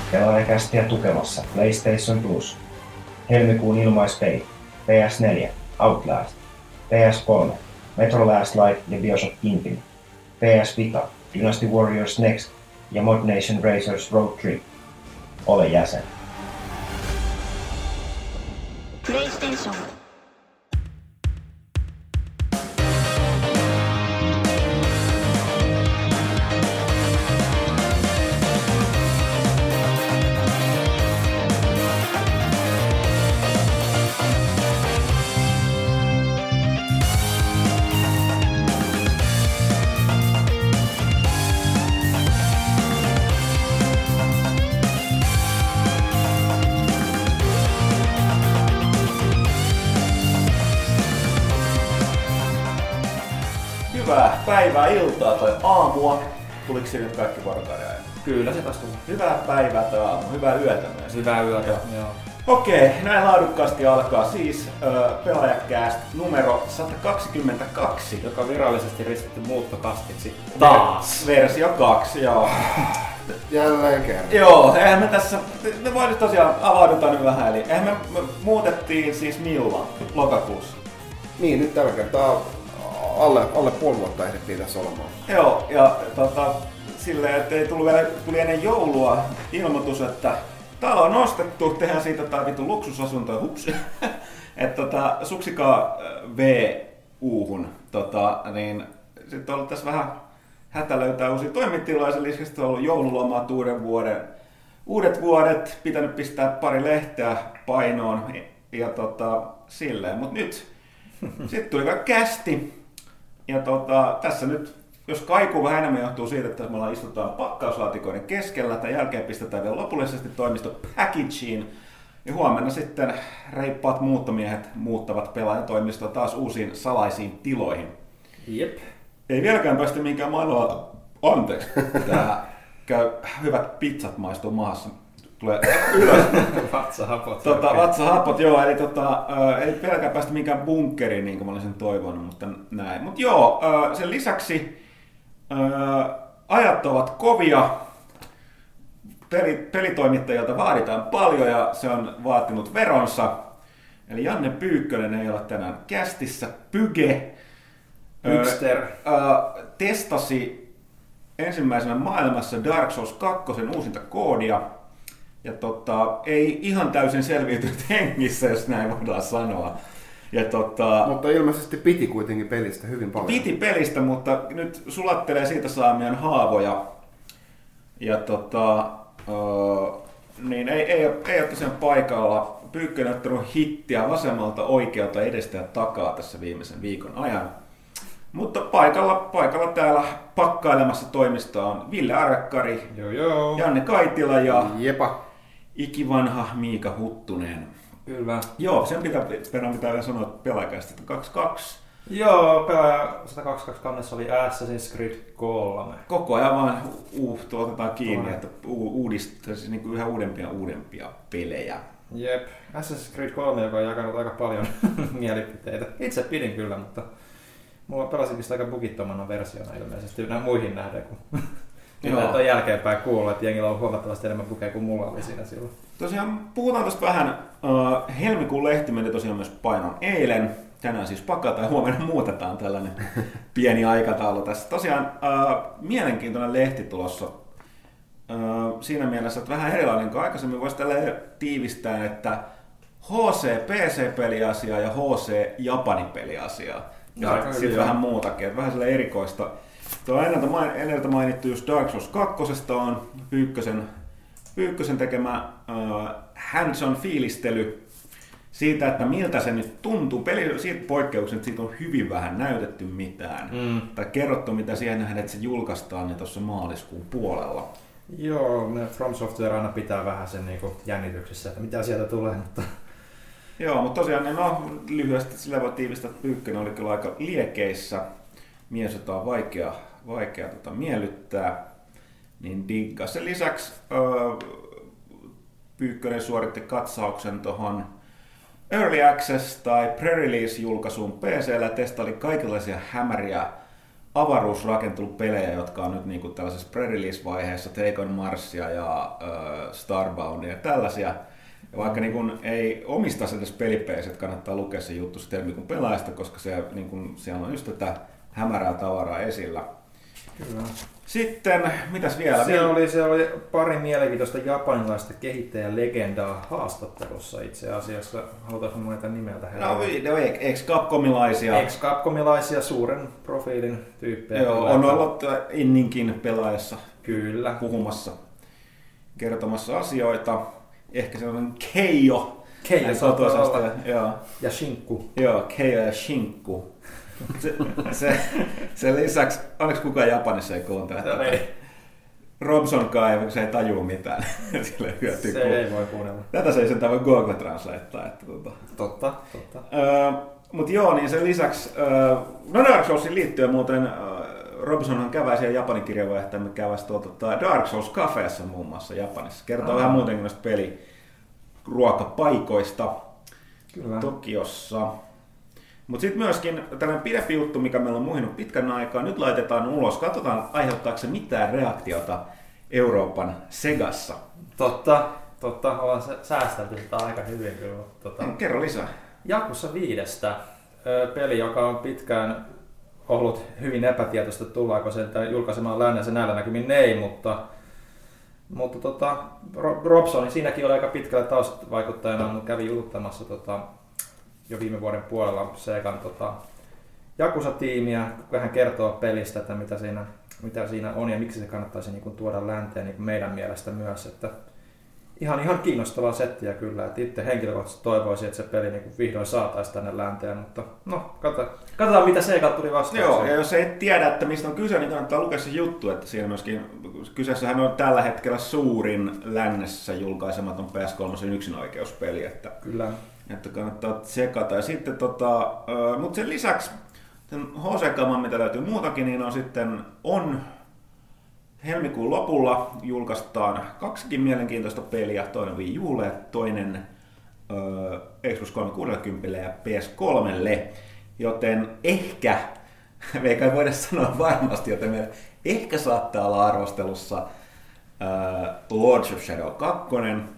Pelaajakästiä tukemassa PlayStation Plus. Helmikuun ilmaispeli. PS4, Outlast. PS3, Metro Last Light ja Bioshock Infinite. PS Vita, Dynasty Warriors Next ja Mod Nation Racers Road Trip. Ole jäsen. PlayStation. Hyvää päivää, iltaa tai aamua. Tuliko se nyt kaikki vuorokauden ajan? Kyllä se taas tuli. Hyvää päivää tai aamua, hyvää yötä myös. Hyvää yötä, joo. Okei, näin laadukkaasti alkaa siis Pelaajakäst numero 122. Joka on virallisesti ristitty muuttokastiksi taas. Versio 2, joo. Jälleen kerran. Joo, eihän me tässä, me voi nyt tosiaan avaudutaan nyt vähän, eli eihän me muutettiin siis milloin? Lokakuussa. Niin, nyt tällä kertaa alle puoli vuotta ehdittiin tässä olemaan. Joo, ja silleen, että tuli ennen joulua ilmoitus, että talo on ostettu, tehdään siitä tää vittu luksusasunto, hups. Että suksikaa VU-hun, niin sitten on ollut tässä vähän hätä löytää uusia toimitiloja, sen lisäksi on ollut joululomat uudet vuodet, pitänyt pistää pari lehteä painoon ja silleen, mut nyt sitten tuli kästi ja tässä nyt, jos kaikuu vähän enemmän johtuu siitä, että me istutaan pakkauslaatikoiden keskellä, tai jälkeen pistetään vielä lopullisesti toimisto packageen, ja huomenna sitten reippaat muuttomiehet muuttavat pelaajatoimistoa taas uusiin salaisiin tiloihin. Jep. Ei vieläkään päästä minkään maailmalla. Anteeksi. Tää käy hyvät pizzat maistuu maassa. Tulee ylös. Vatsahapot. Vatsahapot, joo. Eli ei vieläkään päästä minkään bunkkeriin, niin kuin mä olisin toivonut, mutta näin. Mut joo, sen lisäksi ajat ovat kovia. Pelitoimittajilta vaaditaan paljon ja se on vaatinut veronsa. Eli Janne Pyykkönen ei ole tänään kästissä. Pyge testasi ensimmäisenä maailmassa Dark Souls 2 uusinta koodia. Ja ei ihan täysin selviytynyt hengissä, jos näin voidaan sanoa. Ja mutta ilmeisesti piti kuitenkin pelistä hyvin paljon. Piti pelistä, mutta nyt sulattelee siitä saamiaan haavoja. Ja niin ei ole tosiaan paikalla. Pyykkönen on ottanut hittiä vasemmalta, oikealta, edestä ja takaa tässä viimeisen viikon ajan. Mutta paikalla täällä pakkailemassa toimistoa on Ville Arvekkari, Janne Kaitila ja Jepa. ikivanha Miika Huttunen. Kyllä. Joo, sen pitää vielä sanoa, että Pelaajakästä 22. Joo, pelaaja 122 kannessa oli Assassin's Creed 3. Koko ajan vaan otetaan kiinni, että uudistaisi niin yhä uudempia pelejä. Jep, Assassin's Creed 3, joka on jakanut aika paljon mielipiteitä. Itse pidin kyllä, mutta mulla pelasin aika bugittomana versiona ilmeisesti muihin nähden, kun nyt on jälkeenpäin kuullut, että jengillä on huomattavasti enemmän bugeja kuin mulla oli siinä silloin. Tosiaan puhutaan tästä vähän. Helmikuun lehti meni tosiaan myös painon eilen. Tänään siis pakataan ja huomenna muutetaan tällainen pieni aikataulu tässä. Tosiaan mielenkiintoinen lehti tulossa. Siinä mielessä, että vähän erilainen kuin aikaisemmin voisi tälleen tiivistää, että HC PC-peliasiaa ja HC Japani-peliasiaa. Ja sitten vähän muutakin, että vähän sellainen erikoista. Tuo ennalta mainittu just Dark Souls 2 on Pyykkösen tekemä hands-on fiilistely siitä, että miltä se nyt tuntuu. Peli siitä poikkeuksen, että siitä on hyvin vähän näytetty mitään. Tai kerrottu, mitä siihen nähdään, että se julkaistaan niin tuossa maaliskuun puolella. Joo, From Software aina pitää vähän sen niin jännityksessä, että mitä sieltä tulee. Mutta joo, mutta tosiaan lyhyesti sillä voi tiivistää, että Pyykkönen oli kyllä aika liekeissä. Mies, jota on vaikea miellyttää, niin digga. Sen lisäksi Pyykkönen suoritti katsauksen tuohon Early Access tai Pre-Release-julkaisuun PC:llä, testaili kaikenlaisia hämäriä avaruusrakentelupelejä, jotka on nyt niinku tällaisessa pre-release-vaiheessa, Take on Marsia ja Starboundia ja tällaisia. Ja vaikka niinku ei omista edes pelipeissä, että kannattaa lukea se juttu sitten helmikuun pelaajasta, koska se, niinku, siellä on just tätä hämärää tavaraa esillä. Kyllä. Sitten, mitäs vielä? Se oli pari mielenkiintoista japanilaista kehittäjälegendaa haastattelussa itse asiassa. Halutaanko moneta nimeltä heitä? No, ex-Capcomilaisia. Ex-Capcomilaisia, suuren profiilin tyyppejä. Joo, on ollut Inninkin pelaajassa. Kyllä. Puhumassa, kertomassa asioita. Ehkä sellainen Keijo. Keijo saattaa olla. Joo. Ja Shinkku. Joo, Keijo ja Shinkku. Sen lisäksi, onneksi kukaan Japanissa ei kuuntele tätä. Robsonkaan se ei tajua mitään. Sille hyötyy se ei voi kuunnella. Tätä se ei sentään voi Google Translatea. Totta. Mutta joo, niin sen lisäksi, Dark Soulsiin liittyen muuten, Robsonhan käväisi siellä Japanin kirjeenvaihtajamme käväisi Dark Souls Cafeessa muun muassa Japanissa. Kertoo vähän muutenkin noista peliruokapaikoista Tokiossa. Mutta sitten myöskin tällainen pidempi juttu, mikä meillä on muhinut pitkän aikaa, nyt laitetaan ulos. Katsotaan, aiheuttaako se mitään reaktiota Euroopan Segassa. Totta. Ollaan säästelty sitä aika hyvin kyllä. Kerro lisää. Yakuza 5. Peli, joka on pitkään ollut hyvin epätietoista, tullaanko se julkaisemaan lännessä näillä näkymin ei, mutta Robson siinäkin oli aika pitkällä taustavaikuttajana, mutta kävi jututtamassa jo viime vuoden puolella Segan Yakuza-tiimiä, vähän kertoo pelistä, että mitä siinä on ja miksi se kannattaisi niin kuin tuoda länteen niin kuin meidän mielestä myös. Että ihan kiinnostavaa settiä kyllä, että itse henkilökohtaisesti toivoisin, että se peli niin kuin vihdoin saataisiin tänne länteen, mutta no, katsotaan mitä Sega tuli vastaan. Joo, ja jos ei tiedä, että mistä on kyse, niin kannattaa lukea se juttu, että siinä myöskin kyseessähän on tällä hetkellä suurin lännessä julkaisematon PS3 yksinoikeuspeli, että kyllä. Että kannattaa tsekata. Ja sitten mutta sen lisäksi HC-kaman, mitä löytyy muutakin, niin on helmikuun lopulla julkaistaan 2 mielenkiintoista peliä, toinen Wii Ulle, toinen Xbox 360 ja PS3, joten ehkä, me ei kai voida sanoa varmasti, joten me ehkä saattaa olla arvostelussa Lords of Shadow 2,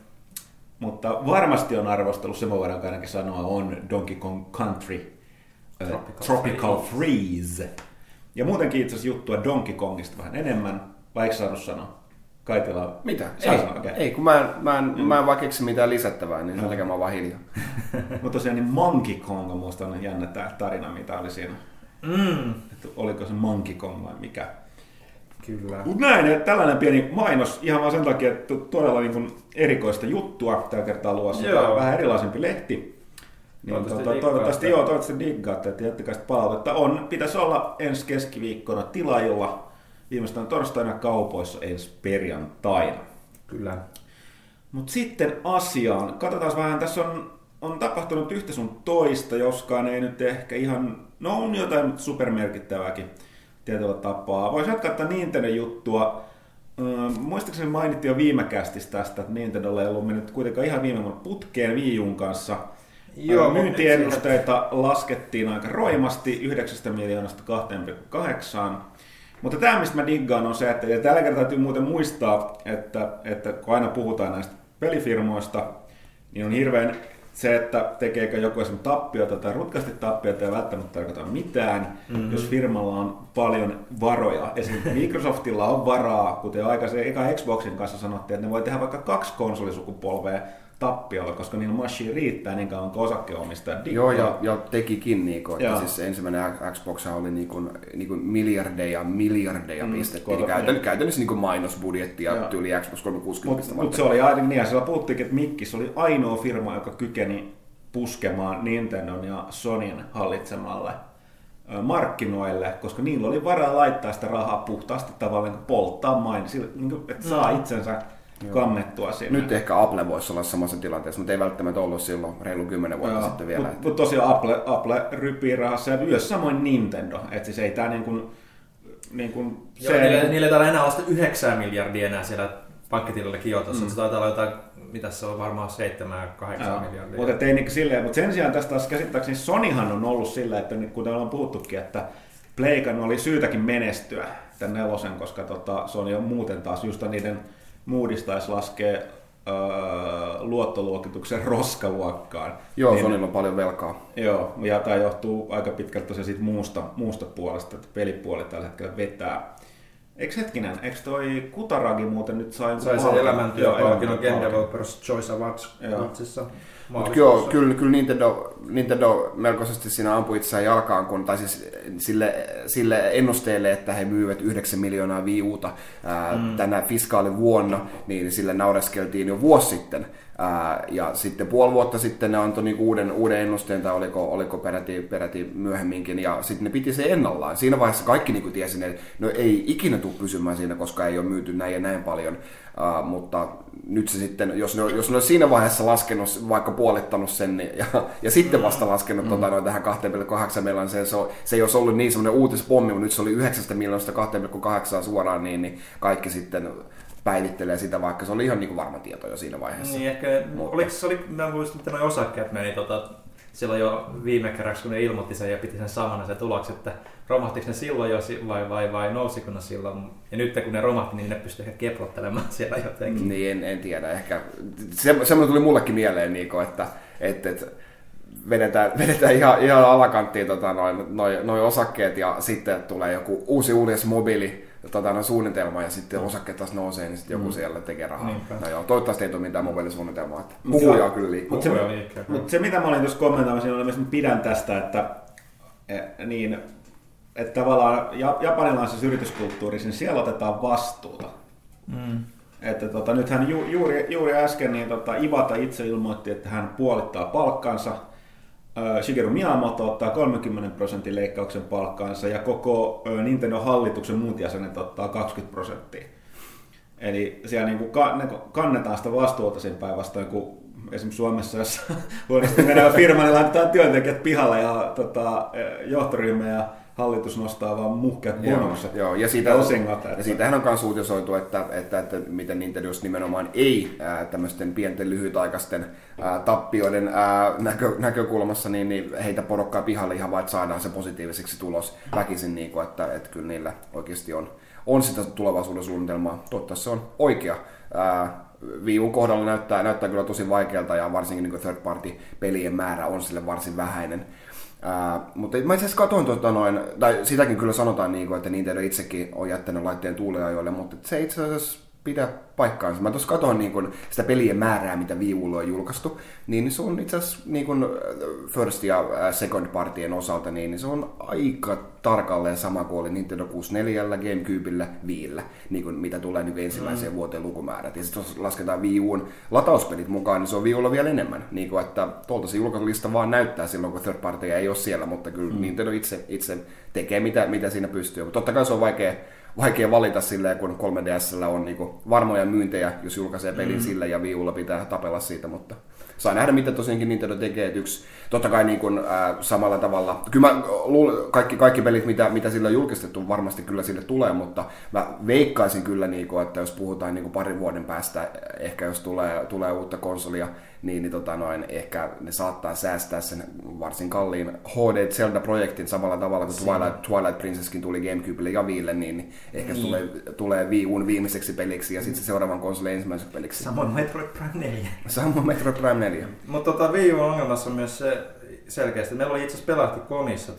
mutta varmasti on arvostelussa, se voidaan ainakin sanoa, on Donkey Kong Country Tropical Freeze. Ja muutenkin itse asiassa juttua Donkey Kongista vähän enemmän, vai eikö saanut sanoa? Kaitila. Mitä? Okay. Ei, kun mä en vaan keksi mitään lisättävää, niin sen takia mä oon vaan hiljaa. Mutta tosiaan niin Monkey Kong on musta jännä tää tarina, mitä oli siinä. Että oliko se Monkey Kong vai mikä? Kyllä. Mutta näin, tällainen pieni mainos ihan vaan sen takia, että todella niin kuin erikoista juttua tällä kertaa luvassa. Vähän erilaisempi lehti. Niin toivottavasti diggaatte, että jättäkää sitä palautetta. Pitäisi olla ensi keskiviikkona tilaajilla, viimeistään torstaina kaupoissa ensi perjantaina. Kyllä. Mutta sitten asiaan. Katsotaan vähän, tässä on tapahtunut yhtä sun toista, joskaan ei nyt ehkä ihan, no on jotain supermerkittävääkin tietyllä tapaa. Voisi jatkaa tätä Nintendo-juttua. Muistaakseni mainittiin jo viime kästissä tästä, että Nintendolla ei ollut mennyt kuitenkaan ihan viime vuonna putkeen Wii U:n kanssa. Joo, myyntiennusteita laskettiin aika roimasti 9 miljoonasta 2,8. Mutta tämä, mistä mä diggaan, on se, että ja tällä kertaa täytyy muuten muistaa, että kun aina puhutaan näistä pelifirmoista, niin on hirveän se, että tekeekö joku esimerkiksi tappiota tai rutkasti tappiota ei välttämättä tarkoita mitään, jos firmalla on paljon varoja. Esimerkiksi Microsoftilla on varaa, kuten aikaisemmin eka Xboxin kanssa sanottiin, että ne voi tehdä vaikka 2 konsolisukupolvea tappiolla, koska niillä machine riittää niin kauan kuin osakkeenomistajat diggaa. Joo, ja tekikin, että siis ensimmäinen Xbox oli niin kuin miljardeja pistettiin. Käytännössä niin mainosbudjettia tyyli Xbox 360. Mutta se oli aina niin, ja siellä puhuttiin, että Mikkis oli ainoa firma, joka kykeni puskemaan Nintendon ja Sonyn hallitsemalle markkinoille, koska niillä oli varaa laittaa sitä rahaa puhtaasti tavallaan polttaa että saa itsensä kannettua sinne. Nyt ehkä Apple voisi olla samassa tilanteessa, mutta ei välttämättä ollut silloin reilu 10 vuotta sitten vielä. Mutta tosiaan Apple rypii rahassa ja myös samoin Nintendo. Että siis ei tää niillä ei täällä enää ole 9 miljardia enää siellä pankkitilillä Kiotossa. Se taitaa olla jotain, mitä se on varmaan 7-8 miljardia. Mutta sen sijaan tästä taas käsittääkseni Sonyhan on ollut sillä, että kuten ollaan puhuttukin, että Pleikan oli syytäkin menestyä tämän 4, koska Sony on muuten taas just niiden moodistaisi laskea luottoluokituksen roskaluokkaan. Joo, niin, Sonylla on paljon velkaa. Joo, ja tämä johtuu aika pitkälti tosiaan siitä muusta puolesta, että pelipuoli tällä hetkellä vetää. Eikö toi Kutaragi muuten nyt sai se elämäntyöpalkinnon Game Developers Choice Awardsissa? Joo, kyllä Nintendo melkoisesti siinä ampui itseään jalkaan, tai siis sille ennusteelle, että he myyvät 9 miljoonaa Wii Uta tänä fiskaalivuonna, niin sille naureskeltiin jo vuosi sitten. Ja sitten puoli vuotta sitten ne antoi niinku uuden ennusteen, tai oliko peräti myöhemminkin, ja sitten ne piti se ennallaan. Siinä vaiheessa kaikki niinku tiesi, että no ei ikinä tule pysymään siinä, koska ei ole myyty näin ja näin paljon. Mutta nyt se sitten, jos ne olisi siinä vaiheessa laskenut, vaikka puolittanut sen, niin, ja sitten vasta laskenut tähän 2,8 miljoonaan, se ei olisi ollut niin semmoinen uutispommi, mutta nyt se oli 9 miljoonasta 2,8 suoraan, niin kaikki sitten päivittelee sitä, vaikka se oli ihan niin kuin varma tieto jo siinä vaiheessa. Niin ehkä, mä muistin, että noi osakkeet meni silloin jo viime kerraksi, kun ne ilmoitti sen ja piti sen samana se tulokset, että romahtiko ne silloin jo vai nousiko ne silloin. Ja nyt kun ne romahti, niin ne pystyy ehkä keplottelemaan siellä jotenkin. Niin, en tiedä. Ehkä semmoinen tuli mullekin mieleen, että vedetään ihan alakanttiin noi osakkeet ja sitten tulee joku uusi mobiili suunnitelma ja sitten osakkeet taas nousee, niin sitten joku siellä tekee rahaa. No joo, toivottavasti ei tule mitään mobiilisuunnitelmaa. Puhujaa kyllä liikkuu. Mutta se mitä mä olin tuossa kommentoimassa, on että pidän tästä, että tavallaan japanilaisessa yrityskulttuurissa, niin siellä otetaan vastuuta. Että nythän juuri äsken niin Iwata itse ilmoitti, että hän puolittaa palkkansa. Shigeru Miyamoto ottaa 30% leikkauksen palkkaansa ja koko Nintendo-hallituksen muut jäsenet ottaa 20%. Eli siellä niin kannetaan sitä vastuuta sen päinvastoin, kun esimerkiksi Suomessa, jos huonosti menee firma, niin laitetaan työntekijät pihalle ja johtoryhmä ja hallitus nostaa vaan muhkeat bonukset. Joo, ja siitähän on myös uutisoitu, että miten Nintendo nimenomaan ei tämmöisten pienten lyhytaikaisten tappioiden näkökulmassa niin heitä porokkaa pihalle ihan vain, että saadaan se positiiviseksi tulos väkisin, niin kuin, että kyllä niillä oikeasti on sitä tulevaisuuden suunnitelmaa. Toivottavasti se on oikea. Wii U kohdalla näyttää kyllä tosi vaikealta ja varsinkin niin third party pelien määrä on sille varsin vähäinen. Mutta mä itse asiassa katsoin tai sitäkin kyllä sanotaan, että Nintendo itsekin on jättänyt laitteen tuuliajoille, mutta se itse asiassa pitää paikkaansa. Mä tuossa katsoin sitä pelien määrää, mitä Wii Ulla on julkaistu, niin se on itse asiassa first ja second partien osalta, niin se on aika tarkalleen sama kuin oli Nintendo 64, Gamecubella, Wiillä, mitä tulee ensimmäiseen vuoteen lukumäärät. Ja sitten jos lasketaan Wii U:n latauspelit mukaan, niin se on Wii Ulla vielä enemmän. Että tuolta se julkaisulista vaan näyttää silloin, kun third partyja ei ole siellä, mutta kyllä Nintendo itse tekee mitä siinä pystyy. Mutta totta kai se on vaikea valita silleen, kun 3DS:llä on varmoja myyntejä, jos julkaisee pelin sillä ja Wii Ulla pitää tapella siitä, mutta saa nähdä, mitä tosiaankin Nintendo tekee. Totta kai samalla tavalla, kyllä mä kaikki pelit, mitä sillä on julkistettu, varmasti kyllä sille tulee, mutta mä veikkaisin kyllä, että jos puhutaan parin vuoden päästä, ehkä jos tulee uutta konsolia, niin ehkä ne saattaa säästää sen varsin kalliin HD Zelda-projektin samalla tavalla kuin Twilight Princesskin tuli Gamecubelle ja Wiille, niin ehkä se tulee Wii U:n viimeiseksi peliksi ja sitten se seuraavan konsolin ensimmäiseksi peliksi. Samoin Metroid Prime 4. Samoin Metroid Prime 4. Mutta Wii U ongelmassa on myös se selkeästi. Meillä oli itse asiassa Pelahti.comissa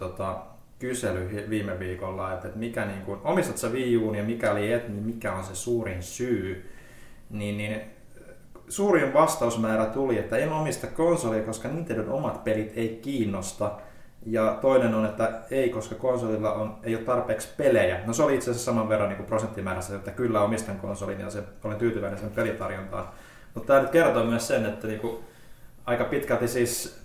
kysely viime viikolla, että mikä omistat sä Wii U:n ja mikäli niin mikä on se suurin syy, niin suurin vastausmäärä tuli, että en omista konsolia, koska Nintendon omat pelit ei kiinnosta. Ja toinen on, että ei, koska konsolilla ei ole tarpeeksi pelejä. No se oli itse asiassa saman verran prosenttimäärässä, että kyllä omistan konsolin ja olen tyytyväinen sen pelitarjontaan. Mutta tämä nyt kertoo myös sen, että aika pitkälti siis,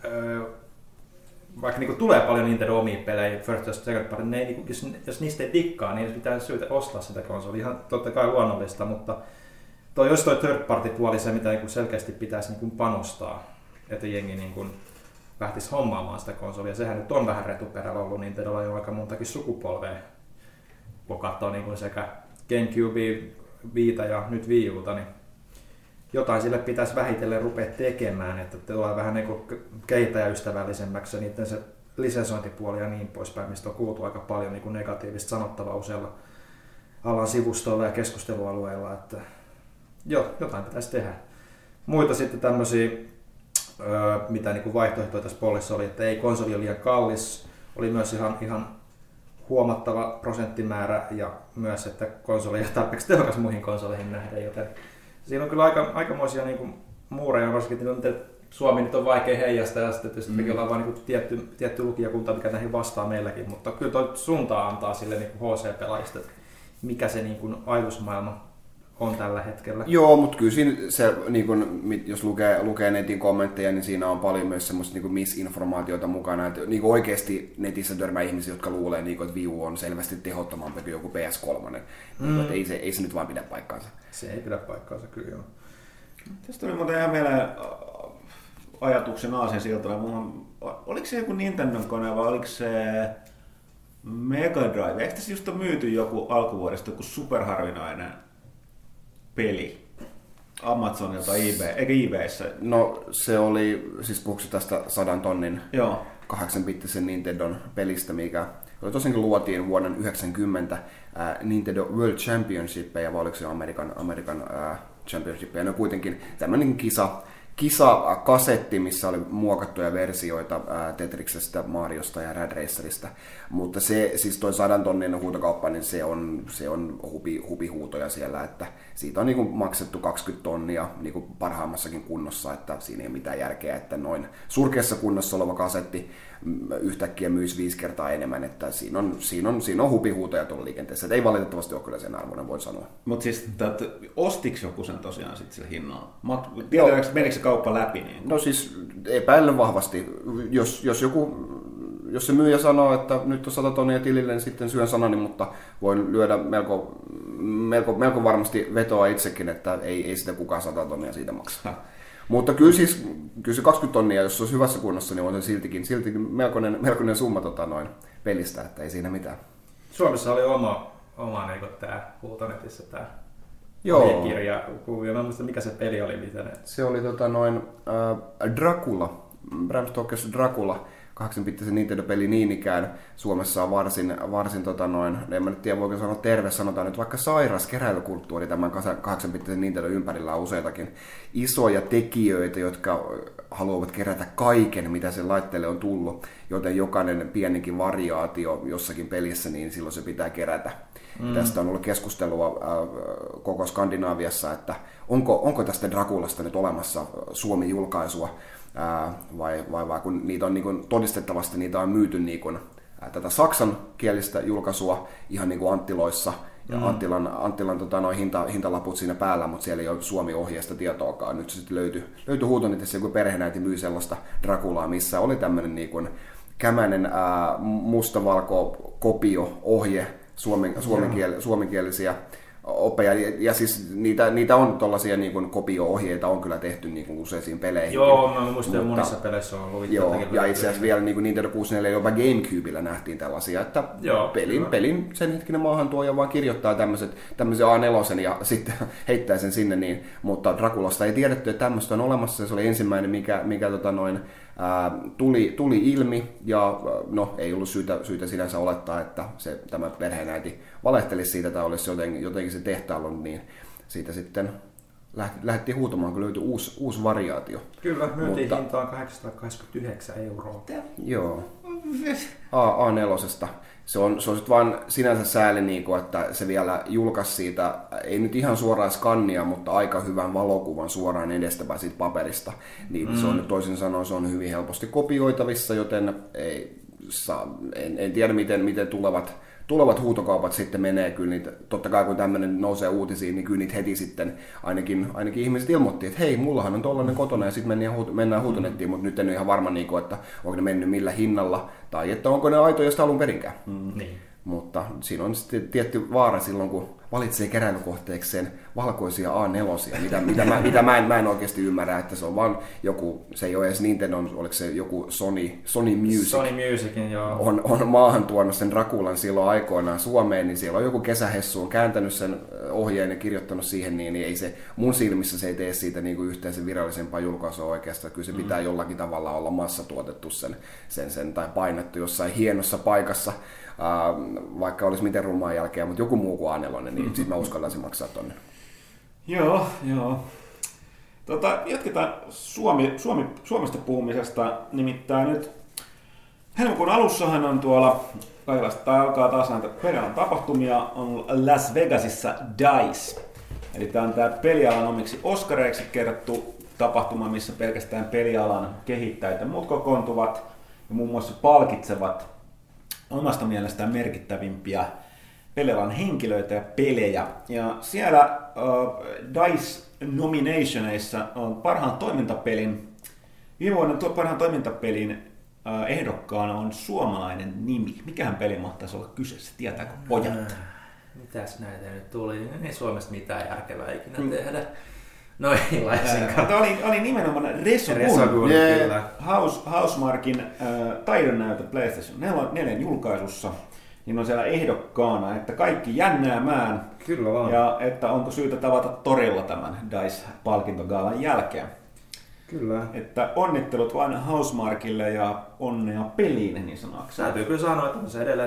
vaikka tulee paljon Nintendo omia pelejä, first ja second party, ne jos niistä ei dikkaa, niin pitää syytä ostaa sitä konsolia. Ihan totta kai luonnollista, mutta jos toi third party puoli se, mitä selkeästi pitäisi panostaa, että jengi lähtisi hommaamaan sitä konsolia. Sehän nyt on vähän retuperällä ollut Nintendolla jo aika montakin sukupolvea. Kun katsoo sekä Gamecube, Viita ja nyt Wii Uta, niin jotain sille pitäisi vähitellen rupea tekemään, että tulee vähän kehittäjäystävällisemmäksi ja niiden se lisensointipuoli ja niin poispäin, mistä on kuultu aika paljon niin kuin negatiivista sanottavaa useilla alan sivustoilla ja keskustelualueilla, että joo, jotain pitäisi tehdä. Muita sitten tämmöisiä, mitä niin kuin vaihtoehtoja tässä pollissa oli, että ei konsoli ole liian kallis, oli myös ihan huomattava prosenttimäärä ja myös, että konsoli ei ole tarpeeksi tehokas muihin konsoleihin nähden, joten siinä on kyllä aikamoisia niin kuin muureja, varsinkin että Suomi nyt on vaikea heijastaa ja sitten tietysti ollaan vain niin tietty lukijakunta, mikä näihin vastaa meilläkin, mutta kyllä tuo suuntaa antaa sille niin HC-pelaajista, että mikä se niin kuin ajatusmaailma on tällä hetkellä. Joo, mutta kyllä siinä se, niin kun, jos lukee netin kommentteja, niin siinä on paljon myös semmoista niin misinformaatiota mukana. Että, niin oikeasti netissä törmää ihmisiä, jotka luulee, niin kun, että Wii U on selvästi tehottomampi kuin joku PS3. Että ei se nyt vaan pidä paikkaansa. Se ei pidä paikkaansa, kyllä joo. Tästä tuli muuten ihan mieleen ajatuksen aasinsiltana. Oliko se joku Nintendon kone vai oliko se Mega Drive? Eikö tässä just ole myyty joku alkuvuodesta joku superharvinainen peli Amazonilta eikä eBayssä? No se oli, siis puhuksi tästä 100 tonnin 8-bittisen Nintendon pelistä, mikä tosiaankin luotiin vuonna 1990 Nintendo World Championship, vai oliko se American Championship, ja no kuitenkin tämmöinen kisakasetti, missä oli muokattuja versioita Tetriksestä, Mariosta ja Rad Racerista. Mutta se, siis toi 100 tonnin huutokauppa, niin se on hupihuutoja siellä, että siitä on niinku maksettu 20 tonnia niinku parhaimmassakin kunnossa, että siinä ei ole mitään järkeä, että noin surkeassa kunnossa oleva kasetti yhtäkkiä myisi 5 kertaa enemmän, että siinä on hupihuutoja tuolla liikenteessä. Että ei valitettavasti ole kyllä sen arvoinen, voin sanoa. Mutta siis, ostiko joku sen tosiaan sitten sillä hinnalla? Tiedätkö, menikö se kauppa läpi? Niin? No siis epäilen vahvasti. Jos se myyjä sanoo, että nyt on 100 tonnia tilille, niin sitten syön sanani, mutta voin lyödä melko varmasti vetoa itsekin, että ei sitä kukaan 100 tonnia siitä maksa. Mutta kyllä se 20 tonnia, jos se olisi hyvässä kunnossa, niin on se siltikin melkoinen summa pelistä, että ei siinä mitään. Suomessa oli oma niin tämä Huutonetissä tämä kirjakuvio. Mä en muista, mikä se peli oli. Se oli Dracula, Bram Stoker's Dracula, 8-bittisen Nintendo-peli niin ikään. Suomessa on varsin en mä nyt tiedä voiko sanoa terve, sanotaan nyt vaikka sairas keräilykulttuuri tämän 8-bittisen Nintendo ympärillä on useitakin isoja tekijöitä, jotka haluavat kerätä kaiken, mitä sen laitteelle on tullut, joten jokainen pienikin variaatio jossakin pelissä, niin silloin se pitää kerätä. Tästä on ollut keskustelua koko Skandinaaviassa, että onko tästä Draculasta nyt olemassa Suomi-julkaisua, vai kun niitä on niin todistettavasti niitä on myyty niin tätä saksankielistä julkaisua ihan niin kuin Anttiloissa ja Anttilan hintalaput siinä päällä, mutta siellä ei ole Suomi-ohjeesta tietoakaan. Nyt se sitten löytyi Huutonetissä, joku perhenäiti myy sellaista Draculaa, missä oli tämmöinen niin kuin kämäinen mustavalko-kopio-ohje suomenkielisiä oppeja, ja siis niitä on tuollaisia niin kopio-ohjeita on kyllä tehty niin useisiin peleihin. Joo, mä muistan, monissa peleissä on ollut. Joo, ja itse asiassa vielä niin Nintendo 64 jopa GameCubella nähtiin tällaisia, että pelin sen hetkinen maahantuoja vaan kirjoittaa tämmöisen A4 ja sitten heittää sen sinne, niin, mutta Draculasta ei tiedetty, että tämmöistä on olemassa, se oli ensimmäinen, mikä tuli ilmi, ja no ei ollut syytä sinänsä olettaa, että tämä perheenäiti valehtelisi siitä tai olisi jotenkin se tehtailu, niin siitä sitten lähdettiin huutamaan, kun löytyi uusi variaatio. Kyllä, myyntiin hinta on 889 €. Joo, A4. Se on sitten vaan sinänsä sääli, että se vielä julkaisi siitä, ei nyt ihan suoraan skannia, mutta aika hyvän valokuvan suoraan edestäpäin siitä paperista. Niin se on nyt toisin sanoen, se on hyvin helposti kopioitavissa, joten en tiedä miten tulevat huutokaupat sitten menee. Kyllä niitä, totta kai kun tämmöinen nousee uutisiin, niin kyllä niitä heti sitten ainakin ihmiset ilmoitti, että hei, mullahan on tollainen kotona ja sitten mennään huutonettiin, mutta nyt en ole ihan varma, että onko ne mennyt millä hinnalla tai että onko ne aitoja sitä alun perinkään. Niin. Mutta siinä on sitten tietty vaara silloin, kun valitsee keräilykohteekseen valkoisia A4, mitä mä en oikeasti ymmärrä, että se on vaan joku, se ei ole edes Nintendo, oliko se joku Sony Music. Sony Musicin, joo. On maahan tuonut sen Draculan silloin aikoinaan Suomeen, niin siellä on joku kesähessu on kääntänyt sen ohjeen ja kirjoittanut siihen, niin ei se, mun silmissä se ei tee siitä niin kuin yhteisen virallisempaa julkaisua oikeastaan. Kyllä se pitää jollakin tavalla olla massatuotettu sen tai painettu jossain hienossa paikassa, vaikka olisi miten rumaa jälkeä, mutta joku muu kuin A4, niin sitten mä uskaltaisin maksaa tonne. Joo. Jatketaan Suomesta puhumisesta, nimittäin nyt helmikuun alussahan on tuolla kaikenlaista, alkaa taas näitä pelialan tapahtumia, on Las Vegasissa DICE. Eli tämä on tämä pelialan omiksi Oscareiksi kerrottu tapahtuma, missä pelkästään pelialan kehittäjät ja muut kokoontuvat ja muun muassa palkitsevat omasta mielestään merkittävimpiä pelialan henkilöitä ja pelejä. Ja siellä DICE nominationeissa on viime vuoden parhaan toimintapelin ehdokkaana on suomalainen nimi. Mikähän peli mahtaisi olla kyseessä? Tietääkö pojat? Mitäs näitä nyt tuli? Ei Suomesta mitään järkevää ikinä tehdä. No ei laisinkaan. Oli nimenomaan Resogun, kyllä. Housemarquin taidonnäytö PlayStation 4 julkaisussa. Niin on siellä ehdokkaana, että kaikki jännäämään. Kyllä vaan. Ja että onko syytä tavata torilla tämän DICE-palkintogaalan jälkeen. Kyllä. Että onnittelut vain Housemarquille ja onnea peliin, niin sanakseni. Täytyy kyllä sanoa, että on se edelleen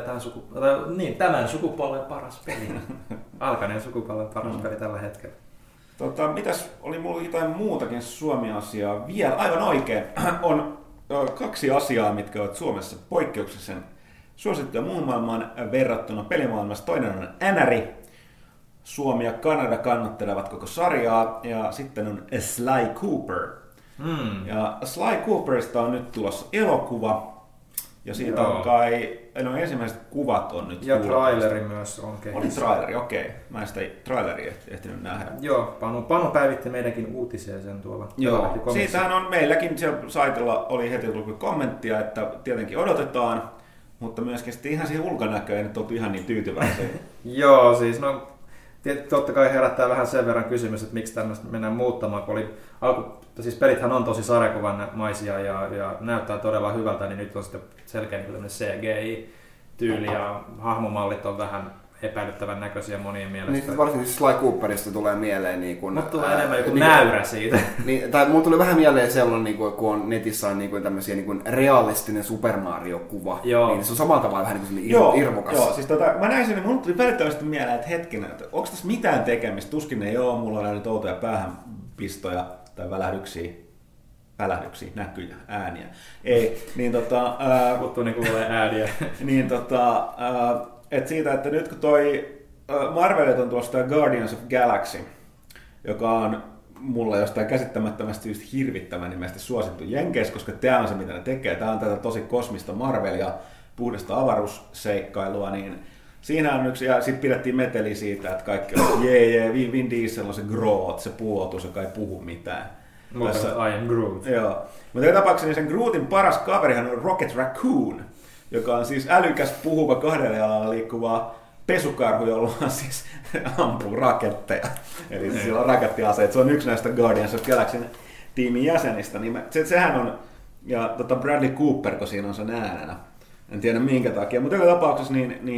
tämän sukupolven paras peli. Alkaneen sukupolven paras peli tällä hetkellä. Mitäs oli mulla jotain muutakin Suomi-asiaa vielä? Aivan oikein. On 2 asiaa, mitkä ovat Suomessa poikkeuksellisen suosittuja muun maailman verrattuna pelimaailmassa. Toinen on NRI. Suomi ja Kanada kannattelevat koko sarjaa. Ja sitten on Sly Cooper. Ja Sly Cooperista on nyt tulossa elokuva. Ja siitä on kai, ensimmäiset kuvat on nyt ja traileri myös on kehissä. Oli traileri, okei. Mä en sitä traileria ehtinyt nähdä. Joo, Panu päivitti meidänkin uutiseen sen tuolla. Joo, siitähän on meilläkin siellä saitilla oli heti tullut kommenttia, että tietenkin odotetaan, mutta myöskin sitten ihan siihen ulkonäköön ei nyt oltu ihan niin tyytyväisiä. Joo, siis totta kai herättää vähän sen verran kysymys, että miksi tämmöistä mennään muuttamaan, kun siis pelithän on tosi sarjakuvamaisia ja näyttää todella hyvältä, niin nyt on sitten selkeä niin CGI-tyyli ja hahmomallit on vähän epäilyttävän näköisiä monien mielestä. Niin, varsinkin Sly Cooperista tulee mieleen niin kuin... Mut tulee enemmän joku näyrä siitä. Tai mun tuli vähän mieleen sellainen, niin kuin, kun on netissä on niin kuin tämmöisiä niin kuin realistinen Super Mario-kuva, niin se on samalla tavalla vähän niin kuin irvokas. Joo, siis mä näin sen, niin mun tuli välittömästi mieleen, että hetkinen, että onko tässä mitään tekemistä? Tuskin ei ole, mulla on nyt outoja päähänpistoja tai välähdyksiä, näkyjä, ääniä. Ei, niin Kuttuu niin kuulee ääniä. Niin että siitä, että nyt kun toi Marvelit on tuosta Guardians of Galaxy, joka on mulla jostain käsittämättömästi just hirvittävän nimestä suosittu Jenkeissä, koska tää on se, mitä ne tekee. Tää on tätä tosi kosmista Marvelia, puhdasta avaruusseikkailua, niin siinä on yksi, ja sitten pidettiin meteli siitä, että kaikki on, Vin Diesel on se Groot, se puotus, joka ei puhu mitään. Mutta I am Groot. Joo. Mutta tapauksessa sen Grootin paras kaverihan on Rocket Raccoon, joka on siis älykäs, puhuva, 2 jalalla liikkuva pesukarhu, jolla on siis ampuu raketteja. Eli sillä on rakettiaseet. Se on yksi näistä Guardians of Galaxyn tiimin jäsenistä. Niin sehän on, ja Bradley Cooper, kun siinä on sen äänenä. En tiedä minkä takia, mutta joka tapauksessa,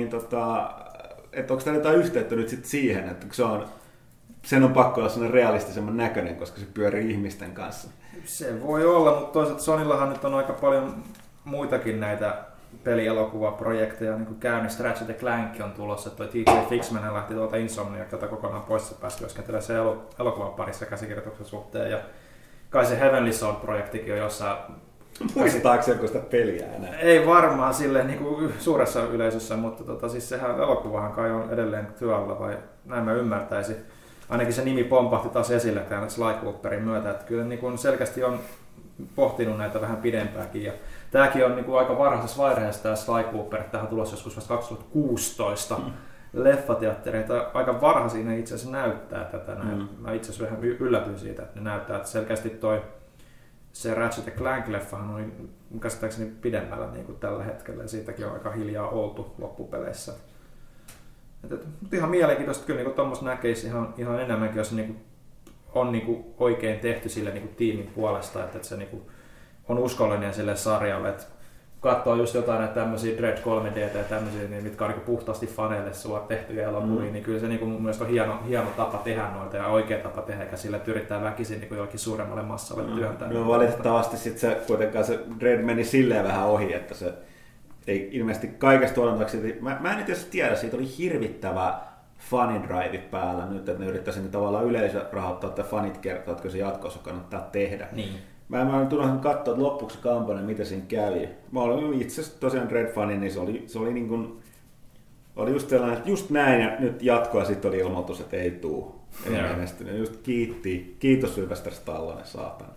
että onko täällä jotain yhteyttä nyt sit siihen, että sen on pakko olla sellainen realistisemman näköinen, koska se pyörii ihmisten kanssa. Se voi olla, mutta toisaalta Sonyllahan nyt on aika paljon muitakin näitä pelielokuvaprojekteja niin kuin käynnissä. Ratchet & Clank on tulossa, toi TJ Fixman lähti tuolta Insomniacilta kokonaan pois, se pääsi työskentelemään se elokuvan parissa käsikirjoituksen suhteen. Ja kai se Heavenly Sword-projektikin on jossain... Muistaakseni sitä peliä enää? Ei varmaan silleen niin kuin suuressa yleisössä, mutta siis sehän elokuvahan kai on edelleen työllä, vai näin mä ymmärtäisin. Ainakin se nimi pompahti taas esille tämän Sly Cooperin myötä, että kyllä niin kuin selkeästi on pohtinut näitä vähän pidempääkin. Ja tämäkin on niin kuin aika varhaisessa vaiheessa tämä Sly Cooper, tähän tulossa joskus vasta 2016 leffateattereita. Aika varhaisia ne itse asiassa näyttää tätä. Mä itse asiassa vähän yllätyin siitä, että ne näyttää, että selkeästi se Ratchet & Clank-leffahan oli käsittääkseni pidemmällä niin kuin tällä hetkellä, ja siitäkin on aika hiljaa oltu loppupeleissä. Mutta ihan mielenkiintoista kyllä niin tuommoista näkeisi ihan enemmänkin, jos niin kuin, on niin kuin, oikein tehty sille niin kuin, tiimin puolesta, että se niin kuin, on uskollinen sille sarjalle. Että katsoo just jotain näitä tämmöisiä Dread 3D ja tämmöisiä, niin, mitkä on niin kuin, puhtaasti faneille sulla tehtyjä elokuvia, niin kyllä se niin kuin, mun mielestä on hieno tapa tehdä noita ja oikea tapa tehdä, eikä sillä yrittää väkisin niin jollekin suuremmalle massalle työntää. No valitettavasti sitten se kuitenkaan se Dread meni silleen vähän ohi, että se ei ilmeisesti kaikesta tuotantoksi. Mä en itse tiedä, siitä oli hirvittävä fanidrive päällä nyt, että ne yrittäisiin tavallaan yleisö rahoittaa, että fanit kertoo, että se jatkossa kannattaa tehdä. Niin. Mä en tullut katsoa, että loppuksi kampanja, mitä siinä kävi. Mä olin itse asiassa tosiaan Dread-fani, niin se oli niin kuin, oli just sellainen, että just näin ja nyt jatkoa, sitten oli ilmoitus, että ei tuu. Ei menestynyt. Just kiitos Sylvester Stallone, saatana.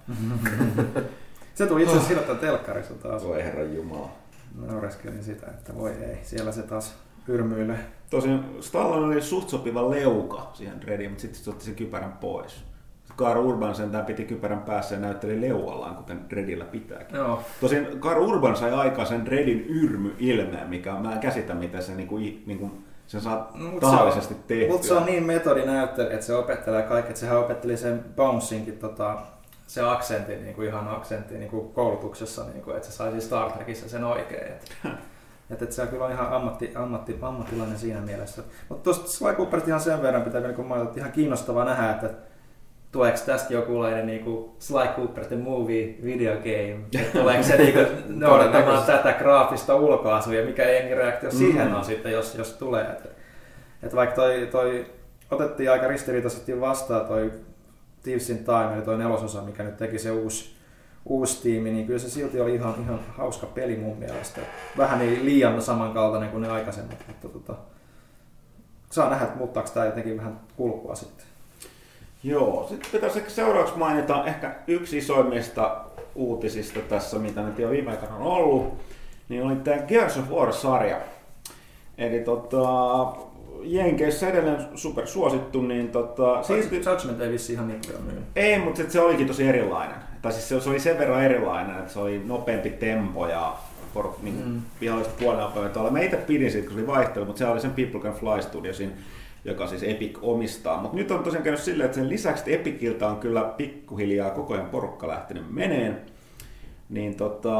Se tuli itse asiassa sillä telkkarissa taas. Voi herran jumala. Naureskelin sitä, että voi ei, siellä se taas yrmyilee. Tosiaan Stallone oli suht sopiva leuka siihen Dreadiin, mutta sitten se otti sen kypärän pois. Carl Urban sentään piti kypärän päässä ja näytteli leuallaan, kuten Dreadillä pitääkin. Joo. Tosin Carl Urban sai aikaan sen Dreadin yrmy-ilmeen, mikä mä en käsitä, miten se sen saa tahallisesti tehtyä. Mutta se on niin metodinäyttely, että se opettelee kaikki, että sehän opetteli sen Bouncinkin se aksentin, niin kuin ihan aksentti niin kuin koulutuksessa, niin kuin, että se sai siis Star Trekissä sen oikein. Että se on kyllä ihan ammattilainen siinä mielessä. Mutta tuosta Sly Cooperista ihan sen verran pitää niin mainita, että ihan kiinnostavaa nähdä, että tuleeko tästä jokinlainen niinku Sly Cooper the Movie video game, että tuleeko se niinku noudattamaan tätä graafista ulkoasua ja mikä jengi reaktio siihen on sitten, jos tulee. Et vaikka toi otettiin aika ristiriitaisesti vastaan toi Thieves in Time, eli toi 4-osa, mikä nyt teki se uusi tiimi, niin kyllä se silti oli ihan hauska peli mun mielestä. Vähän niin liian samankaltainen kuin ne aikaisemmat, mutta saa nähdä, että muuttaako tämä jotenkin vähän kulkua sitten. Joo, sitten pitäisi seuraavaksi mainita ehkä yksi isoimmista uutisista tässä, mitä nyt jo viime aikana on ollut, niin oli tämä Gears of War-sarja. Eli Jenkeissä edelleen super suosittu, niin Judgment ei vissi ihan niin paljon myynyt. Ei, mutta se olikin tosi erilainen. Tai siis se oli sen verran erilainen, että se oli nopeampi tempo ja viholliset puolella. Mä itse pidin siitä, kun se oli vaihtelu, mutta se oli sen People Can Fly Studiosin, joka siis Epic omistaa. Mutta nyt on tosiaan käynyt silleen, että sen lisäksi että Epiciltä on kyllä pikkuhiljaa koko ajan porukka lähtenyt meneen. Niin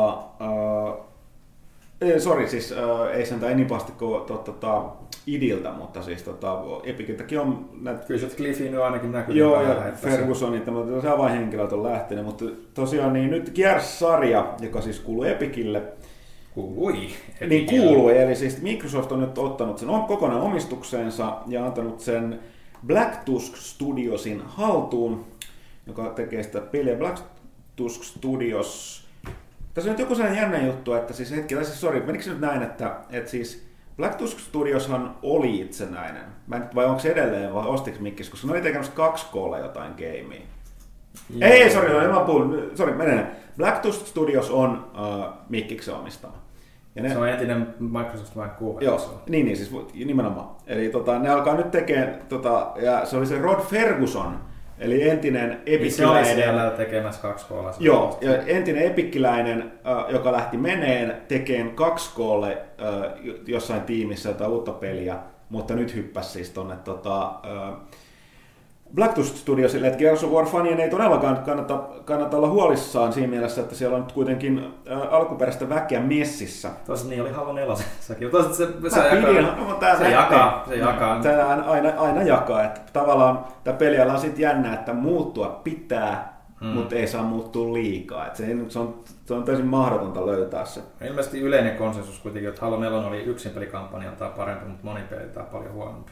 ei sentään niin pahasti kuin idiltä, mutta siis Epiciltäkin on näitä... Kyllä se Cliffy nyt ainakin näkyy. Joo, ja Ferguson, se avainhenkilöt on lähtenyt, mutta tosiaan niin nyt Gears-sarja, joka siis kuuluu Epicille, kuului, eli siis Microsoft on nyt ottanut sen kokonaan omistukseensa ja antanut sen Black Tusk Studiosin haltuun, joka tekee sitä peliä. Black Tusk Studios. Tässä on nyt joku sellainen jännä juttu, että siis menikö se nyt näin, että siis Black Tusk Studioshan oli itsenäinen. Vai onko se edelleen, vai ostiko Mikkis, koska ne oli tekemässä 2K:lla jotain gamea. Menen. Black Tusk Studios on Mikkiksen omistama. Se on entinen Microsoft Vancouver. Joo, niin siis nimenomaan. Eli ne alkaa nyt tekemään, ja se oli se Rod Ferguson, eli entinen epikkiläinen. Se oli siellä tekemässä 2K:lla. Joo, ja entinen epikkiläinen, joka lähti meneen tekemään 2K:lle jossain tiimissä jotain uutta peliä, mutta nyt hyppäsi siis tonne Black Tusk Studiosille, että Gears of War-fanien ei todellakaan kannata olla huolissaan siinä mielessä, että siellä on nyt kuitenkin alkuperäistä väkeä messissä. Toiset niin oli Halo 4. Se jakaa. Tämä aina jakaa. Että tavallaan tämä peliala on sitten jännä, että muuttua pitää, mutta ei saa muuttua liikaa. Että se on täysin mahdotonta löytää se. Ilmeisesti yleinen konsensus kuitenkin, että Halo 4 oli yksin pelikampanjalta parempi, mutta monin peliltä paljon huonompi.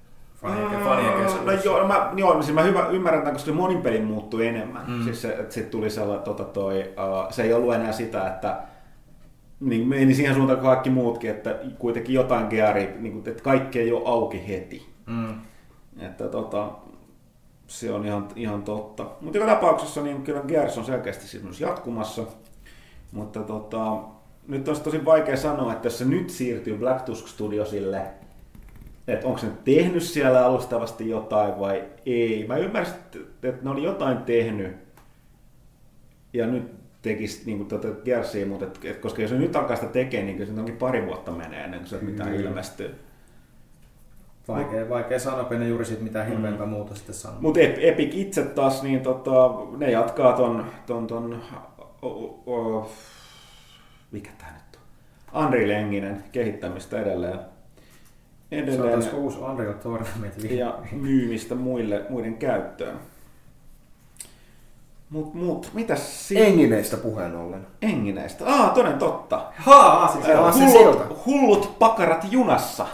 Mä ymmärrän tämän, koska monin pelin muuttui enemmän. Siis se tuli se ei ollut enää sitä, että niin meni siihen suuntaan kaikki muutkin, että kuitenkin jotain gearia, niin että kaikki ei ole auki heti. Että se on ihan totta. Mutta joka tapauksessa niin kyllä Gears on selkeästi siis myös jatkumassa. Mutta nyt on tosi vaikea sanoa, että jos se nyt siirtyy Black Tusk Studiosille, että onko se tehnyt siellä alustavasti jotain vai ei. Mä ymmärsin, että ne oli jotain tehnyt ja nyt tekisi niin Gearsia, mutta koska jos se nyt alkaa sitä tekemään, niin kyllä se onkin pari vuotta menee ennen kuin se mitään ilmestyy. Vaikea sanoa, kun ne juuri siitä mitään hirveämpää muuta sitten sanoo. Mutta Epic itse taas, niin ne jatkaa ton mikä tää nyt on? Unreal Enginen kehittämistä edelleen. Saataisiko uusi Unreal Tournament ja myymistä muiden käyttöön. Mut mitäs Engineistä puheen ollen. Engineistä? Toden totta. Hullut pakarat junassa.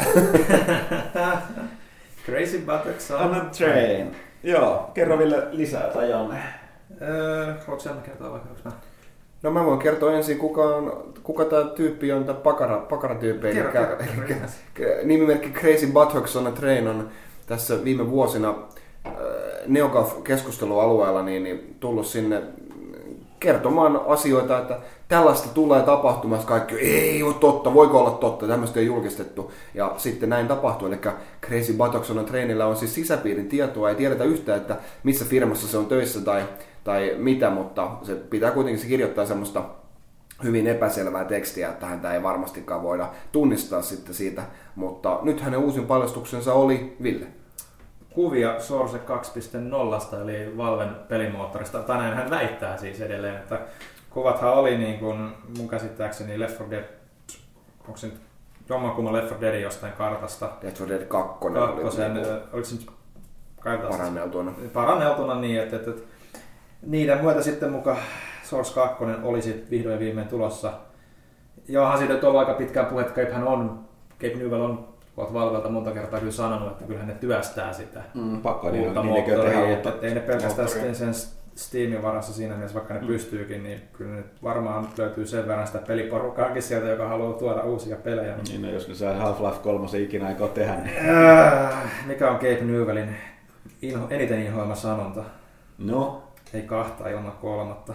Crazy Buttocks on a train. Joo, kerro Ville lisää tai Janne. Haluatko Janne kertoa vaikka? No mä voin kertoa ensin, kuka tää tyyppi on, tää pakaratyyppi. Nimimerkki Crazy Buttocks on a Train on tässä viime vuosina NeoGAF-keskustelualueella niin tullut sinne kertomaan asioita, että tällaista tulee tapahtumassa. Kaikki, ei ole totta, voiko olla totta, tämmöistä ei julkistettu. Ja sitten näin tapahtui, eli Crazy Buttocks on a Trainillä on siis sisäpiirin tietoa, ei tiedetä yhtään, että missä firmassa se on töissä tai mitä, mutta se pitää kuitenkin kirjoittaa semmoista hyvin epäselvää tekstiä, että häntä ei varmastikaan voida tunnistaa sitten siitä, mutta nyt hänen uusin paljastuksensa oli Ville. Kuvia Source 2.0 eli Valven pelimoottorista, tai näin hän väittää siis edelleen, että kuvathan oli niin kuin mun käsittääkseni Left 4 Dead, onko se nyt jommankumman Left 4 Deadin jostain kartasta? Left 4 Dead 2 oliko se nyt paranneltuna niin, että niiden myötä sitten mukaan Source 2 olisi vihdoin viimein tulossa. Ja onhan siitä ollut aika pitkään puhe, että Gabe Newell on Valvelta monta kertaa kyllä sanonut, että kyllähän ne työstää sitä uutta moottoria, että ei ne pelkästään sen Steamin varassa siinä mielessä, vaikka ne pystyykin, niin kyllä nyt varmaan löytyy sen verran sitä peliporukkaakin sieltä, joka haluaa tuoda uusia pelejä. Niin, no, jos ne saa Half-Life 3 ikinä aikoo tehdä, niin... Mikä on Gabe Newellin eniten inhoima sanonta? No? Ei kahta ilman kolmatta.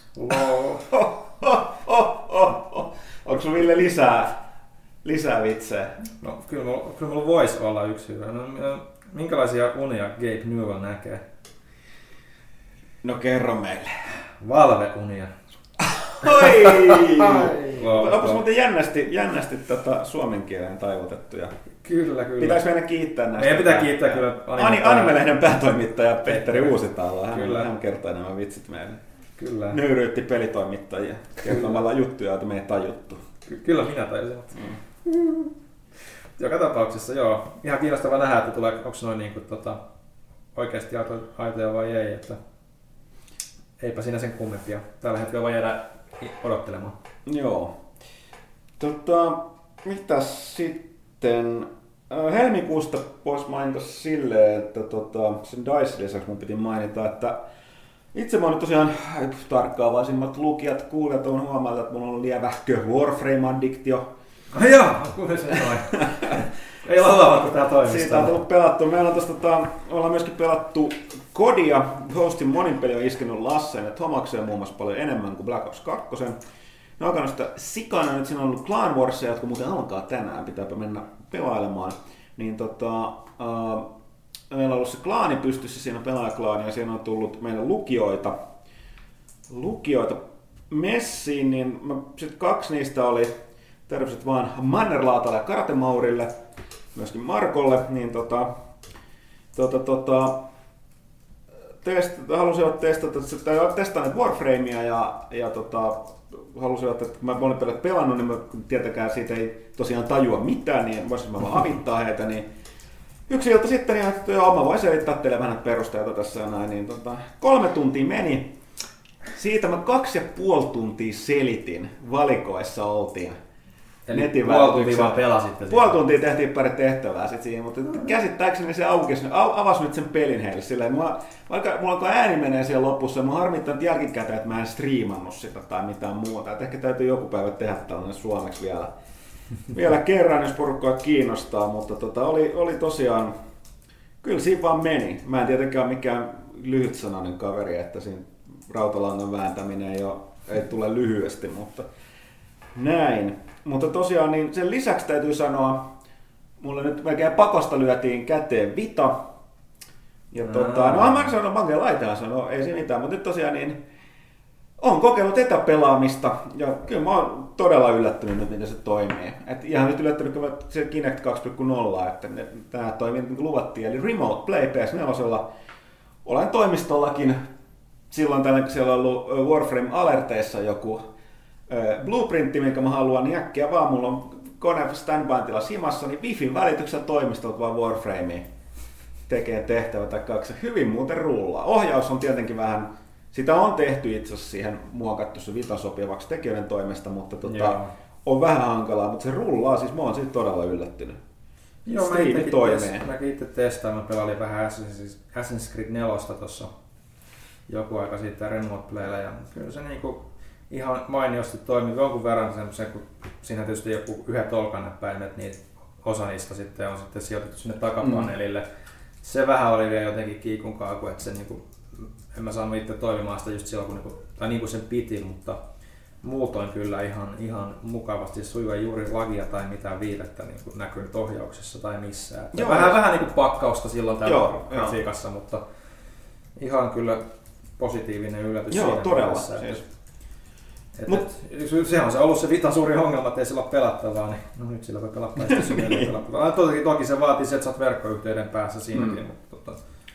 Onko sulla Ville lisää vitsejä? No kyllä mulla voisi olla yksi hyvä. No, minkälaisia unia Gabe Newell näkee? No kerro meille. Valve-unia. Oi! Onpas muuten jännästi suomen kielen taivutettuja. Kyllä. Pitäis mennä kiittää näistä. Meidän pitää kiittää kyllä Anime-lehden päätoimittaja Petteri Uusitalo. Hän kertoi nämä vitsit meille. Kyllä. Nöyryytti pelitoimittajia kertomalla juttuja, joita me ei tajuttu. Kyllä minä tajusin. Joka tapauksessa joo. Ihan kiinnostava nähdä, että onko noin niin kuin, oikeasti aitoja vai ei. Että eipä siinä sen kummempia. Tällä hetkellä voi jäädä odottelemaan. Joo. Mitäs sitten? Helmikuusta voisi mainita silleen, että sen DICE lisäksi mun piti mainita, että itse mä oon nyt tosiaan tarkkaavaisimmat lukijat, kuulijat on huomannut, että mulla on lievähkö Warframe-addiktio. Jaa, kuule se noin. Ei ole huomattu tää toimista. Siitä on tullut pelattu. Meillä on ollaan myöskin pelattu Kodia. Hostin monin peli on iskenut Lasseen ja Tomakseen muun muassa paljon enemmän kuin Black Ops 2. Ne on alkanut sitä sikana. Nyt siinä on ollut Clan Warsia, jotka muuten alkaa tänään. Pitääpä mennä pelailemaan. Niin meillä on ollut se klaani pystyssä, siinä pelaajaklaani, ja siinä on tullut meille lukijoita messiin, niin sitten 2 niistä oli terveiset vaan Mannerlaatalle ja Karate-Maurille, myöskin Markolle, niin halusivat testata Warframea ja halusivat, että kun mä olin pelannut, niin mä tietenkään siitä ei tosiaan tajua mitään, niin voisin mä vaan avittaa heitä, niin yksi ilta sitten, niin että joo, mä voin selittää teille vähän perusteita tässä ja näin, niin 3 tuntia meni. Siitä mä 2,5 tuntia selitin, valikoissa oltiin. Eli puoli tuntia vaan pelasitte. Puoli tuntia tehtiin pari tehtävää sit siihen, mutta käsittääkseni se avasi nyt sen pelin heille silleen. Vaikka mulla ääni menee siellä lopussa, mä harmittanut jälkikäteen, että mä en striimannut sitä tai mitään muuta. Et ehkä täytyy joku päivä tehdä tällainen suomeksi vielä kerran, jos porukkaa kiinnostaa, mutta oli tosiaan, kyllä siinä vaan meni. Mä en tietenkään ole mikään lyhytsanainen kaveri, että siinä rautalangan vääntäminen ei tule lyhyesti, mutta näin. Mutta tosiaan niin sen lisäksi täytyy sanoa, mulle nyt melkein pakosta lyötiin käteen Vita. Ja no mä sanon, Mange Laitehan sanoo, ei se mitään, mutta nyt tosiaan niin Olen kokeillut etäpelaamista ja kyllä mä oon todella yllättynyt nyt, miten se toimii. Et ihan nyt yllättynyt, kun se Kinect 2.0, että tämä toimii niin kuin luvattiin. Eli Remote Play PS4. Olen toimistollakin silloin tällä, kun siellä on ollut Warframe-alerteissa joku blueprintti, minkä mä haluan, niin äkkiä vaan mulla on kone standby-tila himassa, niin Wifin välityksellä toimistolta vaan Warframeen tekee tehtävä tai kaksi. Hyvin muuten rullaa. Ohjaus on tietenkin vähän, sitä on tehty itse asiassa siihen muokattu se Vitan sopivaksi tekijöiden toimesta, mutta on vähän hankalaa, mutta se rullaa, siis mä oon siitä todella yllättynyt. Joo, mäkin itse testaan, mä pelailin vähän Assassin's Creed 4 tuossa joku aika sitten Remote Playlla ja kyllä se niinku ihan mainiosti toimii jonkun verran semmoisen, kun siinä tietysti joku yhdet olkanäppäimet, niin osa niistä sitten on sitten sijoitettu sinne takapaneelille. Se vähän oli vielä jotenkin kiikun kaaku, että se niinku, en mä saanut itse toimimaan sitä just silloin, kun niin kuin sen piti, mutta muutoin kyllä ihan mukavasti sujua juuri lagia tai mitään viilettä niin kuin näkynyt ohjauksessa tai missään. Vähän niin kuin pakkausta silloin tällä grafiikassa, mutta ihan kyllä positiivinen yllätys. Joo, todella. Mielessä, sehän on se ollut se Vitan suuri ongelma, että ei sillä ole pelattavaa, niin no nyt sillä voi pelata pelattavaa. Toki se vaatii se, että sä oot verkkoyhteyden päässä siinäkin, mutta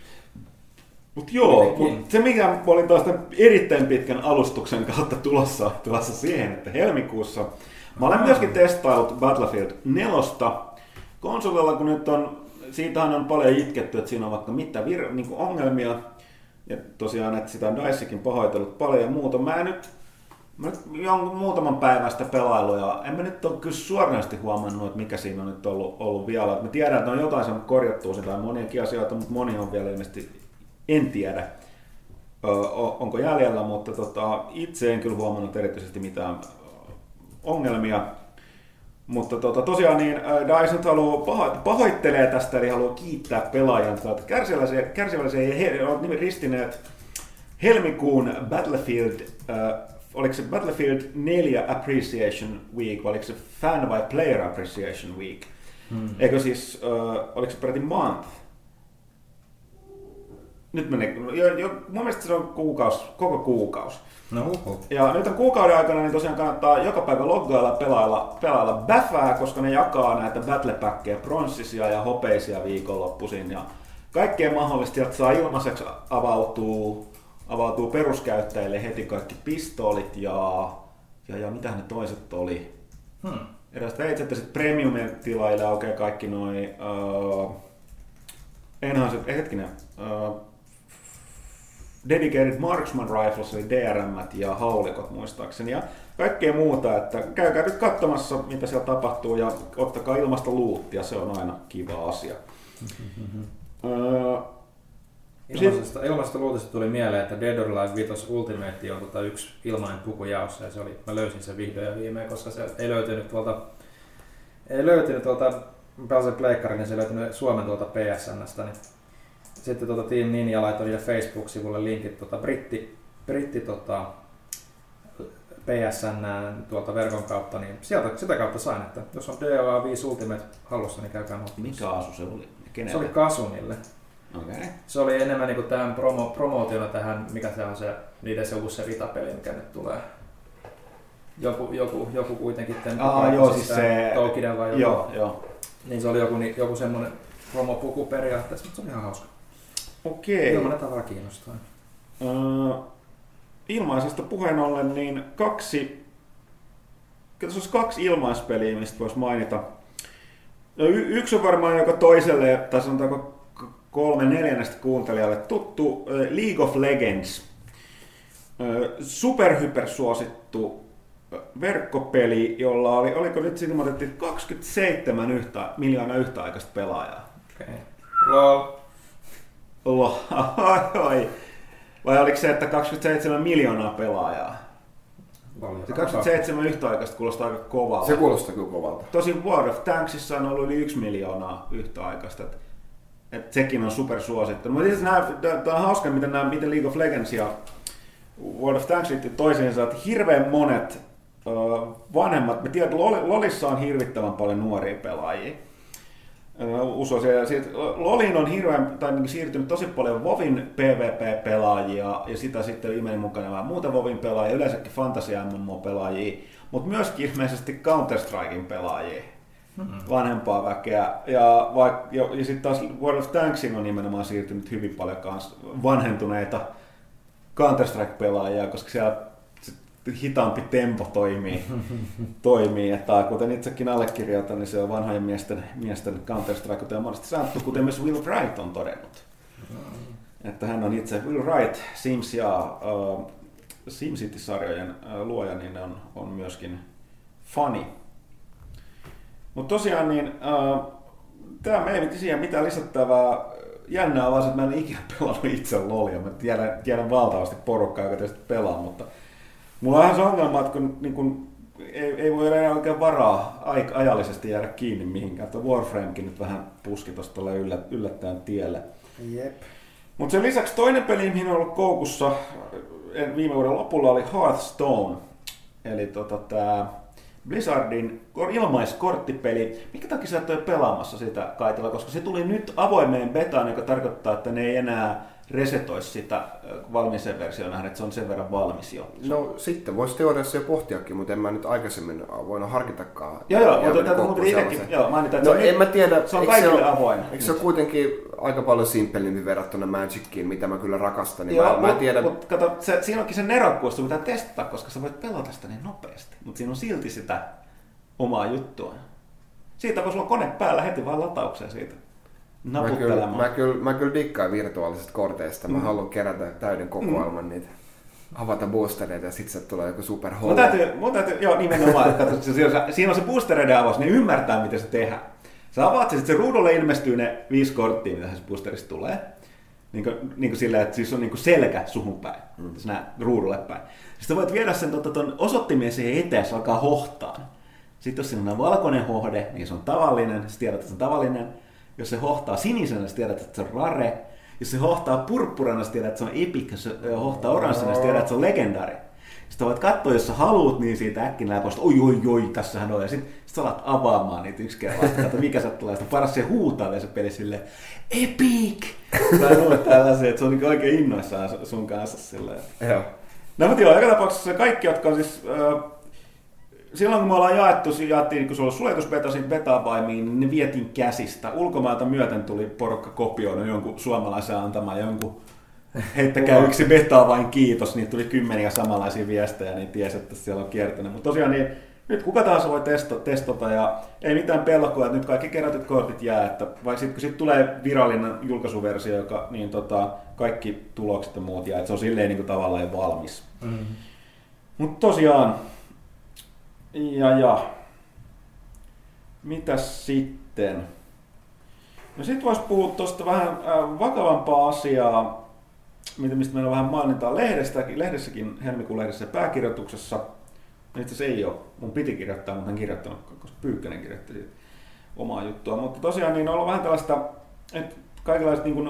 se mikä mä olin taas erittäin pitkän alustuksen kautta tulossa siihen, että helmikuussa mä olen myöskin testaillut Battlefield 4 konsolilla, kun nyt siitähän on paljon itketty, että siinä on vaikka mitä niin ongelmia. Ja tosiaan, että sitä on DICEkin pahoitellut paljon ja muuta. Mä nyt jonkun muutaman päivän sitä pelailu ja en mä nyt ole kyllä suoranaisesti huomannut, että mikä siinä on nyt ollut vielä. Mä tiedän, että on jotain saanut korjattua sitä moniakin asioita, mutta moni on vielä ilmeisesti, en tiedä onko jäljellä, mutta itse en kyllä huomannut erityisesti mitään ongelmia. Mutta tosiaan niin DICE nyt pahoittelee tästä, eli haluaa kiittää pelaajan kärsivällisiä ja he ovat ristineet helmikuun Battlefield, oliko se Battlefield 4 Appreciation Week, vai oliko se Fan vai Player Appreciation Week? Eikö siis, oliko se peräti month? Nyt menee, mun mielestä se on koko kuukausi. No, ja nyt on kuukauden aikana, niin tosiaan kannattaa joka päivä loggailla ja pelailla Baffää, koska ne jakaa näitä battlepackeja, pronssisia ja hopeisia viikonloppuisin. Ja kaikkea mahdollista, että saa ilmaiseksi avautuu peruskäyttäjille heti kaikki pistoolit ja mitähän ne toiset oli. Eräs veitset ja sitten premium-tilaille aukeaa kaikki noi Dedicated Marksman Rifles, eli DRM:t ja haulikot muistaakseni, ja kaikkea muuta, että käykää nyt katsomassa, mitä siellä tapahtuu, ja ottakaa ilmasta luuttia, se on aina kiva asia. Ilmaisesta luutista tuli mieleen, että Dead or Alive 5 Ultimate on yksi ilmainen puku jaossa, ja mä löysin sen vihdoin ja viimein, koska se ei löytynyt tuolta pääsen pleikkarin, niin se löytynyt Suomen tuolta PSN:stä, niin sitten Team Ninja laitoi niille Facebook-sivulle linkit britti PSN tuolta verkon kautta, niin sitä kautta sain, että jos on DOA 5 Ultimate hallussa, niin käykää ottamassa. Mikä asu se oli? Kenelle? Se oli Kasunille. Okay. Se oli enemmän niin kuin tähän promootiona tähän, mikä se on se, niiden se uusi Vita-peli, mikä nyt tulee. Joku kuitenkin siis se Toukiden vai joku. Joo. Niin se oli joku semmoinen promopuku periaatteessa, mutta se oli ihan hauska. Okei. Ilmainen tavalla kiinnostaa. Ilmaisesta puheen ollen, niin tässä olisi kaksi ilmaispeliä, mistä voisi mainita. Yksi on varmaan joka toiselle, tai sanotaanko 3/4 kuuntelijalle tuttu, League of Legends. Superhypersuosittu verkkopeli, jolla oliko nyt siinä otettiin 27 miljoonaa yhtäaikaista pelaajaa. Okay. Vai oliko se, että 27 miljoonaa pelaajaa? Se 27 yhtäaikaista kuulostaa aika kovalta. Se kuulostaa kyllä kovalta. Tosin World of Tanksissa on ollut yli 1 miljoonaa yhtäaikaista. Että sekin on supersuosittu. Tämä on hauska, miten League of Legends ja World of Tanks liittyy toisiinsa, että hirveän monet vanhemmat, me tiedän, että LoLissa on hirvittävän paljon nuoria pelaajia. Usoisin. Ja LoLin on siirtynyt tosi paljon WoWin PvP-pelaajia ja sitä sitten ilmeisesti mukana vähän muuta WoWin pelaajia, yleensäkin Fantasia MMO-pelaajia, mutta myöskin ilmeisesti Counter-Strikein pelaajia, vanhempaa väkeä. Ja sitten taas World of Tanksiin on nimenomaan siirtynyt hyvin paljon vanhentuneita Counter-Strike-pelaajia, koska siellä hitaampi tempo toimii. Että kuten itsekin allekirjoitan, niin se on vanhojen miesten Counter-Strike, kuten on monesti sanottu, kuten myös Will Wright on todennut. Että hän on itse Will Wright, Sims ja SimCity-sarjojen luoja, niin on myöskin fani. Mutta tosiaan, niin, tämä ei miti siihen mitään lisättävää. Jännää vaan, että mä en ikinä pelannut itse LoLia. Mä tiedän valtavasti porukkaa, joka tietysti pelaa, mutta mulla on vähän se ongelma, että kun ei voi enää oikein varaa ajallisesti jäädä kiinni mihinkään. Tuo Warframekin nyt vähän puski tuosta yllättäen tielle. Jep. Mutta sen lisäksi toinen peli, mihin on ollut koukussa viime vuoden lopulla, oli Hearthstone. Eli tämä Blizzardin ilmaiskorttipeli. Minkä takia sä et ole pelaamassa sitä, Kaitila? Koska se tuli nyt avoimeen betaan, joka tarkoittaa, että ne ei enää resetoisi sitä valmiiseen versioon nähdä, että se on sen verran valmis jo. No sitten voisi teoriassa jo pohtiakin, mutta en mä nyt aikaisemmin voinut harkitakaan. Joo, mutta tätä muuten itsekin mainitaan, että en mä tiedä, se on kaikille avoin. Eikö se ole kuitenkin aika paljon simppelimpi verrattuna Magickiin, mitä mä kyllä rakastan, niin joo, mä tiedän. Mutta kato, siinä onkin se nerokkuus, mitä testata, koska sä voit pelata sitä niin nopeasti, mutta siinä on silti sitä omaa juttua. Siitä voi sulla kone päällä heti vaan latauksia siitä. Mä kyllä dikkaan virtuaalisista korteista. Mä haluan kerätä täyden kokoelman niitä. Avata boostereita ja sit se tulee joku super holo. Mun täytyy, joo nimenomaan, siinä on se boostereiden avaus, ne ymmärtää miten se tehdään. Sä avaat se, sitten se ruudulle ilmestyy ne 5 korttia, mitä se boosterista tulee. Niin kuin silleen, että siis on niin kuin selkä suhun päin, jos näet ruudulle päin. Sitten voit viedä sen ton osoittimeen siihen eteen, se alkaa hohtaa. Sitten jos siinä on valkoinen hohde, niin se on tavallinen, sä tiedät, että se on tavallinen. Jos se hohtaa sinisenä, sä tiedät, että se on rare. Jos se hohtaa purppurana, sä tiedät, että se on epic. Jos se hohtaa oranssina, sä tiedät, että se on legendari. Sitten voit katsoa, jos sä haluut, niin siitä äkkinäköistä, oi, tässähän on. Ja sitten sä alat avaamaan niitä yksi kerran. Katso, mikä sä tulee. Sitten paras se huutaa se peli silleen, epic! Tai muut tällaisia, että se on niin oikein innoissaan sun kanssa silleen. Joo. No mutta joo, joka tapauksessa kaikki, jotka on siis silloin kun me ollaan jaettiin, kun se oli suljetusbeta siitä beta-vaimiin, niin ne vietiin käsistä. Ulkomailta myöten tuli porukka kopioida jonkun suomalaisen antamaan jonkun heittäkää yksi beta vain kiitos, niin tuli 10 samanlaisia viestejä, niin tiesi, että siellä on kiertänyt. Mutta tosiaan niin, nyt kuka tahansa voi testata ja ei mitään pelkoa, että nyt kaikki kerätyt kortit jää, että vai sitten kun sit tulee virallinen julkaisuversio, joka, niin kaikki tulokset ja muut jää, että se on silleen niin kuin tavallaan valmis. Mm-hmm. Mutta tosiaan, ja mitäs sitten? No sit vois puhua tuosta vähän vakavampaa asiaa, mistä meillä on vähän mainintaa lehdessäkin, helmikuun lehdessä pääkirjoituksessa. Itse asiassa ei ole, mun piti kirjoittaa, mutta en kirjoittanut, koska Pyykkönen kirjoitti siitä omaa juttua. Mutta tosiaan niin on ollut vähän tällaista, että kaikenlaiset niin kuin,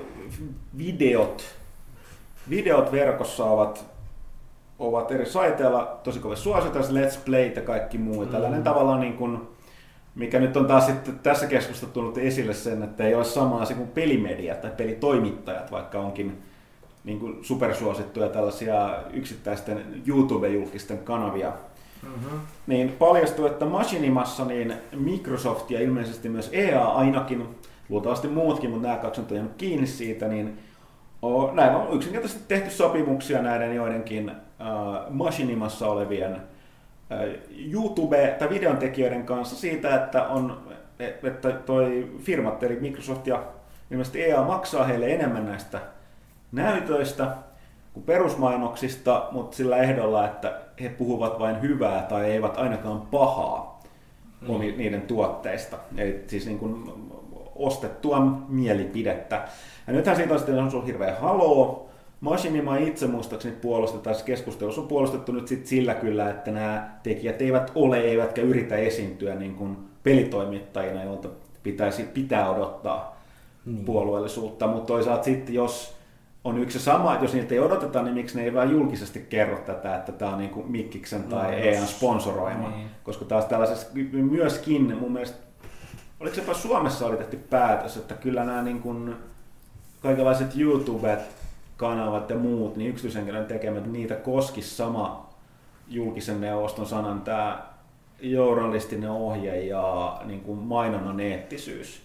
videot verkossa ovat eri saiteilla tosi kovin suositeltu, Let's Play ja kaikki muu. Tällainen tavallaan, niin kuin, mikä nyt on taas sitten tässä keskustelussa tullut esille sen, että ei ole sama asia kuin pelimediat tai pelitoimittajat, vaikka onkin niin kuin supersuosittuja tällaisia yksittäisten YouTube-julkisten kanavia. Mm-hmm. Niin paljastui, että Machinimassa niin Microsoft ja ilmeisesti myös EA ainakin, luultavasti muutkin, mutta nämä kaksi on jäänyt kiinni siitä, niin näin on yksinkertaisesti tehty sopimuksia näiden joidenkin Machinimassa olevien YouTube- tai videontekijöiden kanssa siitä, että toi firmat, eli Microsoft ja ilmeisesti EA maksaa heille enemmän näistä näytöistä kuin perusmainoksista, mutta sillä ehdolla, että he puhuvat vain hyvää tai eivät ainakaan pahaa niiden tuotteista. Eli siis niin kuin ostettua mielipidettä. Ja nythän siitä on sitten ollut hirveä haloo. Machinima itse muistaakseni puolustetaan, tässä keskustelussa on puolustettu nyt sit sillä kyllä, että nämä tekijät eivät ole eivätkä yritä esiintyä niin kuin pelitoimittajina, joilta pitää odottaa puolueellisuutta, mutta toisaalta sitten jos on yksi sama, että jos niitä ei odoteta, niin miksi ne ei vaan julkisesti kerro tätä, että tämä on niin kuin Mikkiksen tai EAN sponsoroima, koska taas tällaisessa myöskin mun mielestä oliko se jopa Suomessa oli tehty päätös, että kyllä nämä niin kuin kaikenlaiset YouTube-kanavat ja muut, niin yksityishenkilön tekemät, niitä koskisi sama julkisen neuvoston sanan tämä journalistinen ohje ja niin kuin mainonnan eettisyys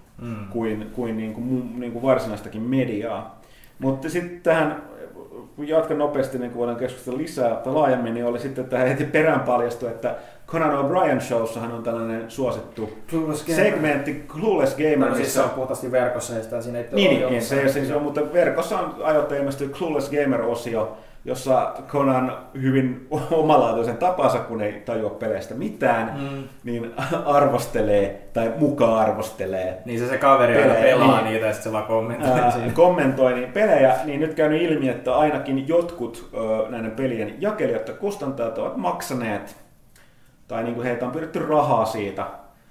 kuin, niin kuin varsinaistakin mediaa. Mutta sitten tähän, kun jatkan nopeasti, niin kun voidaan keskustella lisää tai laajemmin, niin oli sitten tähän heti perään paljastu, että Conan O'Brien Showssahan on tällainen suosittu segmentti Clueless Gamer. No, siis se on puhtaasti verkossa, ja sitä siinä ei niin, se on, mutta verkossa on ajoittain ilmestynyt Clueless Gamer-osio, jossa Conan hyvin omalaatuisen tapansa, kun ei tajua peleistä mitään, niin arvostelee tai mukaan arvostelee. Niin se kaveri aina pelaa niitä ja sitten se vaan kommentoi. Kommentoi niin pelejä, niin nyt käynyt ilmi, että ainakin jotkut näiden pelien jakelijat ja kustantajat ovat maksaneet, tai niin kuin heitä on pyydetty rahaa siitä.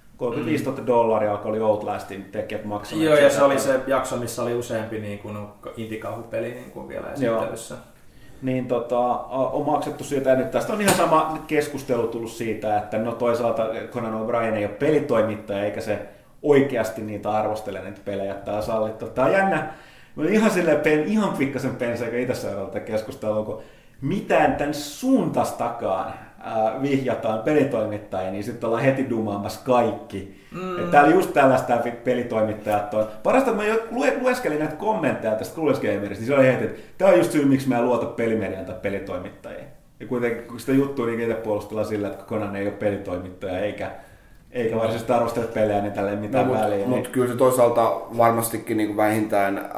$35,000, joka oli Outlastin tekijät maksaneet. Joo, ja se oli se jakso, missä oli useampi niin kuin indie-kauhupeli niin kuin vielä esittelyssä. Niin on maksettu siitä, ja nyt tästä on ihan sama keskustelu tullut siitä, että no toisaalta Conan O'Brien ei ole pelitoimittaja, eikä se oikeasti niitä arvostele niitä pelejä, että on sallittu. Tämä on jännä, ihan silleen ihan pikkasen penseikä itse seurata tätä keskustelua, kun mitään tämän suuntastakaan vihjataan pelitoimittajia, niin sitten ollaan heti dumaamassa kaikki. Tää oli just tällaista pelitoimittajat on. Parasta, että mä lueskelin näitä kommentteja tästä Clueless Gamerista, niin se oli heti, että tää on just syy, miksi mä en luota pelimedian tai pelitoimittajia. Ja kuitenkin, kun sitä juttua niin itse puolustellaan sillä, että Conan ei ole pelitoimittaja, eikä varsinaisesti arvostele pelejä, niin tällä ei mitään väliä. Mutta kyllä se toisaalta varmastikin niin vähintään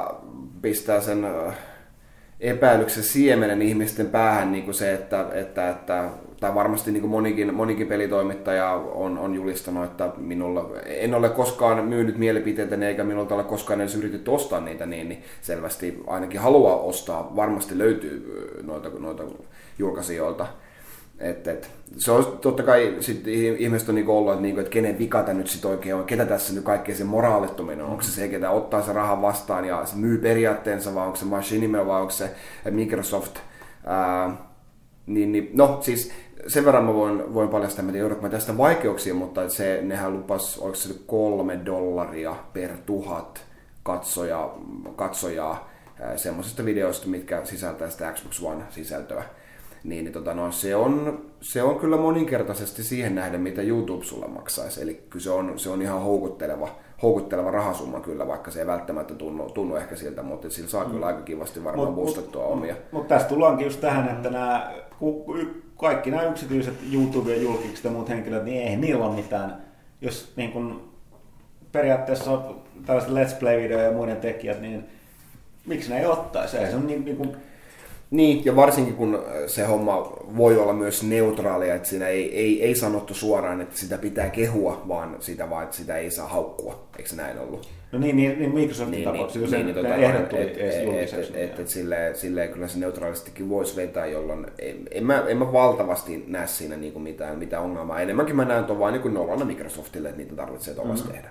pistää sen epäilyksen siemenen ihmisten päähän niin kuin se, että tai varmasti niin kuin monikin pelitoimittaja on julistanut, että minulla en ole koskaan myynyt mielipiteitä, eikä minulta ole koskaan edes yritetty ostaa niitä, niin selvästi ainakin haluaa ostaa. Varmasti löytyy noita julkaisijoilta. Se on totta kai sitten ihmiset on niinku ollut, että kenen vika tämä nyt sitten oikein on, ketä tässä nyt kaikkein se moraalittominen on. Onko se ketä ottaa se rahan vastaan ja se myy periaatteensa, vai onko se Machinima, vai onko se Microsoft. No siis sen verran mä voin paljastaa, että joudunko mä tästä vaikeuksia, mutta nehän lupas, oliko se $3 per 1000 katsojaa semmoisesta videosta, mitkä sisältää sitä Xbox One-sisältöä. Se on kyllä moninkertaisesti siihen nähden, mitä YouTube sulle maksaisi. Eli kyllä se on ihan houkutteleva rahasumma kyllä, vaikka se ei välttämättä tunnu ehkä siltä, mutta sillä saa kyllä aika kivasti varmaan boostattua omia. Mutta tästä tullaankin just tähän, että kaikki nämä yksityiset YouTube-julkikset ja muut henkilöt, niin eihän niillä ole mitään. Jos niin kun periaatteessa on tällaiset Let's Play-videoja ja muiden tekijät, niin miksi ne ei ottaisi? Se on Niin, ja varsinkin kun se homma voi olla myös neutraalia, että siinä ei sanottu suoraan, että sitä pitää kehua, vaan että sitä ei saa haukkua. Eikö se näin ollut? No niin Microsoftin tapauksessa ehdot tuli julkiseksi. Silleen kyllä se neutraalistikin voisi vetää, jolloin en mä valtavasti näe siinä niinku mitään ongelmaa. Enemmänkin mä näen tuon vain niin nollana Microsoftille, että niitä tarvitsee tuollaista tehdä.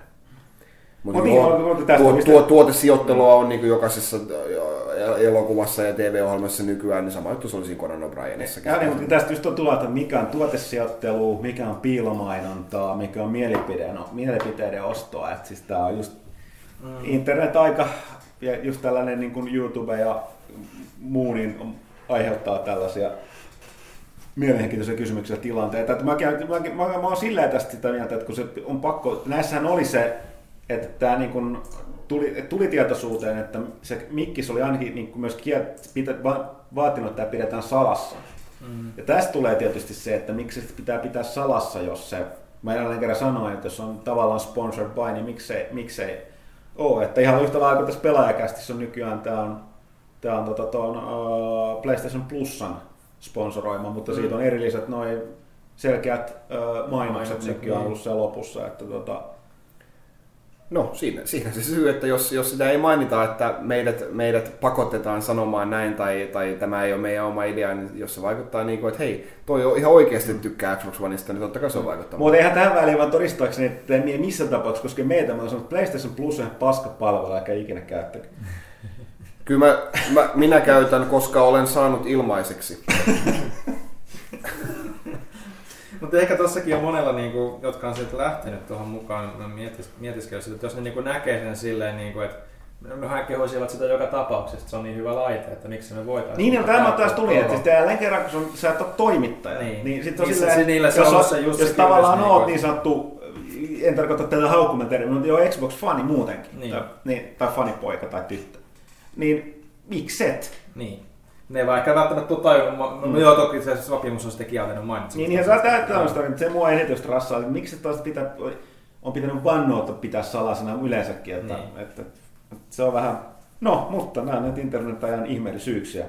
Tuotesijoittelua on niin jokaisessa elokuvassa ja TV-ohjelmassa nykyään, niin sama juttu se olisi Conan O'Brienissa. Mutta tästä just on tullut, että mikä on tuotesijoittelu, mikä on piilomainontaa, mikä on mielipiteiden ostoa. Että siis tää on just internet-aika ja just tällainen niin kuin YouTube ja muu niin aiheuttaa tällaisia mielenkiintoisia kysymyksiä tilanteita. Mä oon silleen tästä sitä mieltä, että kun se on pakko, näissähän oli se, että tämä niin kuin tuli tietoisuuteen, että se mikkis oli ainakin niin kuin myös vaatinut, että tämä pidetään salassa. Ja tästä tulee tietysti se, että miksi se pitää salassa, jos se, mä jälleen kerran sanoin, että jos on tavallaan sponsored by, niin miksei ole. Että ihan yhtä lailla kuin tässä pelaajakästissä on nykyään, tämä on PlayStation Plusan sponsoroima, mutta siitä on erilliset noin selkeät mainokset nykyään ollut siellä lopussa. Että No siinä se syy, että jos sitä ei mainita, että meidät pakotetaan sanomaan näin tai tämä ei ole meidän oma idea, niin jos se vaikuttaa niin kuin, että hei, toi ihan oikeasti tykkää Xbox Oneista, niin totta kai se on vaikuttaa. Mutta eihän tähän väliin vaan todistaakseni, että ei missään tapauksessa, koska meitä mä oon sanonut, että PlayStation Plus on paskapalvelu, eikä ikinä käyttänyt. Kyllä minä käytän, koska olen saanut ilmaiseksi. Mutta ehkä tossakin on monella, niinku, jotka on sieltä lähtenyt tuohon mukaan, mietiskellyt sitä, että jos ne niinku näkee sen silleen, niinku, että mehän kehoisivat sitä joka tapauksessa, se on niin hyvä laite, että miksi me voitaisiin. Niin, tämä taas tuli, että siis jälleen kerran, kun sä et ole toimittaja, niin sit on niin silleen, jos tavallaan oot niin sanottu, en tarkoita tätä haukkumatermiä, mutta joo, Xbox-fani muutenkin, tai fanipoika tai tyttö, niin mikset? Niin. Ne ei vaan ehkä välttämättä ole tajunnut, joo toki se sopimus on sitten kieltänyt mainitsemassa. Niin, ja sä täyttää sitä, että se mua eniten strassaa, että miksi taas on pitänyt vannoa pitää salasena yleensäkin, että se on vähän, no, mutta nämä nyt internet-ajan ihmeellisyyksiä.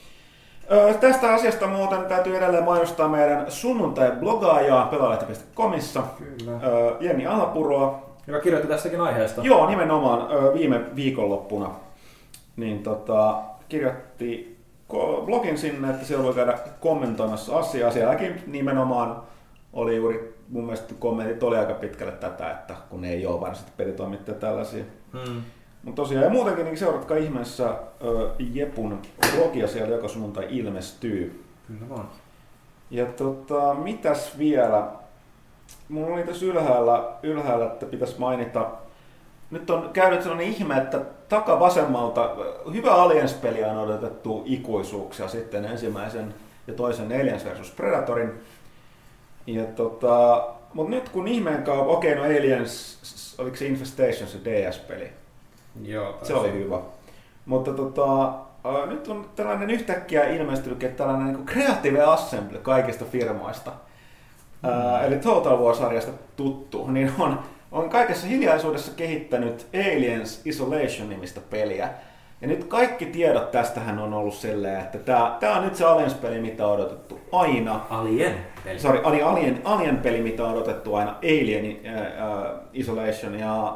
Tästä asiasta muuten täytyy edelleen mainostaa meidän sunnuntai-blogaajaa Pelaajalehti.comissa, Jenni Alapuroa. Joka kirjoitti tästäkin aiheesta. Joo, nimenomaan viime viikonloppuna. Niin kirjoitti blogin sinne, että siellä voi käydä kommentoimassa asiaa. Sielläkin nimenomaan oli juuri, mun mielestä kommentit oli aika pitkälle tätä, että kun ei ole varsinaisesti pelitoimittajia tällaisia. Mutta tosiaan, ja muutenkin niin seuratkaa ihmeessä Jepun blogia, siellä joka sunnuntai ilmestyy. Kyllä vaan. Ja mitäs vielä? Mulla oli tässä ylhäällä, että pitäisi mainita. Nyt on käynyt sellainen ihme, että takavasemmalta hyvä Aliens-peliä on odotettu ikuisuuksia sitten ensimmäisen ja toisen Aliens vs Predatorin. Ja mutta nyt kun ihmeen okei, no Aliens, oliko se Infestation se DS-peli? Joo, se oli hyvä. Mutta nyt on tällainen yhtäkkiä ilmestynyt, että tällainen niin kuin Creative Assembly kaikista firmoista, eli Total War-sarjasta tuttu, niin on kaikessa hiljaisuudessa kehittänyt Aliens Isolation-nimistä peliä. Ja nyt kaikki tiedot tästähän on ollut silleen, että tämä on nyt se Aliens-peli, mitä on odotettu aina. Alien-peli. Alien-peli, mitä on odotettu aina. Alien Isolation ja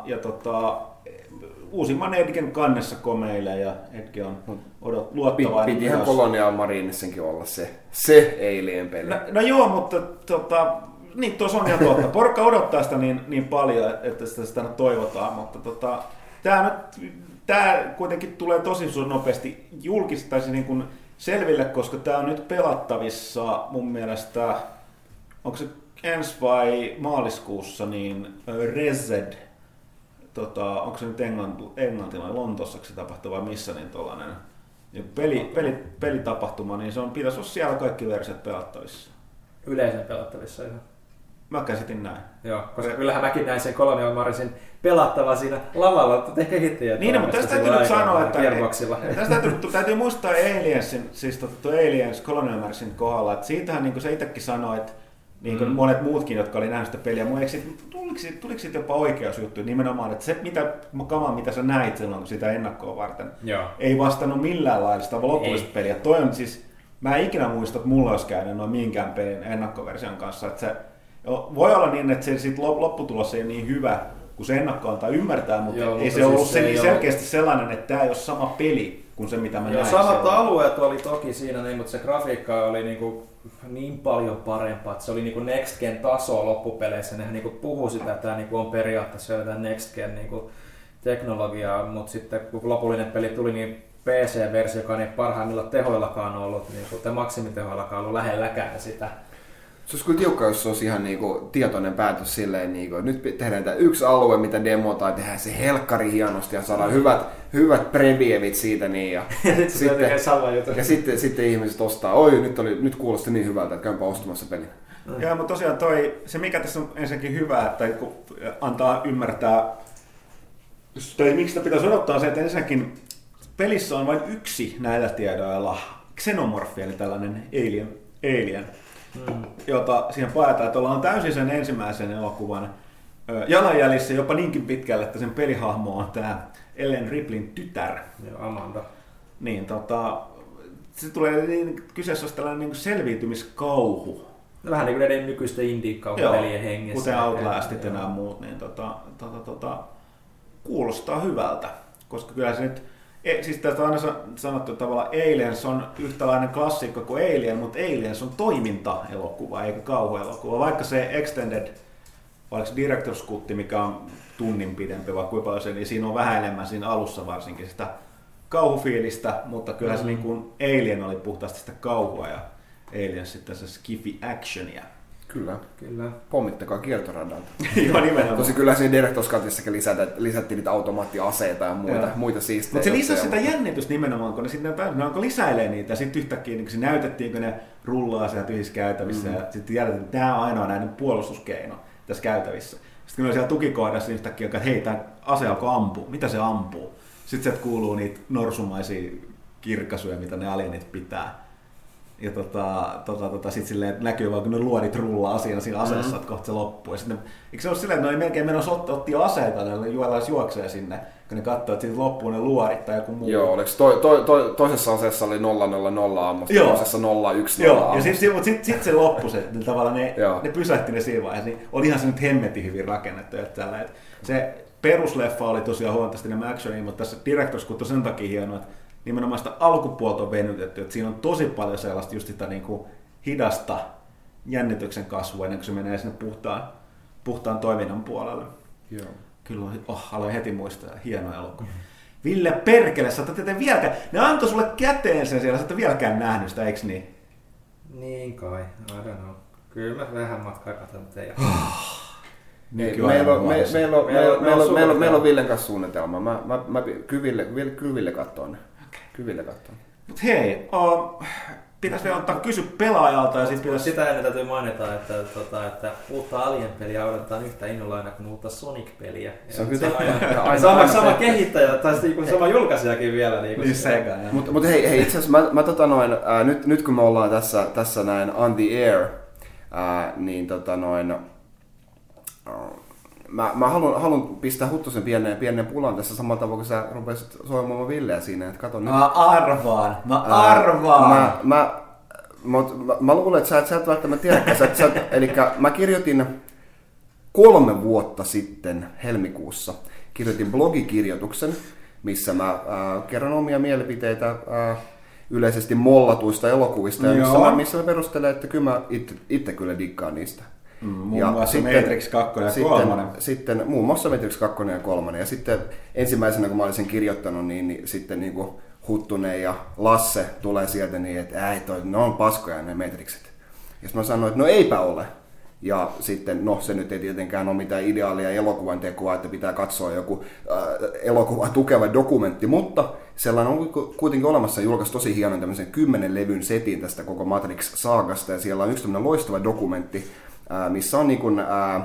uusimman Edgen kannessa komeilee ja Edge on luottavainen. Pitihän Colonial Marinessenkin olla se Alien-peli. No joo, mutta niin tuossa on ihan totta. Porukka odottaa sitä niin paljon, että sitä toivotaan, mutta tämä kuitenkin tulee tosi nopeasti julkistaisin niin kuin selville, koska tämä on nyt pelattavissa mun mielestä, onko se ensi vai maaliskuussa, niin Rezzed, onko se nyt englantilainen Lontossaksi tapahtuva vai missä, niin tuollainen pelitapahtuma, niin se pitäisi olla siellä kaikki versiot pelattavissa. Yleisen pelattavissa ihan. Mä käsitin näin. Joo, koska kyllähän mäkin näin sen Colonial Marinesin pelattava siinä lavalla, että te kehittäjät. Niin, mutta tästä täytyy nyt sanoa, että tästä täytyy muistaa Aliensin, siis Aliens Colonial Marinesin kohdalla, että siitähän niin kuin sä itsekin sanoit, että niin kuin monet muutkin, jotka oli nähnyt sitä peliä, tuliko siitä jopa oikeusjuttu nimenomaan, että se mitä sä näit silloin kun sitä ennakkoa varten, ei vastannut millään lailla sitä lopullista peliä. Toi on siis, mä en ikinä muista, että mulla olisi käynyt noin minkään pelin ennakkoversion kanssa, että se voi olla niin, että se lopputulos ei ole niin hyvä, kun se ennakko antaa ymmärtää, mutta ei se ollut niin selkeästi sellainen, että tämä ei ole sama peli kuin se, mitä mä näin. Samat alueet oli toki siinä, mutta se grafiikka oli niin paljon parempaa, että se oli Next Gen tasoa loppupeleissä. Nehän puhuu sitä, että tämä on periaatteessa jotain Next Gen teknologiaa, mutta sitten kun lopullinen peli tuli, niin PC-versio, joka ei parhaimmilla tehoillakaan ollut, tai maksimitehoillakaan ollut lähelläkään sitä. Se olisi kyllä tiukka, jos se olisi ihan tietoinen päätös silleen, että nyt tehdään tämä yksi alue, mitä demotaan, tehdään se helkkari hienosti ja saadaan hyvät previewit siitä. Niin, ja sitten ihmiset ostaa, nyt kuulosti niin hyvältä, että käympä ostamassa pelin. Joo, mutta tosiaan se mikä tässä on ensinnäkin hyvä, että antaa ymmärtää, tai miksi sitä pitäisi odottaa se, että ensinnäkin pelissä on vain yksi näillä tiedoilla xenomorfi, eli tällainen alien. Jota siihen paetaan, että ollaan täysin sen ensimmäisen elokuvan jalanjäljissä jopa niinkin pitkälle, että sen pelihahmo on tämä Ellen Ripleyn tytär. Joo, Amanda. Niin, se tulee kyseessä olisi tällainen selviytymiskauhu. Vähän niin kuin näiden nykyisten indie-kauhupelien hengessä. Kuten Outlastit ja nämä muut, niin kuulostaa hyvältä, koska kyllä se nyt siis tästä on aina sanottu, että tavallaan Aliens on yhtälainen klassikko kuin Alien, mutta Aliens on toiminta-elokuva eikä kauhuelokuva. Vaikka se Extended, vaikka se Director's Cut, mikä on tunnin pidempi, vaikka kuinka paljon se, niin siinä on vähän enemmän siinä alussa varsinkin sitä kauhufiilistä, mutta kyllä se niin kuin Alien oli puhtaasti sitä kauhua ja Aliens sitten se skifi actionia. Kyllä. Kyllä. Pommittakaa kiertoradalta. Joo, nimenomaan. Tosi kyllä siinä Director's Cutissakin lisättiin niitä automaattiaseita ja muita siistejä. Mutta se lisäsi sitä jännitystä nimenomaan, kun ne sitten alkoi lisäilee niitä ja sitten yhtäkkiä niin se näytettiin, kun ne rullaa siellä tyhjissä käytävissä ja sitten tiedettiin, että tämä on ainoa näiden puolustuskeino tässä käytävissä. Sitten kun ne oli siellä tukikohdassa, niin yhtäkkiä, että hei, tämä ase alkoi ampua. Mitä se ampuu? Sitten sieltä kuuluu niitä norsumaisia kirkasuja, mitä ne alienit pitää. Ja sitten silleen näkyy vaan, kun ne luodit rullaa siinä aseessa, että kohta se loppuu. Ja sitten eikö se ole silleen, että ne melkein menossa otti jo aseita, ne juoksee sinne, kun ne katsoo, että siitä loppuu ne luodit tai joku muu. Joo, oliko toisessa aseessa oli 000 ammosta, toisessa 010 Joo, ja sitten se loppui se, tavallaan ne pysähti ne siinä vaiheessa, niin olihan se nyt hemmetin hyvin rakennettu. Että se perusleffa oli tosiaan huomattavasti enemmän actionia, mutta tässä Director's Cut on sen takia hienoa, että nimenomaan sitä alkupuolta on venytetty, että siinä on tosi paljon sellaista just sitä niin kuin hidasta jännityksen kasvua ennen kuin se menee sinne puhtaan toiminnan puolelle. Joo. Kyllä aloin heti muistaa, hieno elokuva. Ville perkele, sä et vieläkään, ne antoi sulle käteen sen siellä, sä et vieläkään nähnyt sitä, eikö niin? Niin kai, I don't know. Kyllä mä vähän matkaa katson, mutta ei Meillä on Villen kanssa suunnitelma. Mä Ville kattoo ne. Mut hei, pitäisi vielä ottaa kysy pelaajalta ja sitten sitä ennen täytyy mainita, että uutta Alien-peliä odotetaan yhtä innolla aina kuin uutta Sonic-peliä. Se on kyllä sama kehittäjä, tai sama julkaisijakin vielä. Mutta hei, itse asiassa nyt kun me ollaan tässä näin on the air, niin Mä haluan pistää Huttusen pienen pulan tässä samalla tavalla, kun sä rupesit soimaan Villeä siinä. Että kato, mä arvaan. Mä luulen, että sä et välttämättä tiedäkään. Eli mä kirjoitin 3 vuotta sitten helmikuussa blogikirjoituksen, missä mä kerron omia mielipiteitä yleisesti mollatuista elokuvista, ja missä mä perustelen, että kyllä mä itse kyllä diggaan niistä. Muun muassa Matrix 2 ja 3. Sitten muun muassa Matrix 2 ja 3. Ja sitten ensimmäisenä, kun mä olin sen kirjoittanut, niin sitten niin kuin Huttunen ja Lasse tulee sieltä niin, että ne on paskoja ne Matrixit. Ja sitten mä sanoin, että no eipä ole. Ja sitten, se nyt ei tietenkään ole mitään ideaalia elokuvan tekoa, että pitää katsoa joku elokuva tukeva dokumentti, mutta sellainen on kuitenkin olemassa, julkaisi tosi hienon tämmöisen 10 levyn setin tästä koko Matrix-saagasta, ja siellä on yksi tämmöinen loistava dokumentti, missä on niin kuin,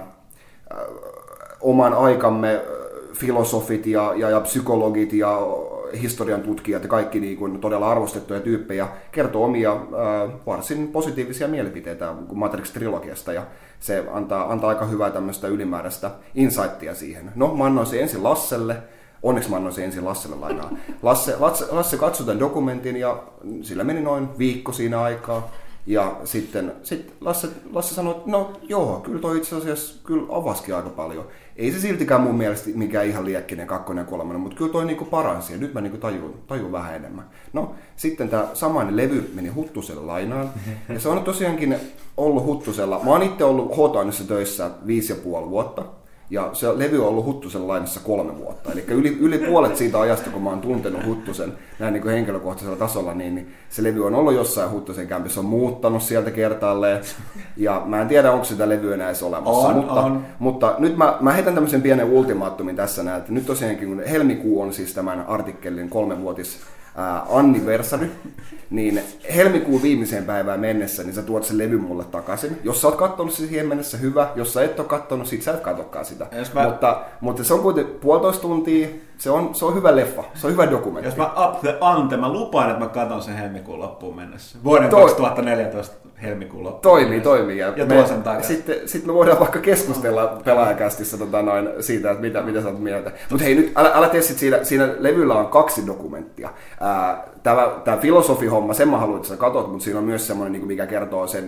oman aikamme filosofit ja psykologit ja historian tutkijat ja kaikki niin kuin todella arvostettuja tyyppejä kertoo omia varsin positiivisia mielipiteitä Matrix-trilogiasta, ja se antaa aika hyvää tämmöistä ylimääräistä insightia siihen. No, mä annoin sen ensin Lasselle. Onneksi mä annoin sen ensin Lasselle lainaa. Lasse katsoi tämän dokumentin ja sillä meni noin viikko siinä aikaa. Ja sitten Lasse sanoi, että no joo, kyllä toi itse asiassa kyllä avasikin aika paljon. Ei se siltikään mun mielestä mikään ihan liekkinen 2 ja 3, mutta kyllä toi niinku paransi ja nyt mä niinku tajun vähän enemmän. No sitten tää samainen levy meni Huttuselle lainaan ja se on tosiaankin ollut Huttusella. Mä oon itse ollut H-Tainissa töissä 5,5 vuotta. Ja se levy on ollut Huttusen lainassa 3 vuotta. Eli yli puolet siitä ajasta, kun mä oon tuntenut Huttusen näin niin kuin henkilökohtaisella tasolla, niin se levy on ollut jossain Huttusen kämpissä, on muuttanut sieltä kertaalleen. Ja mä en tiedä, onko sitä levyä enää edes olemassa. Mutta nyt mä heitän tämmöisen pienen ultimaattumin tässä näin, että nyt tosiaankin kun helmikuu on siis tämän artikkelin 3-vuotis anniversary, niin helmikuun viimeiseen päivään mennessä, niin sä tuot sen levy mulle takaisin. Jos sä oot kattonut sen siihen mennessä, hyvä. Jos sä et ole kattonut, sit sä et katsokaan sitä. Mutta se on kuitenkin 1,5 tuntia. Se on hyvä leffa. Se on hyvä dokumentti. Jos mä up the ante, mä lupaan, että mä katon sen helmikuun loppuun mennessä. Vuoden 2014 helmikuun loppuun. Toimii. Ja tuon sen takaisin. Sitten me voidaan vaikka keskustella pelaajakästissä siitä, että mitä sä oot mieltä. Mutta hei, nyt älä tee sit siinä levyllä on 2 dokumenttia. Tämä filosofihomma, sen mä haluan, että sä katot, mutta siinä on myös semmoinen, mikä kertoo sen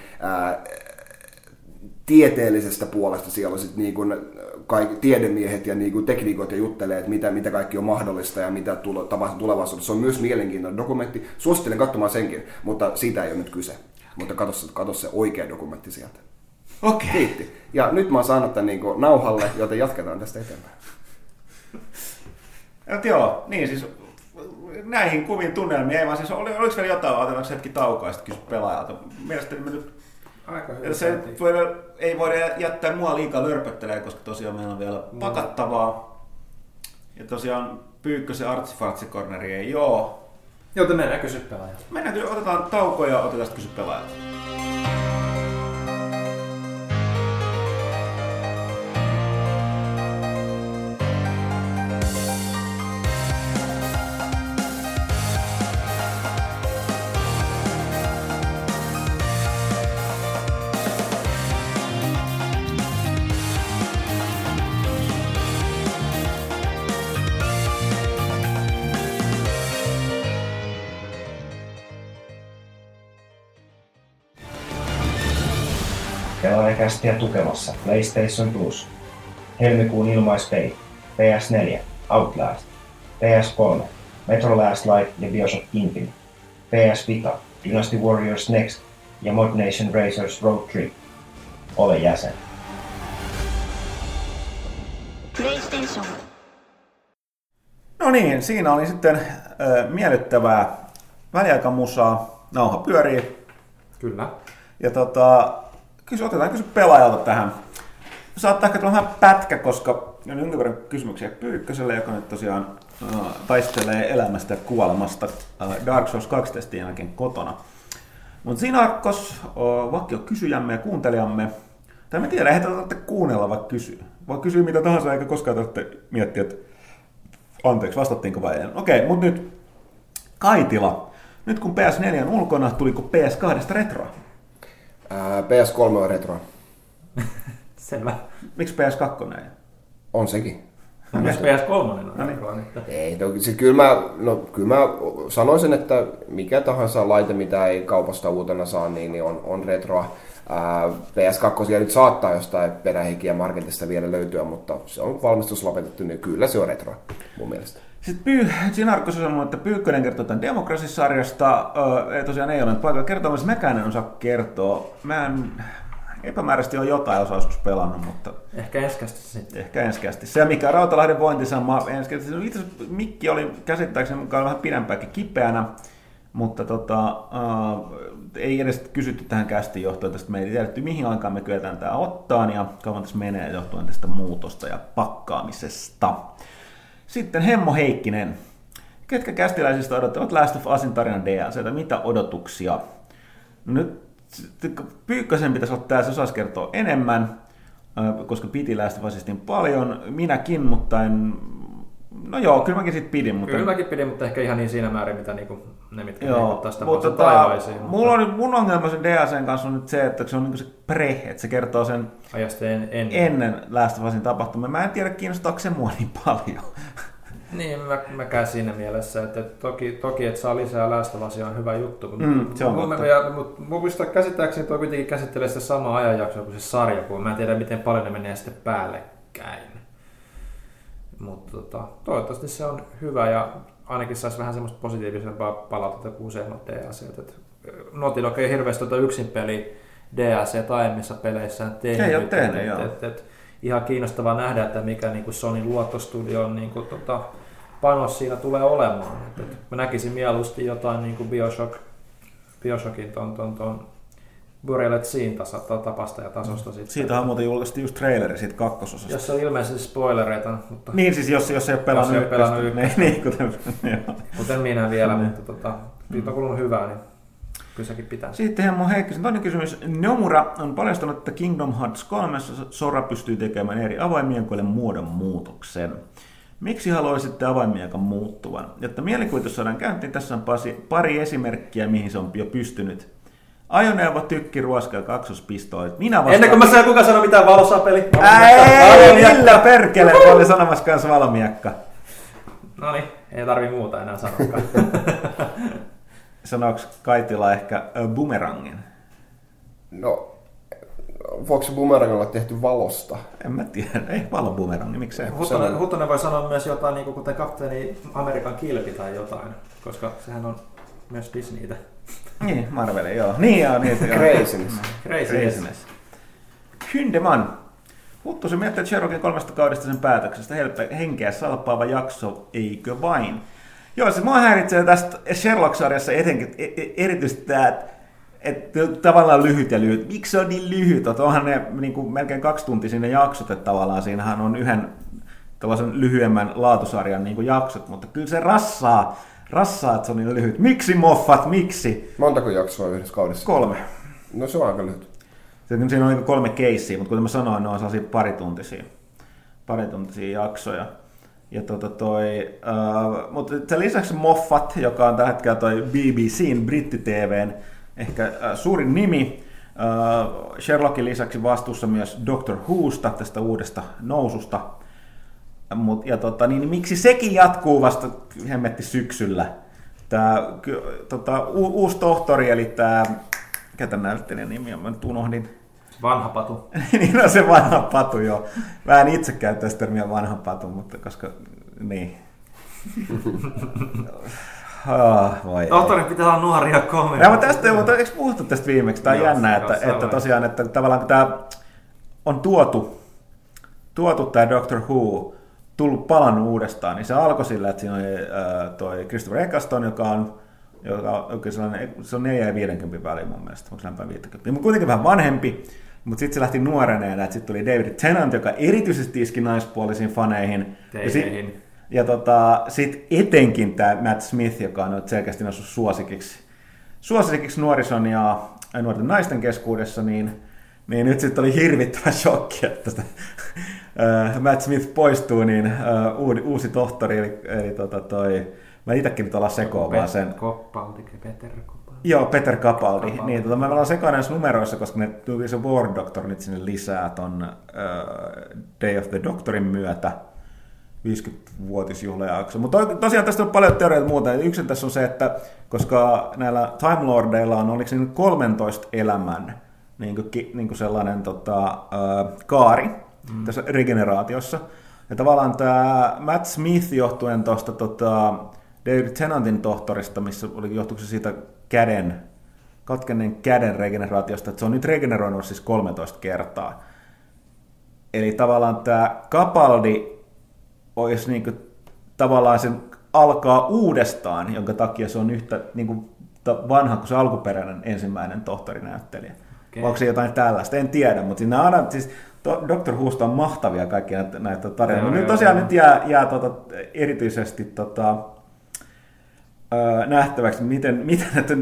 tieteellisestä puolesta. Siellä on sitten kaikki tiedemiehet ja tekniikot ja juttelee, että mitä kaikki on mahdollista ja mitä tapahtuu tulevaisuudessa. Se on myös mielenkiintoinen dokumentti. Suosittelen katsomaan senkin, mutta siitä ei ole nyt kyse. Mutta katso se oikea dokumentti sieltä. Okei. Kiitti. Ja nyt mä oon saanut tämän nauhalle, joten jatketaan tästä eteenpäin. Joo, niin siis näihin kuviin tunnelmiin ei vaan siis, oliko vielä jotain, otetaanko hetki taukoa ja sitten kysy pelaajalta. Mielestäni me nyt Aika hyvä. Se ei voida jättää mua liikaa lörpöttelemään, koska tosiaan meillä on vielä pakattavaa. Ja tosiaan Pyykkösen artsifartsikorneri ei oo. Joten mennään kysy pelaajalta. Otetaan tauko ja otetaan sitten kysy pelaajalta. Pelaajakästiä tukemassa PlayStation Plus. Helmikuun ilmaispeli. PS4, Outlast. PS3, Metro Last Light ja Bioshock Infinite. PS Vita, Dynasty Warriors Next ja Mod Nation Racers Road Trip. Ole jäsen. PlayStation. No niin, siinä oli sitten miellyttävää väliaikamusaa. Nauha pyörii. Kyllä. Ja otetaan kysy pelaajalta tähän. Saattaa ehkä tulla vähän pätkä, koska on jonkin verran kysymyksiä Pyykköselle, joka nyt tosiaan taistelee elämästä ja kuolemasta Dark Souls 2 testin jälkeen kotona. Mutta Sinarkos, vakio kysyjämme ja kuuntelijamme, tai mä tiedän, että tarvitse kuunnella vaikka kysyä. Voi kysyä mitä tahansa, eikä koskaan tarvitse miettiä, että anteeksi, vastattiinko vai ei. Okei, mutta nyt Kaitila. Nyt kun PS4 on ulkona, tuliko PS2 retroa? PS3 on retro. Selvä. Miksi PS2 ei? On sekin. Myös PS3 on retroa nyt. Ei, kyllä mä sanoisin, että mikä tahansa laite, mitä ei kaupasta uutena saa, niin on retroa. PS2 nyt saattaa jostain perähikiä marketista vielä löytyä, mutta se on valmistus lopetettu, niin kyllä se on retroa mun mielestä. Sitten Sinarkos on sanonut, että Pyykkönen kertoo tämän Democracy-sarjasta. Tosiaan ei ole paikalla kertomassa, mäkään en osaa kertoa. Mä epämääräisesti on jotain osa joskus pelannut, mutta... Ehkä enskästi sitten. Ehkä enskästi. Se, mikä Rautalahden vointi sama enskästi. Itse asiassa Mikki oli käsittääkseni mukaan vähän pidempäänkin kipeänä, mutta ei edes kysytty tähän kästiin johtuen, että me ei tiedetty mihin aikaan me kyetään tämä ottaa ja kauan tässä menee johtuen tästä muutosta ja pakkaamisesta. Sitten Hemmo Heikkinen. Ketkä kästiläisistä odottavat Last of Usin tarinan DLC:tä? Mitä odotuksia? No nyt Pyykkösen pitäisi olla tässä, osaisi kertoa enemmän, koska piti Last of Usista niin paljon. Minäkin, mutta en... No joo, kyllä mäkin siitä pidin. Mutta... Kyllä mäkin pidin, mutta ehkä ihan niin siinä määrin, mitä niinku, ne mitkä tästä mutta taivaisiin. Mun ongelma sen DLCn kanssa on nyt se, että se on niinku se että se kertoo sen ajasta ennen Last of Usin tapahtumia. Mä en tiedä, kiinnostaako se mua niin paljon. Niin, mäkään siinä mielessä, että toki että saa lisää Last of Usia on hyvä juttu. Se on mutta muista käsittääkseni tuo kuitenkin käsittelee sitä samaa ajanjaksoa kuin se sarja, kun mä en tiedä miten paljon ne menee sitten päällekkäin. Mutta toivottavasti se on hyvä ja ainakin saisi vähän semmoista positiivisempaa palautetta kuin useimmat DLC. Naughty Dog ei hirveästi yksin peli DLC aiemmissa peleissä tehnyt. Ei ole tehnyt, joo. Ihan kiinnostavaa nähdä, että mikä niin kuin Sony Luottostudion niin kuin, panos siinä tulee olemaan. Mä näkisin mieluusti jotain niin kuin Bioshockin ton Burial at Sean tapasta ja tasosta. Siitähän muuten julkaistiin just traileri siitä kakkososasta. Jossa on ilmeisesti spoilereita. Mutta niin siis jos ei ole pelannut ykköstä. Kuten minä vielä, mutta siitä on kulunut hyvää, niin kyllä sekin pitää. Sitten Hemmo Heikkisen toinen kysymys. Nomura on paljastanut, että Kingdom Hearts 3 Sora pystyy tekemään eri avaimien kuin muodon muutoksen. Miksi haluaisitte avaimien muuttuvan? Jotta mielikuvitus saadaan käyntiin, tässä on pari esimerkkiä, mihin se on jo pystynyt. Ajoneuvo, tykki, ruoska ja kaksospistoolit. Minä vastaan... Ennen kuin mä sain kuka sanoa mitään valosapeli. Millä perkele oli sanomassa kanssa valomiekka. Noniin, ei tarvi muuta enää sanoakaan. Sanoiko Kaitila ehkä bumerangin? No, voiko se bumerang olla tehty valosta? En mä tiedä, ei valobumerangi, miksei. Huttunen voi sanoa myös jotain, niin kuin kuten Kapteeni Amerikan kilpi tai jotain, koska sehän on myös Disneytä. Niin, Marvelin, joo. Niin. Craziness. Hyndeman. Huttusen miettii Sherlockin 3 kaudesta sen päätöksestä. Henkeä salppaava jakso, eikö vain? Joo, se mua häiritsee tästä Sherlock-sarjassa etenkin, erityisesti tämä, tavallaan lyhyt ja lyhyt. Miksi se on niin lyhyt? Onhan ne niin kuin melkein 2 tuntia ne jaksot, että tavallaan siinähän on yhden tällaisen lyhyemmän laatusarjan niin kuin jaksot, mutta kyllä se rassaa, että se on niin lyhyt. Miksi Moffat, miksi? Montako jaksoa yhdessä kaudessa? 3. No se on aika lyhyt. Siinä on 3 keissiä, mutta kuten mä sanoin, ne on sellaisia parituntisia jaksoja. Ja mutta sen lisäksi Moffat, joka on tällä hetkellä toi BBCn, britti-TVn ehkä suurin nimi, Sherlockin lisäksi vastuussa myös Doctor Whosta, tästä uudesta noususta. Niin miksi sekin jatkuu vasta hemmetti syksyllä? Uusi tohtori, eli tämä, mikä tämän näyttelijän nimi on, mä nyt unohdin. Vanha patu. Niin on se vanha patu, joo. Mä en itse käyttäisi termiä vanha patu, mutta koska, niin. Tohtorin pitää olla nuoria komeja. Mutta eikö puhuttu tästä viimeksi? Tämä on jännä, että tosiaan, että tavallaan kun tämä on tuotu tämä Doctor Who, tullut palannut uudestaan, niin se alkoi sillä, että siinä oli toi Christopher Eccleston, joka on se on 4 ja 50 väliin mun mielestä, onko lämpää 50. Mutta kuitenkin vähän vanhempi, mutta sitten se lähti nuoreneena, että sitten tuli David Tennant, joka erityisesti iski naispuolisiin faneihin. Ja sitten etenkin tämä Matt Smith, joka on selkeästi noussut suosikiksi nuorison ja nuorten naisten keskuudessa, niin nyt sitten oli hirvittävä shokki, että Matt Smith poistuu, niin uusi tohtori, eli mä itsekin nyt ollaan sekoavaa sen. Peter Capaldi. Joo, Peter Capaldi. Niin, me ollaan sekaan näissä numeroissa, koska ne tuli se War Doctor nyt sinne lisää ton Day of the Doctorin myötä. 50-vuotisjuhlajakso. Mutta tosiaan tästä on paljon teorioita muuta. Yksi tässä on se, että koska näillä Time Lordeilla on, oliko niin 13 elämän niin kuin sellainen kaari tässä regeneraatiossa. Ja tavallaan tämä Matt Smith johtuen tuosta David Tennantin tohtorista, missä oli johtuuko siitä katkenneen käden regeneraatiosta, että se on nyt regeneroinut siis 13 kertaa. Eli tavallaan tämä Capaldi olisi niin kuin, tavallaan sen alkaa uudestaan, jonka takia se on yhtä niin kuin, vanha kuin se alkuperäinen ensimmäinen tohtorinäyttelijä. Okay. Onko se jotain tällaista? En tiedä, mutta siinä aina, siis Doctor Whosta on mahtavia kaikkia näitä tarinoita. Nyt tosiaan nyt jää erityisesti nähtäväksi, miten näitä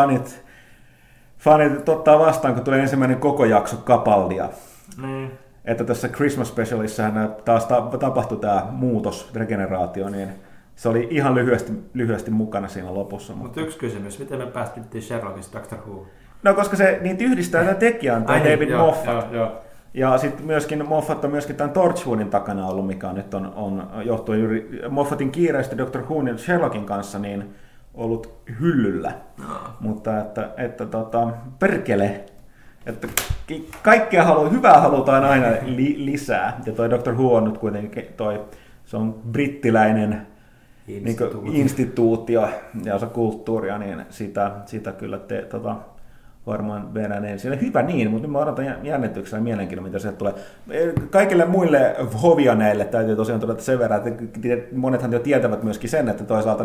fanit ottaa vastaan, kun tulee ensimmäinen koko jakso Capaldia. Että tässä Christmas Specialissahan taas tapahtui tämä muutos, regeneraatio, niin se oli ihan lyhyesti mukana siinä lopussa. Mutta yksi kysymys, miten me päästiin Sherlockista Doctor Who? No koska se niitä yhdistää tämä tekijä on tämä David Moffat. Joo. Ja sitten myöskin Moffat on myöskin tämän Torchwoodin takana ollut, mikä nyt on johtuen juuri Moffatin kiireistä Doctor Whoin ja Sherlockin kanssa niin ollut hyllyllä. Mutta että perkele, että kaikkea hyvää halutaan aina lisää. Ja toi Doctor Who on nyt kuitenkin se on brittiläinen instituutio ja se kulttuuria, niin sitä kyllä varmaan vedän ensin. Hyvä niin, mutta mä odotan jännityksellä mielenkiinnolla, mitä sieltä tulee. Kaikille muille hovianeille täytyy tosiaan todeta sen verran, että monethan jo tietävät myöskin sen, että toisaalta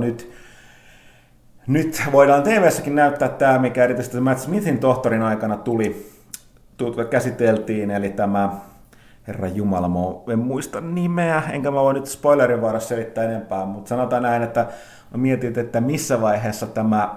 nyt voidaan TV-säkin näyttää tämä, mikä erityisesti Matt Smithin tohtorin aikana käsiteltiin, eli tämä Herra Jumala, en muista nimeä, enkä mä voi nyt spoilerin vaarassa selittää enempää, mutta sanotaan näin, että mä mietin, että missä vaiheessa tämä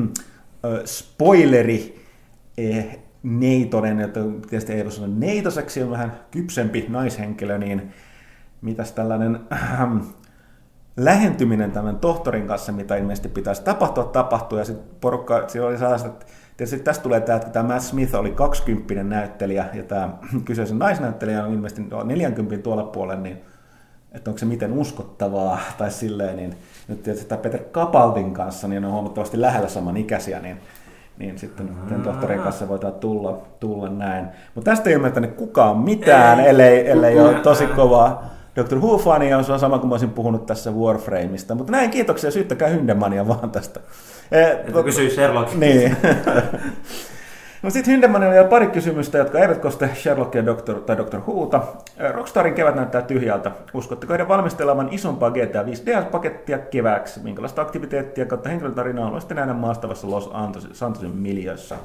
spoileri neitonen, jota tietysti ei voi sanoa neitoseksi, on vähän kypsempi naishenkilö, niin mitäs tällainen lähentyminen tämän tohtorin kanssa, mitä ilmeisesti pitäisi tapahtua, ja sitten porukka, siinä oli sellaista, että tietysti tästä tulee tämä, että tämä Matt Smith oli 20 näyttelijä, ja tämä kyseisen naisnäyttelijä on ilmeisesti 40 tuolla puolella, niin että onko se miten uskottavaa, tai silleen, niin nyt tietysti tämä Peter Capaldin kanssa, niin on huomattavasti lähellä samanikäisiä, niin sitten tohtorin kanssa voidaan tulla näin. Mutta tästä ei ymmärtänyt kukaan mitään, ellei ole tosi kovaa Doctor Who-fania, on sama kuin mä olisin puhunut tässä Warframeista. Mutta näin, kiitoksia, syyttäkää Hyndemania vaan tästä. Kysyi Sherlock. Niin. No sitten Hyndemanilla vielä pari kysymystä, jotka eivät koske Sherlockia tai Dr. Whota. Rockstarin kevät näyttää tyhjältä. Uskotteko heidän valmistelevan isompaa GTA 5 DS-pakettia kevääksi? Minkälaista aktiviteettia kautta henkilötarinaa haluaisitte nähdä maastavassa Los Santosin miljöössä?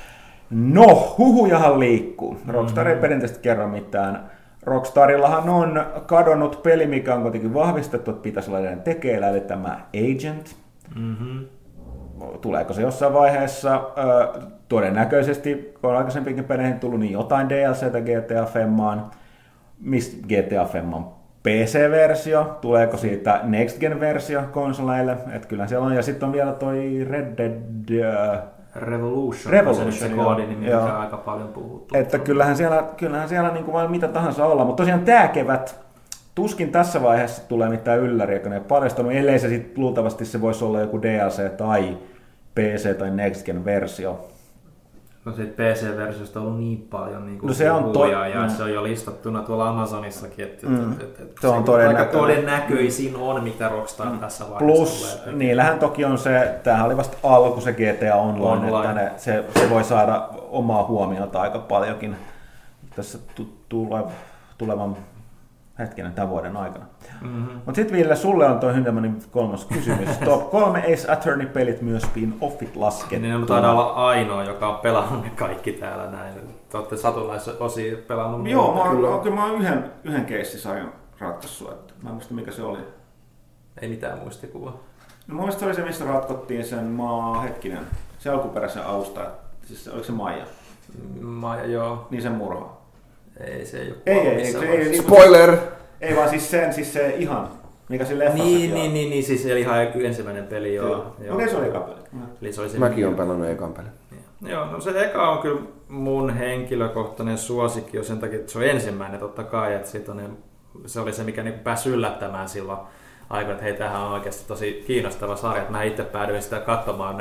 No, huhujahan liikkuu. Rockstar ei perinteisesti kerro mitään. Rockstarillahan on kadonnut peli, mikä on kuitenkin vahvistettu, että pitäisi olla edelleen tekeillä, eli tämä Agent. Tuleeko se jossain vaiheessa? Todennäköisesti, kun on aikaisempikin peleihin tullut, niin jotain DLCtä GTA Femmaan. Mistä GTA Femman PC-versio? Tuleeko siitä Next Gen-versio konsoleille? Että kyllä siellä on. Ja sitten on vielä toi Red Dead Revolution se koodi, niin mikä on aika paljon puhuttu. Että kyllähän siellä niin kuin mitä tahansa olla. Mutta tosiaan tämä kevät, tuskin tässä vaiheessa tulee mitään ylläriä, kun ne ei paljastanut, ellei se sitten luultavasti se voisi olla joku DLC tai PC tai Next Gen versio. No siitä PC-versiosta on ollut niin paljon niin no se on ja se on jo listattuna tuolla Amazonissakin, että se on aika todennäköisin on, mitä Rockstar tässä vaiheessa plus, tulee. Niillähän toki on se, tämähän oli vasta alku se GTA Online. Että se voi saada omaa huomiota aika paljonkin tässä tulevan tämän vuoden aikana. Mutta sitten Ville, sulle on toi Hyndemanin 3. kysymys. Top 3 Ace Attorney-pelit myös spin-offit laskettu. Niin taidaa olla ainoa, joka on pelannut ne kaikki täällä näin. Te olette satunnaisia pelannut. Joo, kyllä mä oon yhden keissisarjan ratkaissut. Että mä en muista mikä se oli. Ei mitään muistikuvaa. No mun mielestä se oli se, missä ratkottiin sen se alkuperäisen austa. Siis oliko se Maija? Maija, joo. Niin sen murha. Ei se ei ole. Ei. Spoiler! Ei vaan siis se ihan, mikä se leffassa Niin, siis se oli ihan ensimmäinen peli, joo. Okei, se oli eka peli. Mäkin olen pelannut ekan pelin. Joo, no se eka on kyllä mun henkilökohtainen suosikki jo sen takia, että se on ensimmäinen totta kai, että se oli se, mikä niin pääsi yllättämään silloin aikoina, että hei, tämähän on oikeasti tosi kiinnostava sarja, että mä itse päädyin sitä katsomaan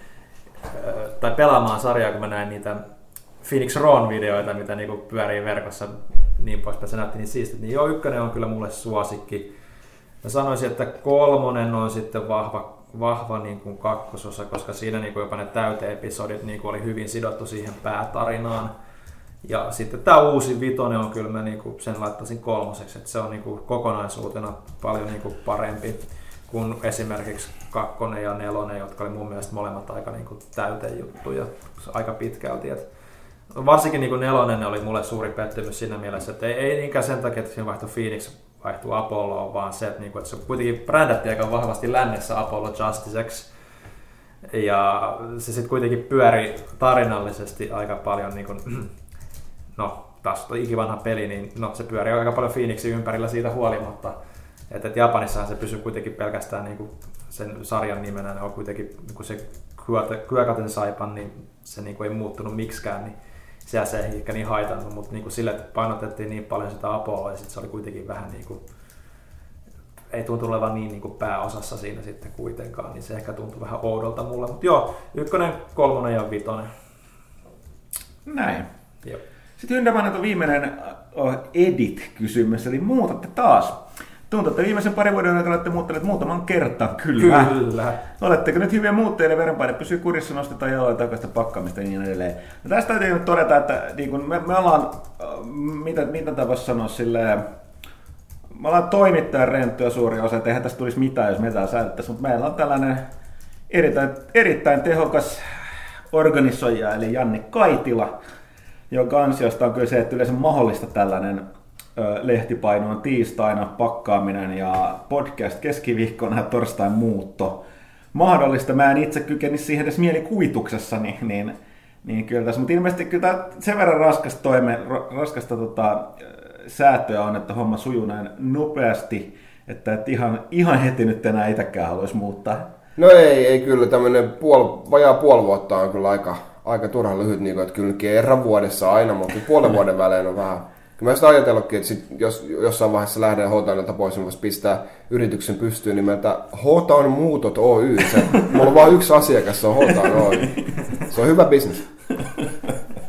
tai pelaamaan sarjaa, kun mä näin niitä Phoenix Raw-videoita, mitä niinku pyörii verkossa niin poispäin, se näytti niin siistiä. Niin joo, 1 on kyllä mulle suosikki. Mä sanoisin, että 3 on sitten vahva niin kuin kakkososa, koska siinä niin kuin jopa ne täyte-episodit niin kuin oli hyvin sidottu siihen päätarinaan. Ja sitten tämä uusi 5 on kyllä, mä niin kuin sen laittaisin 3, että se on niin kuin kokonaisuutena paljon niin kuin parempi kuin esimerkiksi 2 ja 4, jotka oli mun mielestä molemmat aika niin kuin täytejuttuja aika pitkälti. Varsinkin niin 4 oli mulle suuri pettymys siinä mielessä, että ei niinkään sen takia, että siinä vaihtui Phoenix, vaihtui Apolloon, vaan se, että se kuitenkin brändättiin aika vahvasti lännessä Apollo Justiceksi. Ja se sitten kuitenkin pyöri tarinallisesti aika paljon, taas ikivanha peli, niin se pyöri aika paljon Phoenixin ympärillä siitä huolimatta. Että Japanissahan se pysyy kuitenkin pelkästään niin kuin sen sarjan nimenä, ne on kuitenkin niin se Kyokaten Saipan, niin se niin kuin ei muuttunut miksikään, niin se ei ehkä niin haitannut, mutta niin kuin sille, että painotettiin niin paljon sitä Apolloa ja sitten se oli kuitenkin vähän niin kuin, ei tuntunut olevan niin kuin pääosassa siinä sitten kuitenkaan, niin se ehkä tuntui vähän oudolta mulle, mutta joo, 1, 3 ja 5. Näin. Joo. Sitten Hyndemanin viimeinen edit-kysymys, eli muutatte taas. Tuntuu, että viimeisen parin vuoden aikana olette muuttaneet muutaman kertaan, kyllä. Oletteko nyt hyviä muuttajia, verenpaine pysyy kurissa, nostetaan jaloja takaisin pakkaamista ja niin edelleen. No tästä täytyy nyt todeta, että niin kun me ollaan, mitä tämä voisi sanoa silleen, me ollaan toimittajan renttyä suuri osa, että eihän tästä tulisi mitään, jos mitään säädettäisiin, mutta meillä on tällainen erittäin tehokas organisoija, eli Janne Kaitila, jonka ansiosta on kyllä se, että yleensä mahdollista tällainen lehtipaino on tiistaina pakkaaminen ja podcast keskiviikkona ja torstain muutto mahdollista. Mä en itse kykenisi siihen edes mielikuvituksessa, niin kyllä tässä, mutta ilmeisesti kyllä sen verran raskasta säätöä on, että homma sujuu näin nopeasti, että ihan heti nyt enää itsekään haluaisi muuttaa. No ei kyllä tämmöinen vajaa puoli vuotta on kyllä aika turhan lyhyt, niin kuin, että kyllä kerran vuodessa aina, mutta puolen vuoden välein on vähän. Kyllä mä sitä ajatellutkin, että jos jossain vaiheessa lähden H-Townilta pois, niin voisi pistää yrityksen pystyyn nimeltä H-Town Muutot Oy. Mulla on vain yksi asiakas, se on H-Town Oy. Se on hyvä bisnes.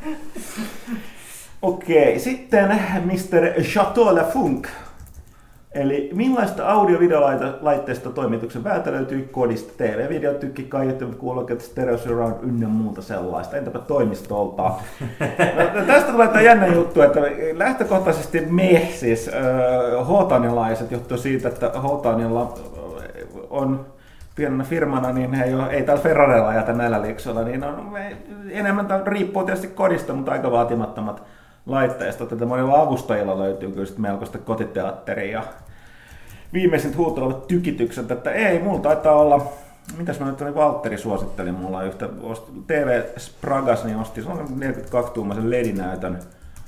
Okei, sitten Mr. Chateau Lafunk. Eli millaista audio-videolaitteista toimituksen päältä löytyy kodista? TV-videot, tykki, kaiuttimet, kuulokkeet, stereo surround ynnä muuta sellaista. Entäpä toimistolta? No, tästä tulee tämä jännä juttu, että lähtökohtaisesti me, siis Hotanilaiset, johtuu siitä, että Hotanilla on pienenä firmana, niin he ei täällä Ferrarella jätä näillä liksoilla, niin enemmän riippuu tietysti kodista, mutta aika vaatimattomat laitteista. Tätä monilla avustajilla löytyy kyllä melkoista kotiteatteria ja viimeiset huutelevat tykitykset, että ei, mulla taitaa olla, mitäs mä nyt olin, Valtteri suositteli mulla yhtä, TV Spragas, niin osti, se on 42-tuumaisen LED-näytön.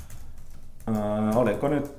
Oliko nyt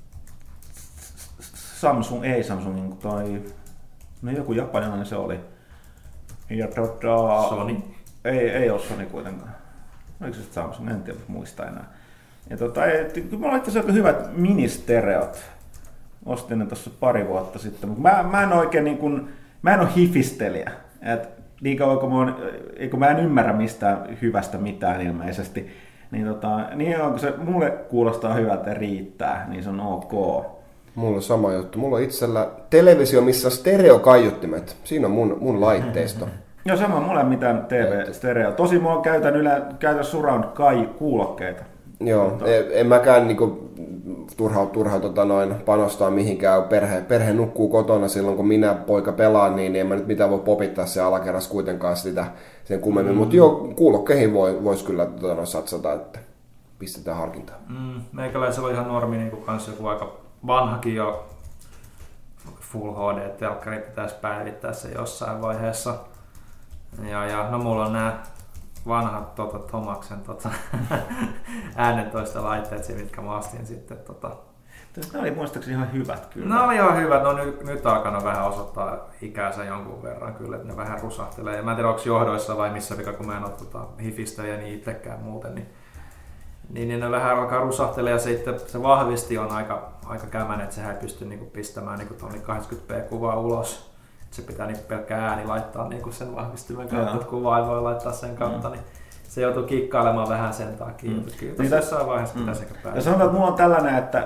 Samsung, ei Samsung, tai no joku japanilainen se oli. Ja Sony? Ei ole Sony kuitenkaan. Oliko se Samsung, en tiedä, muista enää. Ja kyllä mulla oli aika hyvät ministereot. Ostin ne tuossa pari vuotta sitten, mutta mä en oikein niin kuin, mä en ole hifistelijä. Et niin kauan kun mä en ymmärrä mistään hyvästä mitään ilmeisesti, niin kun se mulle kuulostaa hyvältä ja riittää, niin se on ok. Mulla on sama juttu. Mulla on itsellä televisio, missä on stereokaiuttimet. Siinä on mun laitteisto. Joo, sama mulle mitään TV-stereo. Tosin mä käytän surround kuulokkeita. Joo, en mäkään niinku turhaa panostaa mihinkään. Perhe nukkuu kotona silloin, kun minä poika pelaan, niin en mä nyt mitään voi popittaa se alakerras kuitenkaan sitä sen kummemmin. Mutta joo, kuulokkeihin vois kyllä satsata, että pistetään harkintaa. Meikäläisellä on ihan normi niin kans joku aika vanhakin jo Full HD-telkkari pitäisi päivittää se jossain vaiheessa. Ja no mulla on nämä vanhat Tomaksen äänentoista laitteet, mitkä mä ostin sitten. Nämä oli muistaakseni ihan hyvät kyllä. No oli ihan hyvät, no nyt alkanut vähän osoittaa ikäänsä jonkun verran kyllä, että ne vähän rusahtelee. Ja mä en tiedä, onko johdoissa vai missä vika, kun mä en ole hifistä ja niin itsekään muuten, niin ne vähän alkaa rusahtelee ja se vahvisti on aika kämänen, että sehän ei pysty niinku pistämään niinku 80p-kuvaa ulos. Se pitää niinku pelkkä ääni laittaa niinku sen vahvistimen kautta, että kuvaa ei voi laittaa sen kautta. Niin se joutuu kikkailemaan vähän sen takia. Kyllä niin jossain vaiheessa pitää sekä päästä. Ja sanotaan, että mulla on tällainen, että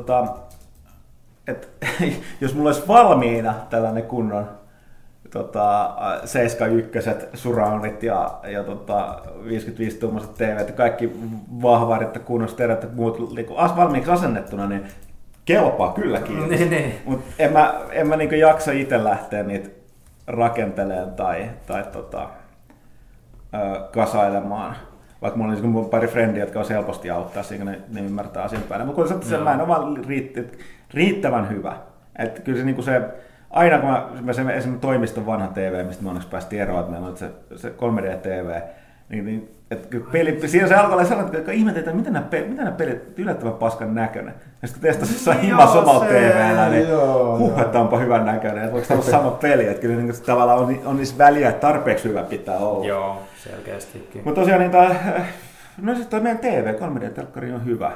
jos mulla olisi valmiina tällainen kunnon 71 surroundit ja 55-tuumaiset TVt ja kaikki vahvarit ja kunnon stereot ja muut valmiiksi asennettuna, niin kelpaa kylläkin. Niin. Mutta en mä niinku jaksa itse lähteä niitä rakentelemaan tai kasailemaan. Vaikka mulla on pari frendiä, jotka on helposti auttaa siinä, ne ymmärtää asian päälle. Mutta kun mä en ole vaan riittävän hyvä. Että kyllä se, niinku se aina kun mä esimerkiksi toimiston vanha TV, mistä mä onneksi päästiin eroon, että meillä on se 3D-TV, niin siinä se alkoi olla sellainen, että ihmetellään, miten nämä pelit yllättävän paskan näköinen. Ja sitten kun testasin jossain himas omalla TV:llä, niin että onpa hyvän näköinen, että voiko olla sama peli. Että kyllä niin tavallaan on niissä väliä, että tarpeeksi hyvä pitää olla. Joo, selkeästikin. Mutta tosiaan no siis toi meidän TV, 3D-telkkari on hyvä.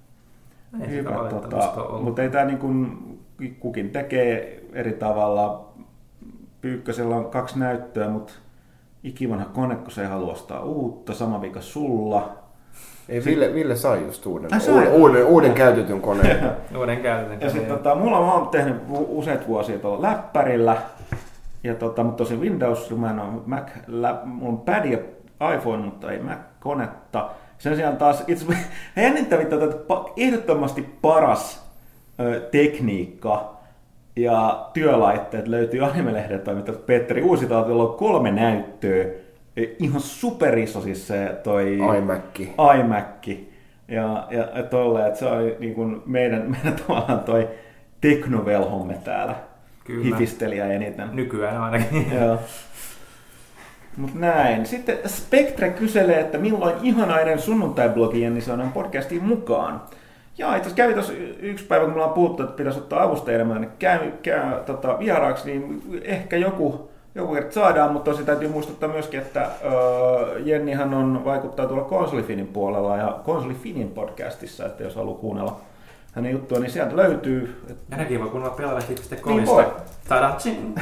Mutta ei tää niin kuin kukin tekee eri tavalla. Pyykkösellä on 2 näyttöä, mutta ikivanha kone, kun se ei halua ostaa uutta, sama vika sulla. Ei, Ville sai just uuden käytetyn koneen. Uuden käytetyn ja sitten mulla mä oon tehnyt useat vuosia tuolla läppärillä. Ja mutta tosi Windows, mä en ole Mac, mulla on pad ja iPhone, mutta ei Mac-konetta. Sen sijaan taas jännittävintä, että ehdottomasti paras tekniikka ja työlaitteet löytyy Anime-lehden toimittajat Petteri Uusitalta, jolla on 3 näyttöä. Ihan superiso siis se toi iMac. Ja tolle, että se on niin kuin meidän tavallaan toi teknovelhomme täällä. Kyllä. Hifistelijä eniten. Nykyään ainakin. Joo. Mut näin. Sitten Spectre kyselee, että milloin ihanainen sunnuntai-blogi Jenni saadaan podcastiin mukaan. Ja itse asiassa kävi tuossa yksi päivä, kun me ollaan puhuttu, että pitäisi ottaa avustajille vieraaksi, niin ehkä joku kerta saadaan, mutta tosi täytyy muistuttaa myöskin, että Jennihän vaikuttaa tuolla Konsolifinin puolella ja Konsolifinin podcastissa, että jos haluaa kuunnella hänen juttua, niin sieltä löytyy. Ja nekin voi kuunnella Pelaajalehti.comista. Niin voi.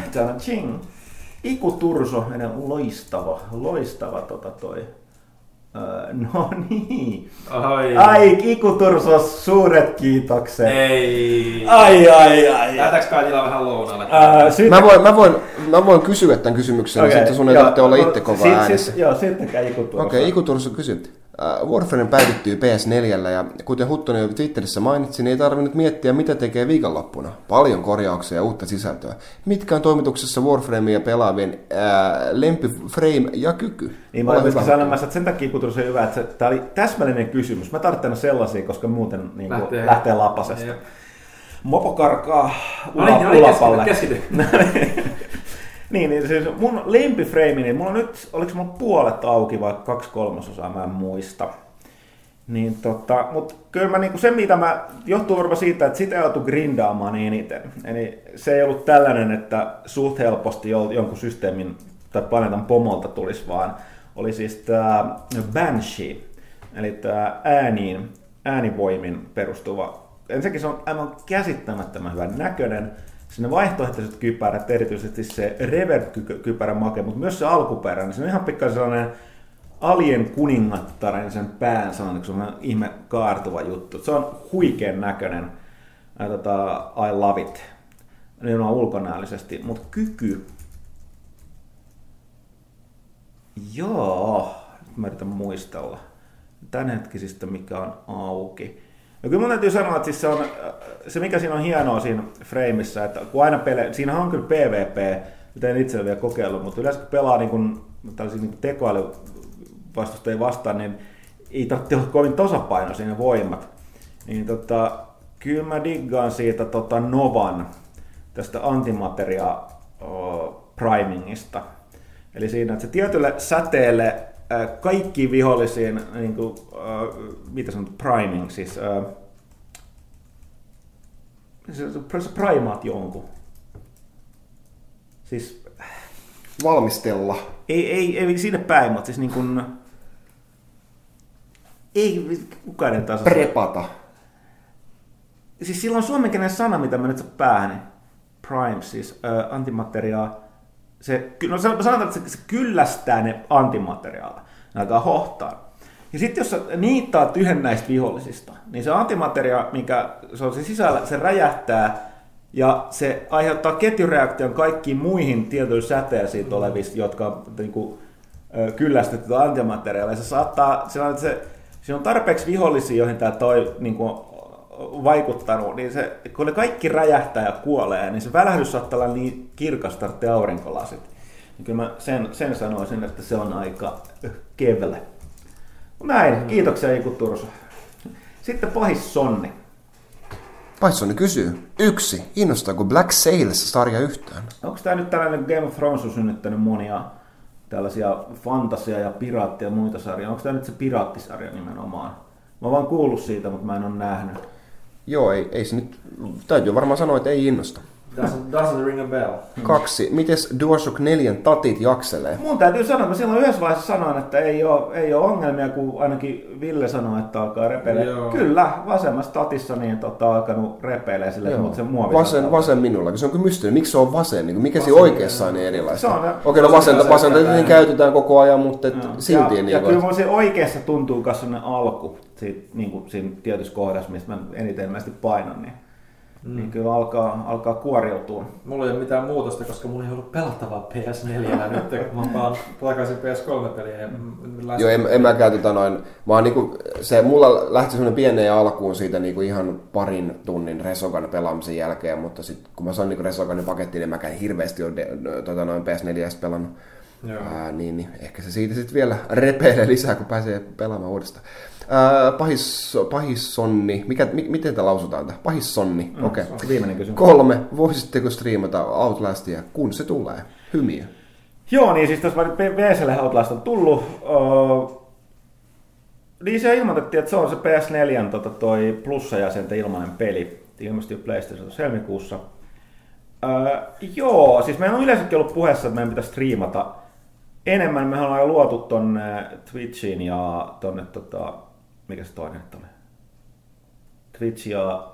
Tada-ching! Iku Turso, meidän loistava toi No niin. Ai, Iku Tursos, suuret kiitokset. ei. Ai. Lähdetäänkö Kaitila vähän lounalle? Mä voin kysyä tämän kysymyksen, okay, sitten sun ei tarvitse olla itse koko äänessä. Joo, sittenkään Iku Tursos. Okei, Iku Tursos kysyy. Warframe päivittyy PS4 ja kuten Huttonen jo Twitterissä mainitsi, niin ei tarvinnut miettiä mitä tekee viikonloppuna. Paljon korjauksia ja uutta sisältöä. Mitkä on toimituksessa Warframea pelaavien lempiframe ja kyky? Niin mä olin sanomassa, että sen takia Iku Tursos on hyvä, että tämä oli täsmällinen kysymys. Mä tarvitsen sellaisia, koska muuten niin lähtee lapasesta. Mopo karkaa ulapalle. Keskity. Niin, siis mun lempiframe, niin mulla nyt, oliko mulla puolet auki vai 2/3, mä en muista. Niin mutta kyllä mä niinku se mitä johtuu varmaan siitä, että sitä joutui grindaamaan eniten. Eli se ei ollut tällainen, että suht helposti jonkun systeemin tai planeetan pomolta tulisi, vaan oli siis tää Banshee, eli tää äänivoimin perustuva. Ensinnäkin se on aivan käsittämättömän hyvän näköinen. Sinne vaihtoehtoiset kypärät, erityisesti se Reverb-kypärän make, mutta myös se alkuperä, niin se on ihan pikkasen sellainen Alien kuningattaren sen pään sellainen, kun se on ihme kaartuva juttu. Se on huikean näköinen. I love it. Niin on ulkonäöllisesti, mutta kyky. Joo, nyt mä yritän muistella. Tämänhetkisistä mikä on auki. No kyllä mun täytyy sanoa, että siis se mikä siinä on hienoa siinä frameissa, että kun aina siinä on kyllä PvP, mitä en itse ole vielä kokeillut, mutta yleensä kun pelaa tällaisia tekoälyvastustajia vastaan, niin ei tarvitse olla kovin tasapainoisia ne voimat. Niin kyllä mä diggaan siitä Novan, tästä antimateria primingista. Eli siinä, että se tietylle säteelle kaikki vihollisiin, niin kuin, mitä sanot, priming, siis se primaat jonkun. Siis valmistella. Ei sinne päin, mutta siis niin kuin, ei kukaan ei taas prepata. Siis sillä on suomenkielinen sana, mitä mä nyt saa päähän. Prime, siis antimateriaa. No sanotaan, että se kyllästää ne antimateriaalia. Ne alkaa hohtaa. Ja sitten jos sä niittaat yhden näistä vihollisista, niin se antimateria, mikä se on se sisällä, se räjähtää ja se aiheuttaa ketjureaktion kaikkiin muihin tietyillä säteillä siitä olevista, jotka on niin kyllästetty antimateriaalia. Se saattaa, se on tarpeeksi vihollisia, joihin tämä niin vaikuttanut, niin se, kun ne kaikki räjähtää ja kuolee, niin se välähdys saattaa olla niin kirkasta, että aurinkolasit. Niin kyllä mä sen sanoisin, että se on aika kevele. Näin, kiitoksia Iku Turso. Sitten Pahis Sonni. Pahis Sonni kysyy. 1. Innostaako Black Sails-sarja yhtään? Onko tämä nyt tällainen Game of Thrones on synnyttänyt monia tällaisia fantasia- ja piraatti- ja muita sarjoja? Onko tämä nyt se piraattisarja nimenomaan? Mä oon vaan kuullut siitä, mutta mä en ole nähnyt. Joo, ei se nyt, täytyy varmaan sanoa, että ei innosta. Doesn't ring a bell. 2. Mites DualShock 4 tatit jakselee? Mun täytyy sanoa, mä silloin yhdessä vaiheessa sanoin, että ei ole ongelmia, kun ainakin Ville sanoi, että alkaa repeillä. Kyllä, vasemmassa tatissa niin alkanut repeilee sille, mutta se muovi. Vasen minullakin, se on kyllä mysteeri. Miksi se on vasen? Niin mikä siinä oikeassa on niin erilaista? Okei, no vasenta niin käytetään koko ajan, mutta silti. Ja kyllä se oikeassa tuntuu myös sellainen alku siitä, niin kuin siinä tietyssä kohdassa, mistä mä eniten painan. Niin kyllä alkaa kuoriutua. Mulla ei ole mitään muutosta, koska mulla ei ollut pelattavaa PS4 nyt, kun mä palaan takaisin PS3-peliä. Joo, en mäkään vaan niinku, mulla lähti semmoinen pienen alkuun siitä niinku ihan parin tunnin Resogun pelaamisen jälkeen, mutta sitten kun mä sain niinku Resogunin pakettiin, niin mäkään hirveästi ole PS4 pelannut. Niin ehkä se siitä sitten vielä repeilee lisää, kun pääsee pelaamaan uudestaan. Pahissonni. Miten tämä lausutaan? Pahissonni. Okei. Viimeinen kysymys. 3. Voisitteko striimata Outlastia, kun se tulee? Hymiö. Joo, niin siis tuossa PC:lle Outlast on tullut. Niin se ilmoitettiin, että se on se PS4 toi plussajäsenten ilmainen peli. Ilmeisesti PlayStation helmikuussa. Joo, siis meillä on yleensäkin ollut puheessa, että meidän pitäisi striimata enemmän. Mehän ollaan jo luotu tonne Twitchiin ja tonne mikä se toinen nyt oli? Twitch ja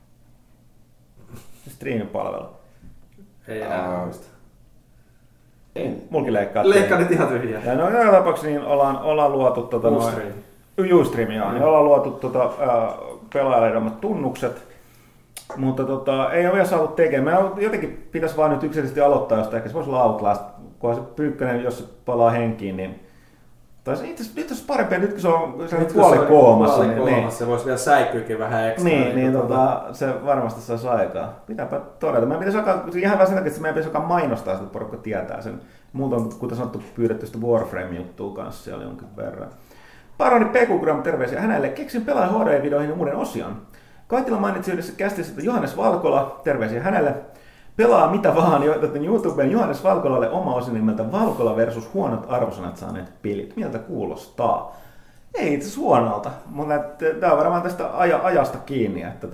striimipalvelu. Ei enää muista. Mulkin leikkaa. Leikkaa nyt ihan tyhjää. Ja no joka tapauksessa niin ollaan luotu Ustream, niin ollaan luotu pelaajalle tunnukset, mutta ei ole vielä saatu tekemään. Jotenkin pitäisi vaan nyt yksilöllisesti aloittaa, josta ehkä se voisi olla Outlast, kunhan se Pyykkönen, jos se palaa henkiin, niin itse asiassa parempi, nyt kun se on puolikoomassa. Niin, se voisi vielä säikkyykin vähän ekstra. Niin, se varmasti saisi aikaa. Pitääpä todeta. Meidän pitäisi alkaa, ihan vähän sen takia, että meidän pitäisi alkaa mainostaa sitä, että porukka tietää sen. Muuten on, kuten sanottu, pyydetty sitä Warframe-juttua kanssa siellä jonkin verran. Paroni Pekugram, terveisiä hänelle. Keksin pelaa HD-videoihin ja uuden osion. Kaitila mainitsi yhdessä kästissä, että Johannes Valkola, terveisiä hänelle. Pelaa mitä vaan, joten YouTubeen Johannes Valkolalle oma osa nimeltä Valkola versus huonot arvosanat saaneet pelit. Miltä kuulostaa? Ei itse asiassa huonolta, mutta tämä on varmaan tästä ajasta kiinni, että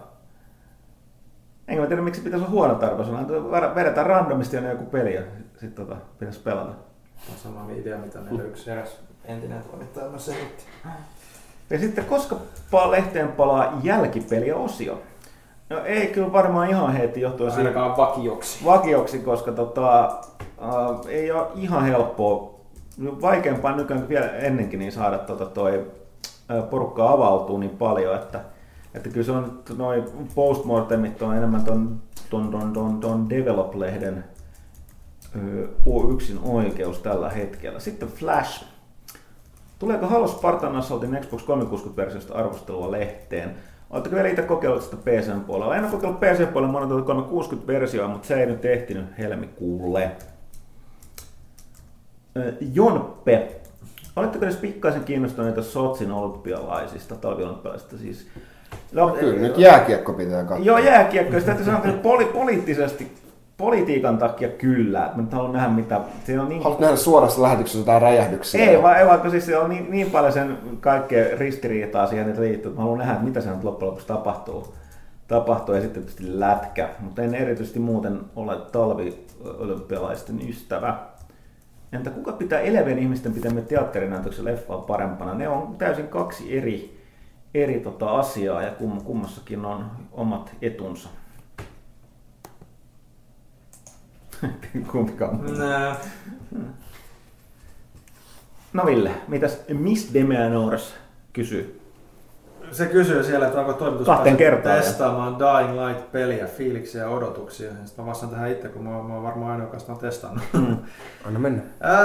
enkä mä tiedä miksi pitäisi olla huonot arvosanat. Vedetään randomisti aina joku peli ja sitten pitäisi pelata. On sama idea, mitä meillä yksi eräs entinen toimittaja myös selitti. Ja sitten koska lehteen palaa jälkipeliosio? No ei kyllä varmaan ihan heti johtuen siitä. Ainakaan vakioksi, koska ei ole ihan helppoa. Vaikeampaa nykyään vielä ennenkin niin saada toi porukka avautuu niin paljon, että kyllä se on noi postmortemit on enemmän ton Develop-lehden yksin oikeus tällä hetkellä. Sitten Flash. Tuleeko Halo Spartan Assaultin Xbox 360-versiosta arvostelua lehteen? Oletteko vielä itse kokeillut sitä PC-puolella? En ole kokeillut PC-puolella monta 360-versioa, mutta se ei nyt ehtinyt helmikuulle. Jonppe. Oletteko edes pikkaisen kiinnostuneita Sotsin olympialaisista, talviolympialaisista siis? No, kyllä nyt jääkiekko pitää katsoa. Joo, jääkiekko. Sitä täytyy sanoa, että politiikan takia kyllä. Mä nyt haluan nähdä mitä... Niin... Haluat nähdä suorassa lähetyksessä jotain räjähdyksiä? Ei, vaikka siis se on niin paljon sen kaikkea ristiriitaa siihen liittyy, että mä haluan nähdä, että mitä se nyt loppujen lopuksi tapahtuu ja sitten tietysti lätkä. Mutta en erityisesti muuten ole talviolympialaisten ystävä. Entä kuka pitää elävien ihmisten pitämään teatterinäytöksen leffaa parempana? Ne on täysin kaksi eri asiaa ja kummassakin on omat etunsa. Kumpikaan. No Ville, mitäs Miss Demeanors kysyy? Se kysyy siellä, että onko toimitus testaamaan Dying Light-peliä, fiiliksiä ja odotuksia. Ja sitten mä vastaan tähän itse, kun mä oon varmaan ainoa, joka sitä on testannut. Anna mennä.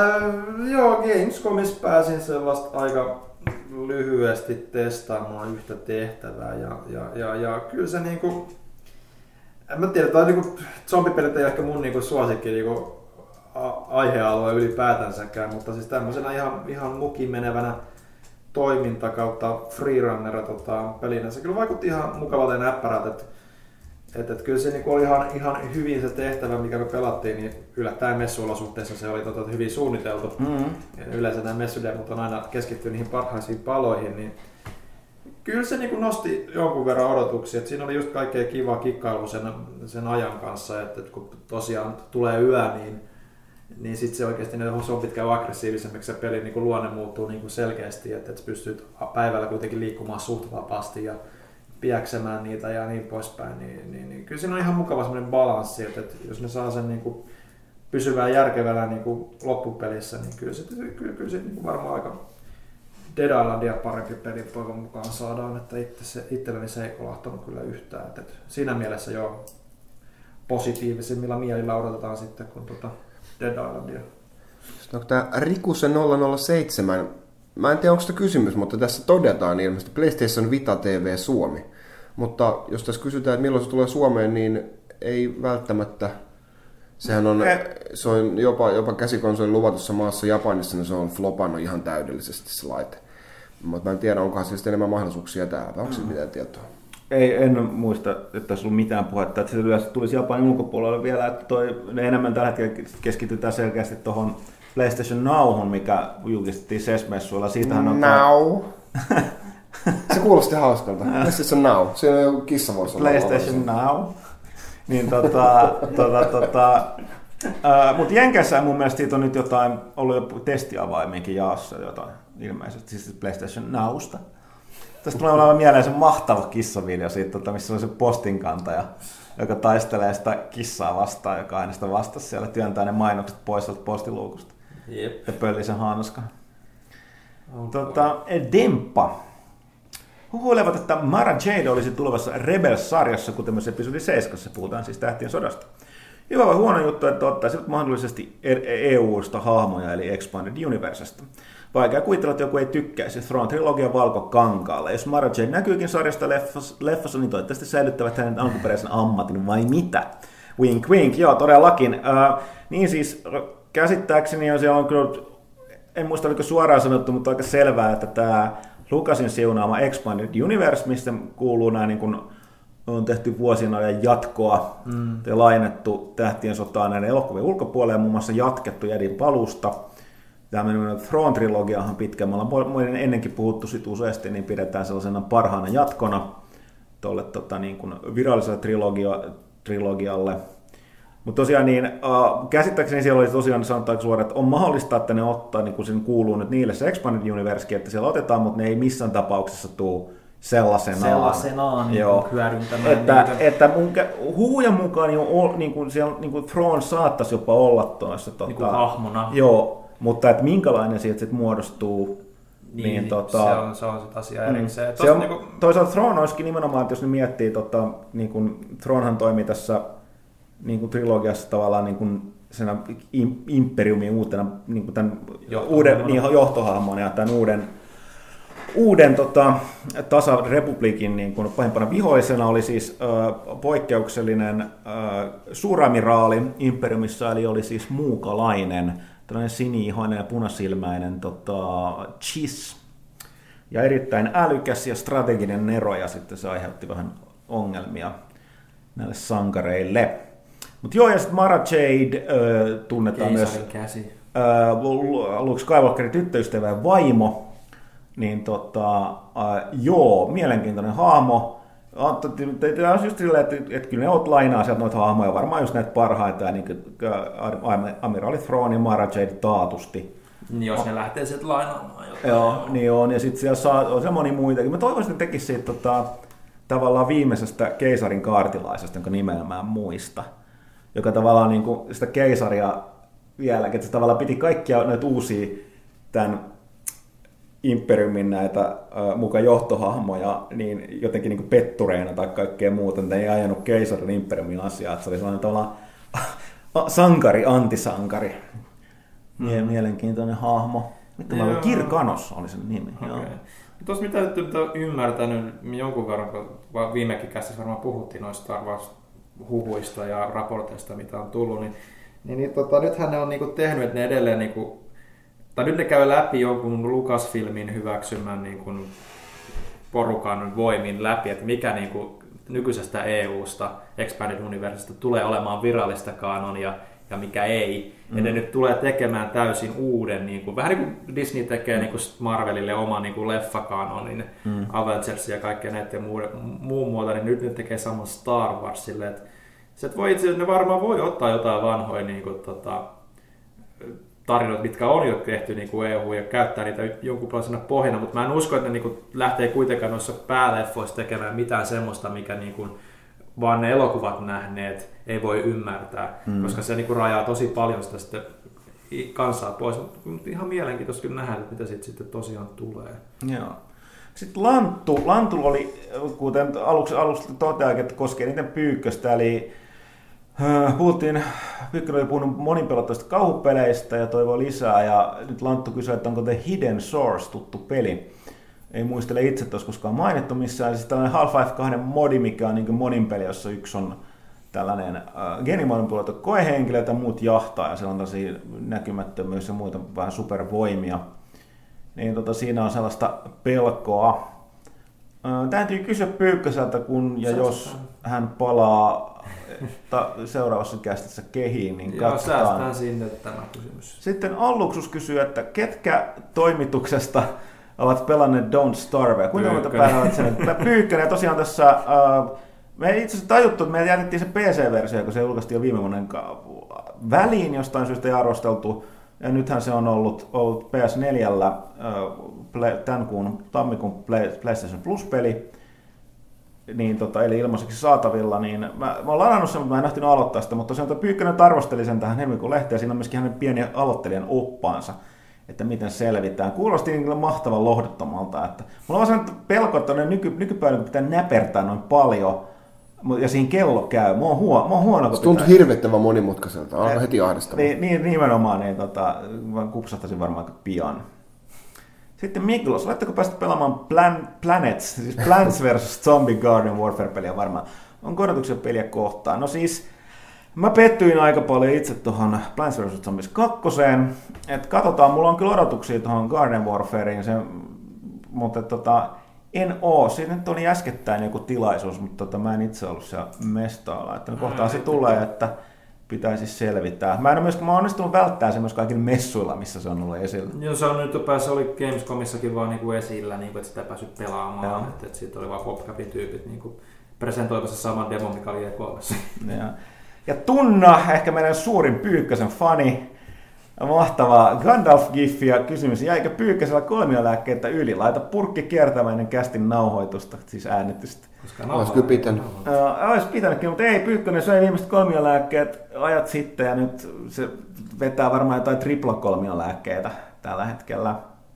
Joo, Gamescomissa pääsin sellaista aika lyhyesti testaamaan yhtä tehtävää. Ja kyllä se niinku... En mä tiedä, toi niinku zombipelit ei ehkä mun niinku suosikki niinku aihealue ylipäätänsäkään, mutta siis tämmöisenä ihan mukiin menevänä toiminta kautta freerunner pelinä. Se kyllä vaikutti ihan mukavalta ja näppärältä, että kyllä se niinku oli ihan hyvin se tehtävä, mikä me pelattiin, niin yllättäen messuolosuhteissa se oli hyvin suunniteltu. Yleensä nämä messudemot on aina keskittynyt niihin parhaisiin paloihin, niin kyllä se niinku nosti jonkun verran odotuksia, että siinä oli just kaikkea kivaa kikkailu sen ajan kanssa, että kun tosiaan tulee yö, niin sitten se oikeasti ne zombit käy aggressiivisemmiksi, se pelin niin luonne muuttuu niin selkeästi, että pystyt päivällä kuitenkin liikkumaan suht vapaasti ja piäksemään niitä ja niin poispäin. Niin kyllä siinä on ihan mukava semmoinen balanssi, että jos ne saa sen niin pysyvää järkevällä niin loppupelissä, niin kyllä se niin varmaan aika Dead Islandia parempi peli toivon mukaan saadaan, että itselleni se ei kolahtanut kyllä yhtään. Että siinä mielessä jo positiivisimmilla mielillä odotetaan sitten, kun Dead Islandia. Onko tämä Rikusen 007? Mä en tiedä, onko sitä kysymys, mutta tässä todetaan ilmeisesti PlayStation Vita TV Suomi. Mutta jos tässä kysytään, että milloin se tulee Suomeen, niin ei välttämättä. Sehän on, se on jopa käsikonsolin luvatussa maassa Japanissa, niin se on flopannut ihan täydellisesti se laite. Mutta mä en tiedä, onkohan siitä enemmän mahdollisuuksia täällä. Onko siitä mitään tietoa? En muista, että olisi ollut mitään puhetta, että se yleensä tulisi Japanin ulkopuolelle vielä, että ne enemmän tällä hetkellä keskitytään selkeästi tuohon PlayStation Nowhun, mikä julkistettiin SES-messuilla. Siitähän on Now. Se kuulosti hauskalta. PlayStation Now. Siinä on joku kissa voisi olla. PlayStation Now. Niin mutta Jenkeissä mun mielestä siitä on nyt jotain, ollut jo testiavaimienkin jaossa jotain ilmeisesti, siis PlayStation Nowsta. Tästä tulee olemaan mieleen se mahtava kissavideo siitä, missä on se postinkantaja, joka taistelee sitä kissaa vastaan, joka aina sitä vastasi siellä, työntää ne mainokset pois sieltä postiluukusta. Jep. Ja pöllii sen hanskan. Demppa. Huhuilevat, että Mara Jade olisi tulevassa Rebels-sarjassa, kuten myös episodi 7, puhutaan siis Tähtien sodasta. Hyvä vai huono juttu, että ottaisivat mahdollisesti EUsta hahmoja, eli Expanded Universesta. Vaikea kuvitella, että joku ei tykkäisi Throne-trilogian valkokankaalle. Jos Mara Jade näkyykin sarjasta leffassa, niin toivottavasti säilyttävät hänen alkuperäisen ammatin, vai mitä? Wink wink, joo todellakin. Niin siis käsittääkseni on siellä on kyllä, en muista oliko suoraan sanottu, mutta aika selvää, että tämä Lucasin siunaama Expanded Universe, mistä kuuluu nämä niin kuin on tehty vuosien ajan jatkoa ja lainettu Tähtien sotaa näiden elokuvien ulkopuolelle ja muun muassa jatkettu Jedin palusta. Tämä Throne-trilogiahan pitkään, me ollaan ennenkin puhuttu sit useasti, niin pidetään sellaisena parhaana jatkona tuolle niin kuin viralliselle trilogialle. Mutta tosiaan niin, käsittääkseni siellä oli tosiaan sanotaanko suoraan, että on mahdollista, että ne ottaa, niin kuin sen kuuluu nyt niille se Expanded Universekin, että siellä otetaan, mutta ne ei missään tapauksessa tule sellaisenaan niin hyödyntämään että mun huhujen mukaan niin siellä niin Throne saattaisi jopa olla tuossa niin hahmona. Joo, mutta että minkälainen siitä sitten muodostuu, niin se on sit asia erikseen. Toisaalta Throne olisikin nimenomaan, että jos ne miettii, niin kuin Thronehan toimi tässä niin kuin trilogiassa tavallaan niin kuin senä imperiumin uutena niin kuin tämän uuden johtohahmon ja tämän uuden tasarepubliikin niin kuin pahimpana vihoisena oli siis poikkeuksellinen suuramiraali imperiumissa, eli oli siis muukalainen, tällainen siniihoinen ja punasilmäinen Chiss, ja erittäin älykäs ja strateginen nero, ja sitten se aiheutti vähän ongelmia näille sankareille. Mutta joo, ja sitten Mara Jade tunnetaan myös Luke Skywalkerin tyttöystävä ja vaimo, niin joo, mielenkiintoinen hahmo. Tämä on just silleen, että kyllä ne lainaa sieltä noita hahmoja, varmaan just näitä parhaita, niin Amiraali Thrawn ja Mara Jade taatusti. Niin jos ne lähtee sieltä lainaamaan jotain. Joo, niin on, ja sitten siellä on se moni muitakin. Mä toivoisin, että tekisi siitä tavallaan viimeisestä keisarin kaartilaisesta, jonka nimeä mä en muista. Joka tavallaan niin kuin sitä keisaria vieläkin, että se tavallaan piti kaikkia näitä uusia tämän imperiumin näitä mukaan johtohahmoja niin jotenkin niin kuin pettureina tai kaikkea muuta, että ei ajanut keisarin imperiumin asiaa, että se oli sellainen tavallaan sankari, antisankari. Mielenkiintoinen hahmo. Kir Kanos oli sen nimi. Okay. Tuossa mitä nyt ymmärtänyt jonkun verran, kun viimekin käsissä varmaan puhuttiin noista Star Wars-huhuista ja raporteista, mitä on tullut, niin nythän ne on niinku tehnyt, että ne edelleen niinku, tai nyt ne käy läpi jonkun Lucasfilmin hyväksymän niinku porukan voimin läpi, että mikä niinku nykyisestä EUsta, Expanded Universesta tulee olemaan virallista kanonia ja mikä ei. Ja ne nyt tulee tekemään täysin uuden, niin kuin, vähän niin kuin Disney tekee niin kuin Marvelille oman niin leffakanonin, Avengers ja kaikkea näiden muun muuta, niin nyt ne tekee saman Star Warsille. Että ne varmaan voi ottaa jotain vanhoja niin kuin, tarinoita, mitkä on jo tehty niin kuin EU ja käyttää niitä jonkunlaisena pohjana, mutta mä en usko, että ne niin kuin, lähtee kuitenkaan noissa pääleffoissa tekemään mitään semmoista, mikä niin kuin, vaan ne elokuvat nähneet ei voi ymmärtää, koska se niinku rajaa tosi paljon sitä sitten kansaa pois. Mutta ihan mielenkiintoista kyllä nähdä, että mitä siitä sitten tosiaan tulee. Joo. Sitten Lanttu oli, kuten aluksi toteakin, että koskee niiden Pyykköstä, eli Pyykkönen oli puhunut monipelotteista kauhupeleistä ja toivoi lisää, ja nyt Lanttu kysyi, että onko The Hidden Source tuttu peli. Ei muistele itse, että olisi koskaan mainittu missään. Siis tällainen Half-Life 2 modi, mikä on niin monin peli, jossa yksi on tällainen geenimanipuloitu koehenkilö ja muut jahtaa, ja siellä on tällaisia näkymättömyys ja muita vähän supervoimia. Niin siinä on sellaista pelkoa. Täytyy kysyä Pyykköseltä, kun ja jos hän palaa seuraavassa kästissä kehiin, niin katsotaan. Säästään sinne tämä kysymys. Sitten Alluksus kysyy, että ketkä toimituksesta ovat pelanneet Don't Starve. Kuinka monta päivää olet sen? Pyykkönen, ja tosiaan tässä, me itse asiassa tajuttu, että me jätettiin se PC-versio, kun se julkaistiin jo viime vuoden väliin, jostain syystä ei arvosteltu. Ja nythän se on ollut PS4 tämän kuun tammikuun PlayStation Plus-peli, niin eli ilmaiseksi saatavilla, niin mä oon ladannut sen, mutta mä en ehtinyt aloittaa sitä, mutta tosiaan Pyykkönen arvosteli sen tähän helmikuun lehteen, ja siinä on myöskin hänen pieni aloittelijan oppaansa, että miten selvitään. Kuulosti niin mahtavan lohduttomalta, että mulla on vaan sellainen pelko, että nykypäivänä pitää näpertää noin paljon, ja siinä kello käy. Mä oon huono. Se tuntuu hirvettävän monimutkaiselta, alkaa heti ahdistamaan. Niin, nimenomaan, niin mä kupsahtaisin varmaan aika pian. Sitten Miklos, oletteko päässyt pelaamaan Planets, siis Plants vs. Zombie Garden Warfare-peliä varmaan? Onko odotuksia peliä kohtaan? No siis, mä pettyin aika paljon itse tuohon Plants vs. Zombies 2. Et katsotaan, mulla on kyllä odotuksia tuohon Garden Warfareen, mutta en oo. Siitä nyt oli äskettäin joku tilaisuus, mutta mä en itse ollut siellä mestaalla. Että kohtaan se tulee, että pitäisi selvittää. Mä oon onnistunut välttämään se myös kaikilla messuilla, missä se on ollut esillä. Joo, se on nyt päässä, oli Gamescomissakin vaan niinku esillä, niinku, että sitä ei päässyt pelaamaan. Että siitä oli vaan PopCapin tyypit niinku presentoimassa saman demon, mikä oli E3:ssa. Ja Tunna, ehkä meidän suurin Pyykkösen fani, mahtavaa Gandalf-giffi ja kysymys, jäikö Pyykkösellä kolmiolääkkeitä yli? Laita purkki kiertämään kästin nauhoitusta, siis äänitystä. Olisi kyllä pitänyt. Olisi pitänytkin, mutta ei, Pyykkönen söi viimeiset kolmiolääkkeet ajat sitten ja nyt se vetää varmaan jotain tripla-kolmiolääkkeitä tällä hetkellä.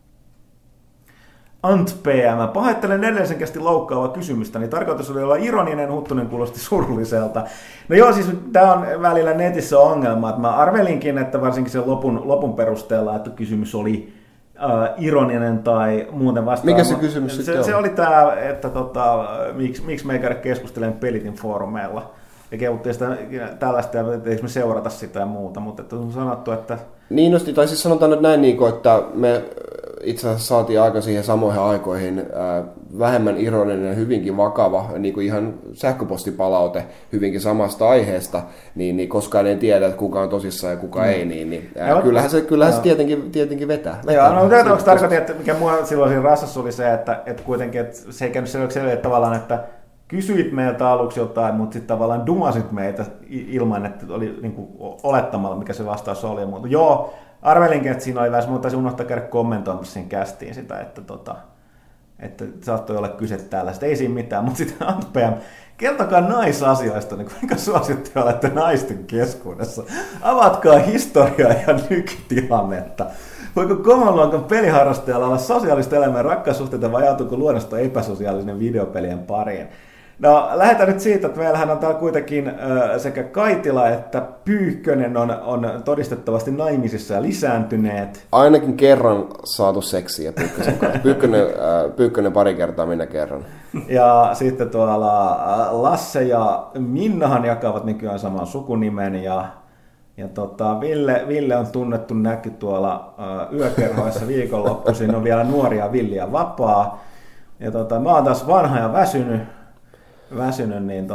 AntPM. Pahoittelen edellisenkästi loukkaavaa kysymystä, niin tarkoitus oli olla ironinen, Huttunen kuulosti surulliselta. No joo, siis tämä on välillä netissä ongelma, että mä arvelinkin, että varsinkin sen lopun perusteella, että kysymys oli ironinen tai muuten vastaava. Mikä se kysymys sitten on? Se oli tämä, että miksi me ei käydä keskustelemaan Pelitin foorumeilla. Ja kehuttiin sitä tällaista, ja eikö me seurata sitä ja muuta, mutta että on sanottu, että... Niin, tai siis sanotaan nyt näin, että me itse asiassa saatiin aika siihen samoihin aikoihin vähemmän ironinen ja hyvinkin vakava, niin kuin ihan sähköpostipalaute hyvinkin samasta aiheesta, niin koskaan ei tiedä, että kuka on tosissaan ja kuka ei, niin kyllähän se tietenkin vetää. Joo, no onko tarkoitin, että mikä mua silloin siinä rassassa oli se, että kuitenkin että se ei käynyt selväksi tavallaan, että kysyit meiltä aluksi jotain, mutta sitten tavallaan dumasit meitä ilman, että oli niin kuin olettamalla, mikä se vastaus oli. Mutta joo, arvelinkin, että siinä oli vähän, mutta taisin unohtaa käydä kommentoimassa sen kästiin sitä, että saattoi olla kyse tällaista. Ei siinä mitään, mutta sitten AntPM, kertokaa naisasioista, niin kuinka suosittuja olette naisten keskuudessa. Avatkaa historiaa ja nykytilannetta. Voiko kovan luokan peliharrastajalla olla sosiaalista elämää ja rakkaussuhteita vai ajautuuko luonnosta epäsosiaalinen videopelien pariin? No, lähdetään nyt siitä, että meillähän on täällä kuitenkin sekä Kaitila että Pyykkönen on todistettavasti naimisissa ja lisääntyneet. Ainakin kerran saatu seksiä Pyykkösen kanssa. Pyykkönen pari kertaa, minä kerran. Ja sitten tuolla Lasse ja Minnahan jakavat nykyään saman sukunimen ja Ville on tunnettu näky tuolla yökerhoissa viikonloppuisin, on vielä nuoria, Villi ja vapaa. Ja mä oon taas vanha ja väsynyt niin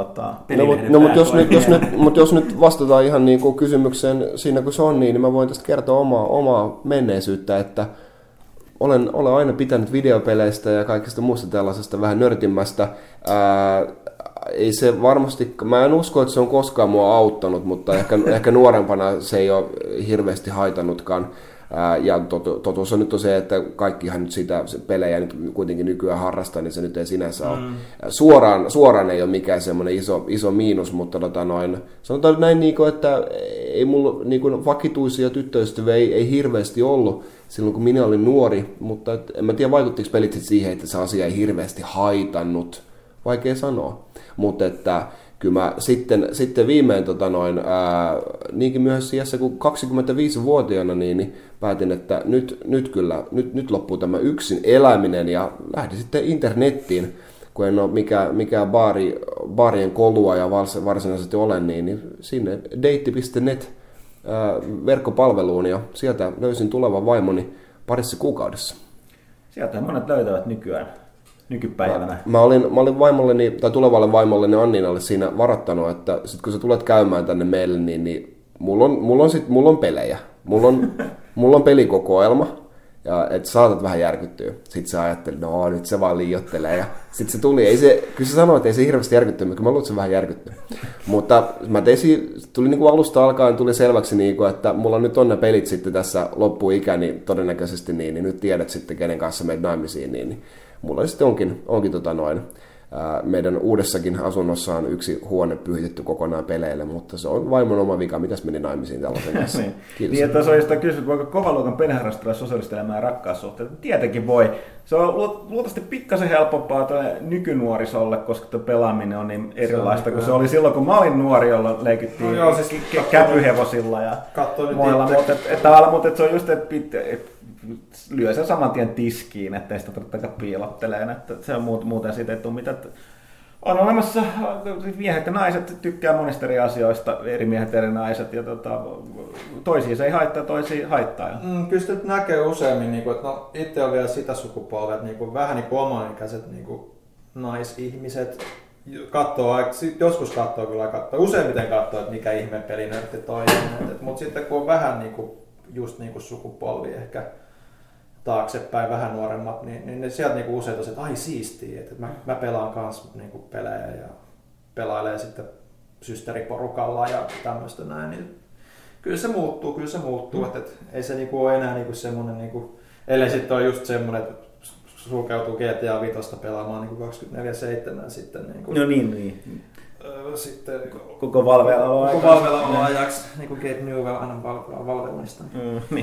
mutta jos nyt vastataan ihan niin kuin kysymykseen siinä kun se on niin mä voin tästä kertoa omaa menneisyyttä, että olen aina pitänyt videopeleistä ja kaikista muusta tällaisesta vähän nörtimmästä. Ei se varmasti, mä en usko, että se on koskaan mua auttanut, mutta ehkä nuorempana se ei ole hirveästi haitannutkaan. Ja totuus on nyt se, että kaikkihan nyt sitä pelejä nyt kuitenkin nykyään harrastaa, niin se nyt ei sinänsä ole. Suoraan ei ole mikään semmoinen iso miinus, mutta sanotaan näin, että ei mulla vakituisia tyttöystäviä ei hirveästi ollut silloin, kun minä olin nuori, mutta en mä tiedä, vaikuttiko pelit siihen, että se asia ei hirveästi haitannut. Vaikea sanoa, mutta että kyllä mä sitten viimein niinkin myöhässä iässä kuin 25-vuotiaana niin päätin, että nyt loppuu tämä yksin eläminen ja lähdin sitten internettiin, kun en ole mikään baarien kolua ja varsinaisesti olen, niin sinne date.net verkkopalveluun ja sieltä löysin tulevan vaimoni parissa kuukaudessa. Sieltä monet löytävät nykypäivänä. Mä olin vaimolleni, tai tulevalle vaimolleni Anninalle siinä varoittanut, että sit kun sä tulet käymään tänne meille, niin mulla on pelejä. Mulla on pelikokoelma, ja että saatat vähän järkyttyä. Sitten se ajatteli, no nyt se vaan liioittelee. Ja sitten se tuli, kyllä se sanoi, että ei se hirveästi järkyttynyt, mutta mä luulen, että se vähän järkyttyy. Mutta tuli niin kuin alusta alkaen tuli selväksi, niin kuin, että mulla nyt on ne pelit sitten tässä loppuikäni todennäköisesti, niin nyt tiedät sitten, kenen kanssa menet naimisiin. Niin mulla sitten onkin meidän uudessakin asunnossa on yksi huone pyhitetty kokonaan peleille, mutta se on vaimon oma vika. Mitäs meni naimisiin tällaisen kanssa? Niin, että se oli sitä kysymys, voiko kovaluokan peliharrastella sosiaalista elämää ja rakkaussuhteita. Tietenkin voi. Se on luultavasti pikkasen helpompaa nykynuorisolle, koska tuo pelaaminen on niin erilaista kuin se oli silloin, kun mä olin nuori, jolloin leikyttiin käpyhevosilla ja muilla. Mutta se on just, että lyö sen saman tien tiskiin, ettei sitä tarvitse piilottelemaan. Että se on muuten siitä ei tule mitään. On olemassa miehet ja naiset, tykkää monista eri asioista, eri miehet ja eri naiset, ja toisia se ei haittaa, toisia haittaa. Kyllä sitä näkee useammin, että itse on vielä sitä sukupolvea, että vähän niin kuin omanikäiset naisihmiset joskus katsoo kyllä, useimmiten katsoo, että mikä ihme pelinörtti toi. Mutta sitten kun on vähän just sukupolvi ehkä taaksepäin vähän nuoremmat, niin ne sieltä usein tosiaan, että ai siistiä, että mä pelaan kans pelejä ja pelailee sitten systeriporukalla ja tämmöistä näin. Niin kyllä se muuttuu, että ei se ole enää semmoinen, ellei sitten ole just semmoinen, että sulkeutuu GTA 5 pelaamaan 24/7 sitten. No niin. Sitten koko Valvealla ajaksi, niin kuin Gabe Newell aina Valveunista. Niin.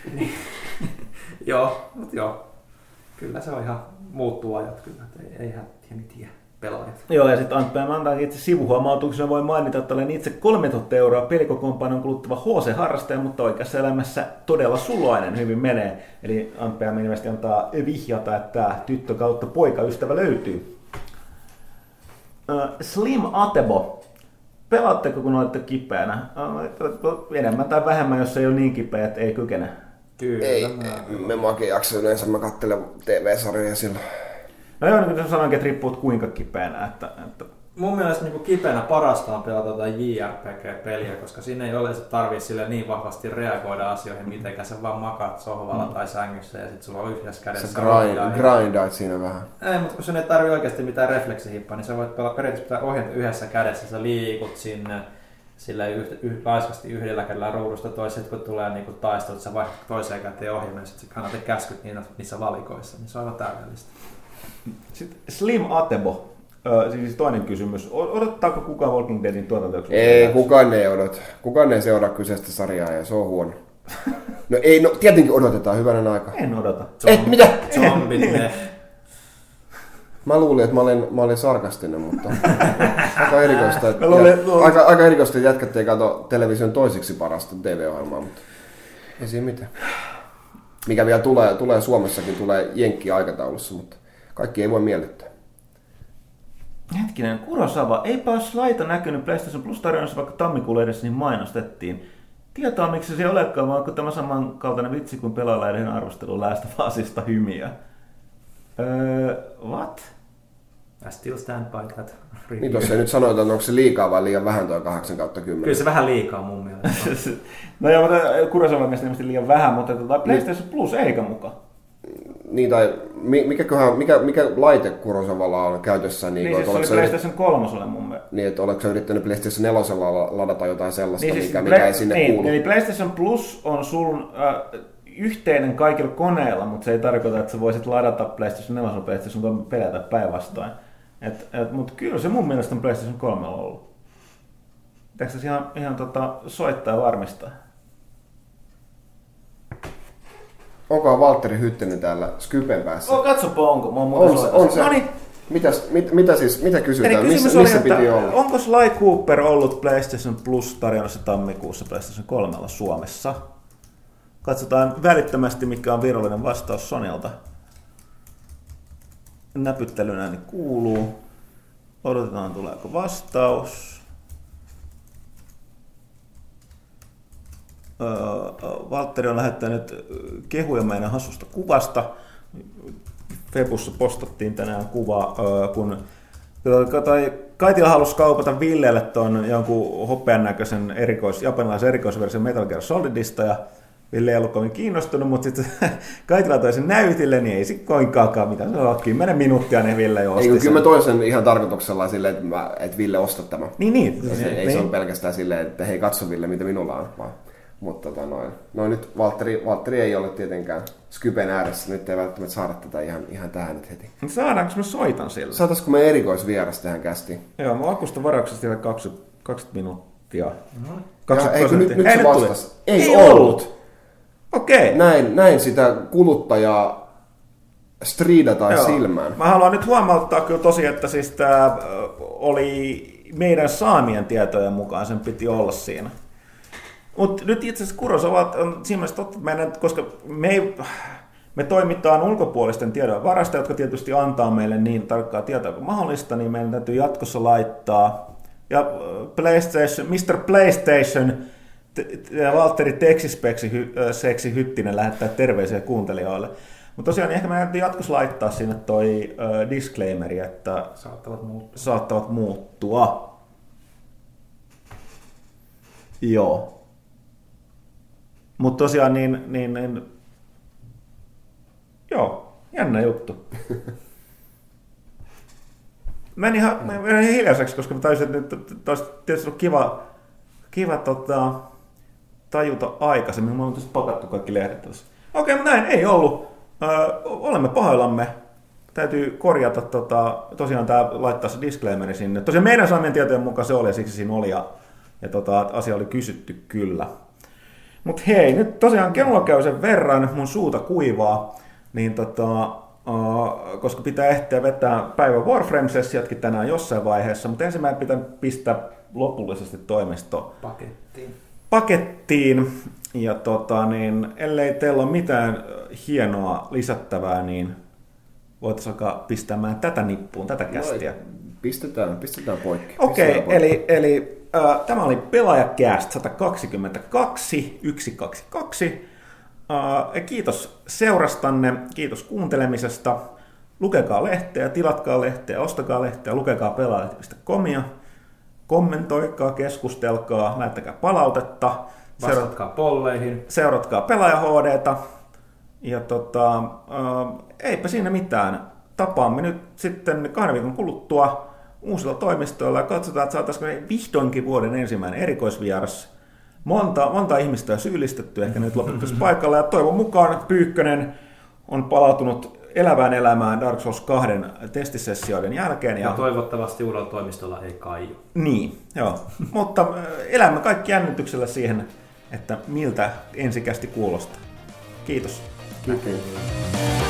Joo. Kyllä se on ihan muuttuu ajat kyllä, että ei tiedä pelaajat. Joo, ja sitten antaa itse sivuhuomautuksena voi mainita, että olen itse 3000 € pelikokoonpanon kuluttava HC-harrastaja, mutta oikeassa elämässä todella sulainen hyvin menee. Eli Antpm ilmeisesti antaa vihjata, että tyttö kautta poikaystävä löytyy. Slim Atebo. Pelaatteko, kun olette kipeänä? Enemmän tai vähemmän, jos ei ole niin kipeä, että ei kykene. Kyllä. Ei, me makin jakso yleensä, mä katselen TV-sarjoja silloin. No joo, niin kuin sanoinkin, että riippuu kuinka kipeänä. Että... Mun mielestä niin kipeänä parasta on pelata tätä JRPG-peliä, koska siinä ei ole se tarvitse niin vahvasti reagoida asioihin, mitenkään sä vaan makaat sohvalla tai sängyssä ja sit sulla on yhdessä kädessä. Sä grindaat siinä vähän. Ei, mutta kun sun ei tarvitse oikeasti mitään refleksihippaa, niin sä voit periaatteessa pitää ohjata yhdessä kädessä, sä liikut sinne sillä laiskasti yhdellä kädellä ruudusta toiseen, kun tulee niinku taistelut, sä vaihdat toiseen käteen ohjelmaan ja sitten sä kannat käskyt niissä valikoissa, niin se on aivan täydellistä. Sitten Slim Atebo. Siis toinen kysymys. Odottaako kukaan Walking Deadin tuotantojaksoa? Ei, kukaan ei odota. Kukaan ei seuraa kyseistä sarjaa ja se on huono. No ei, tietenkin odotetaan hyvänen aika. En odota. Mitä? Zombit ne. Mä luulin, että mä olin sarkastinen, mutta aika erikoista, aika erikoista, että jätkät ei katso television toisiksi parasta TV-ohjelmaa, mutta ei siinä mitään. Mikä vielä tulee Suomessakin, tulee Jenkki-aikataulussa, mutta kaikki ei voi miellyttää. Hetkinen, Kurosawa, eipä ole laita näkynyt PlayStation Plus-tarjonnassa, vaikka tammikuun edessä niin mainostettiin. Tietoa, miksi se ei olekaan, vaan onko tämä samankaltainen vitsi kuin pelaajaiden arvostelu Last of Usista hymiä. What? I still stand by that. Niin tuossa ei nyt sanoa, että onko se liikaa vai liian vähän tuo 8/10. Kyllä se vähän liikaa mun mielestä. No joo, mutta Kurosawa mielestäni liian vähän, mutta PlayStation Plus eikä mukaan. Niin, tai mikä laite Kurosawalla on käytössä? Niin siis se oli PlayStation 3 mun mielestä. Niin, että oletko sä yrittänyt PlayStation 4 ladata jotain sellaista, niin siis mikä ei sinne kuulu? Eli PlayStation Plus on sun yhteinen kaikilla koneilla, mutta se ei tarkoita, että sä voisit ladata PlayStation 4 ja PlayStation 3 pelejä tai päinvastoin. Mutta kyllä se mun mielestä on PlayStation 3 ollut. Pitääkö se ihan soittaa ja varmistaa? Onko Valtteri Hyttönen täällä Skypen päässä? Katsopa onko. On se. Noniin. Mitä kysytään? Missä piti olla? Onko Sly Cooper ollut PlayStation Plus tarjonnassa tammikuussa PlayStation 3 Suomessa? Katsotaan välittömästi, mikä on virallinen vastaus Sonylta. Näpyttelynääni kuuluu. Odotetaan, tuleeko vastaus. Valtteri on lähettänyt kehuja meidän hassusta kuvasta. Febussa postattiin tänään kuva, kun Kaitila halusi kaupata Villelle tuon jonkun hopean näköisen japanilaisen erikoisversion Metal Gear Solidista, ja Ville ei ollut kovin kiinnostunut, mutta sitten Kaitila toi sen näytille, niin ei se koinkaakaan mitään. Se on 10 minuuttia, niin Ville jo osti sen. Kyllä mä toin sen ihan tarkoituksella silleen, että Ville ostaa tämä. Niin. Ei se ole pelkästään silleen, että hei katso Ville, mitä minulla on, vaan. Mutta noin nyt Valtteri ei ole tietenkään Skypen ääressä, nyt ei välttämättä saada tätä ihan tähän nyt heti. Saadaanko me soitan sillä? Saataisiko me erikoisvieras tähän kästiin? Joo, mä akusta varauksesta vielä 20 minuuttia. 20%. Nyt se vastasi. Ei ollut. Okei. Näin sitä kuluttajaa striidataan silmään. Mä haluan nyt huomauttaa kyllä tosiaan, että siis tää oli meidän saamien tietojen mukaan, sen piti olla siinä. Mutta nyt itse asiassa Kurosawa on siinä mielessä totta, koska me toimitaan ulkopuolisten tiedon varasta, jotka tietysti antaa meille niin tarkkaa tietoa kuin mahdollista, niin meidän täytyy jatkossa laittaa. Ja Mr. PlayStation ja Valtteri Teksiseksi Hyttinen lähettää terveisiä kuuntelijoille. Mutta tosiaan niin ehkä meidän täytyy jatkossa laittaa sinne toi disclaimeri, että saattavat muuttua. Joo. Mutta tosiaan niin joo, jännä juttu. Meni ihan hiljaiseksi, koska mä tajusin, että olisi tietysti ollut kiva tajuta aikaisemmin. Mä oon tietysti pakattu kaikki lehdet tässä. Okei, mutta näin ei ollut. Olemme pahoillamme. Täytyy korjata, tosiaan tää laittaa se disclaimeri sinne. Tosiaan meidän saamien tietojen mukaan se oli ja siksi siinä oli ja asia oli kysytty kyllä. Mut hei, nyt tosiaan kello käy sen verran, mun suuta kuivaa, niin koska pitää ehtiä vetää päivän Warframe-sessiotkin tänään jossain vaiheessa, mutta ensimmäinen pitää pistää lopullisesti toimisto pakettiin. Ja ellei teillä ole mitään hienoa lisättävää, niin voitaisiin alkaa pistämään tätä nippuun, tätä kästiä. Pistetään poikki. Okei, eli tämä oli Pelaajakäst 122. Kiitos seurastanne, kiitos kuuntelemisesta. Lukekaa lehteä, tilatkaa lehteä, ostakaa lehteä, lukekaa pelaajalehti.comia. Kommentoikaa, keskustelkaa, lähettäkää palautetta. Vastatkaa polleihin. Seuratkaa Pelaaja HD:ta. Ja eipä siinä mitään. Tapaamme nyt sitten 2 viikon kuluttua uusilla toimistoilla ja katsotaan, että saataisiko vihdoinkin vuoden ensimmäinen erikoisvieras. Monta ihmistä on syyllistetty, ehkä nyt loputtaisi paikalla. Ja toivon mukaan Pyykkönen on palautunut elävään elämään Dark Souls 2 testisessioiden jälkeen. Ja toivottavasti uudella toimistolla ei kaiju. Niin, joo. Mutta elämme kaikki jännityksellä siihen, että miltä ensikästi kuulostaa. Kiitos. Kiitos.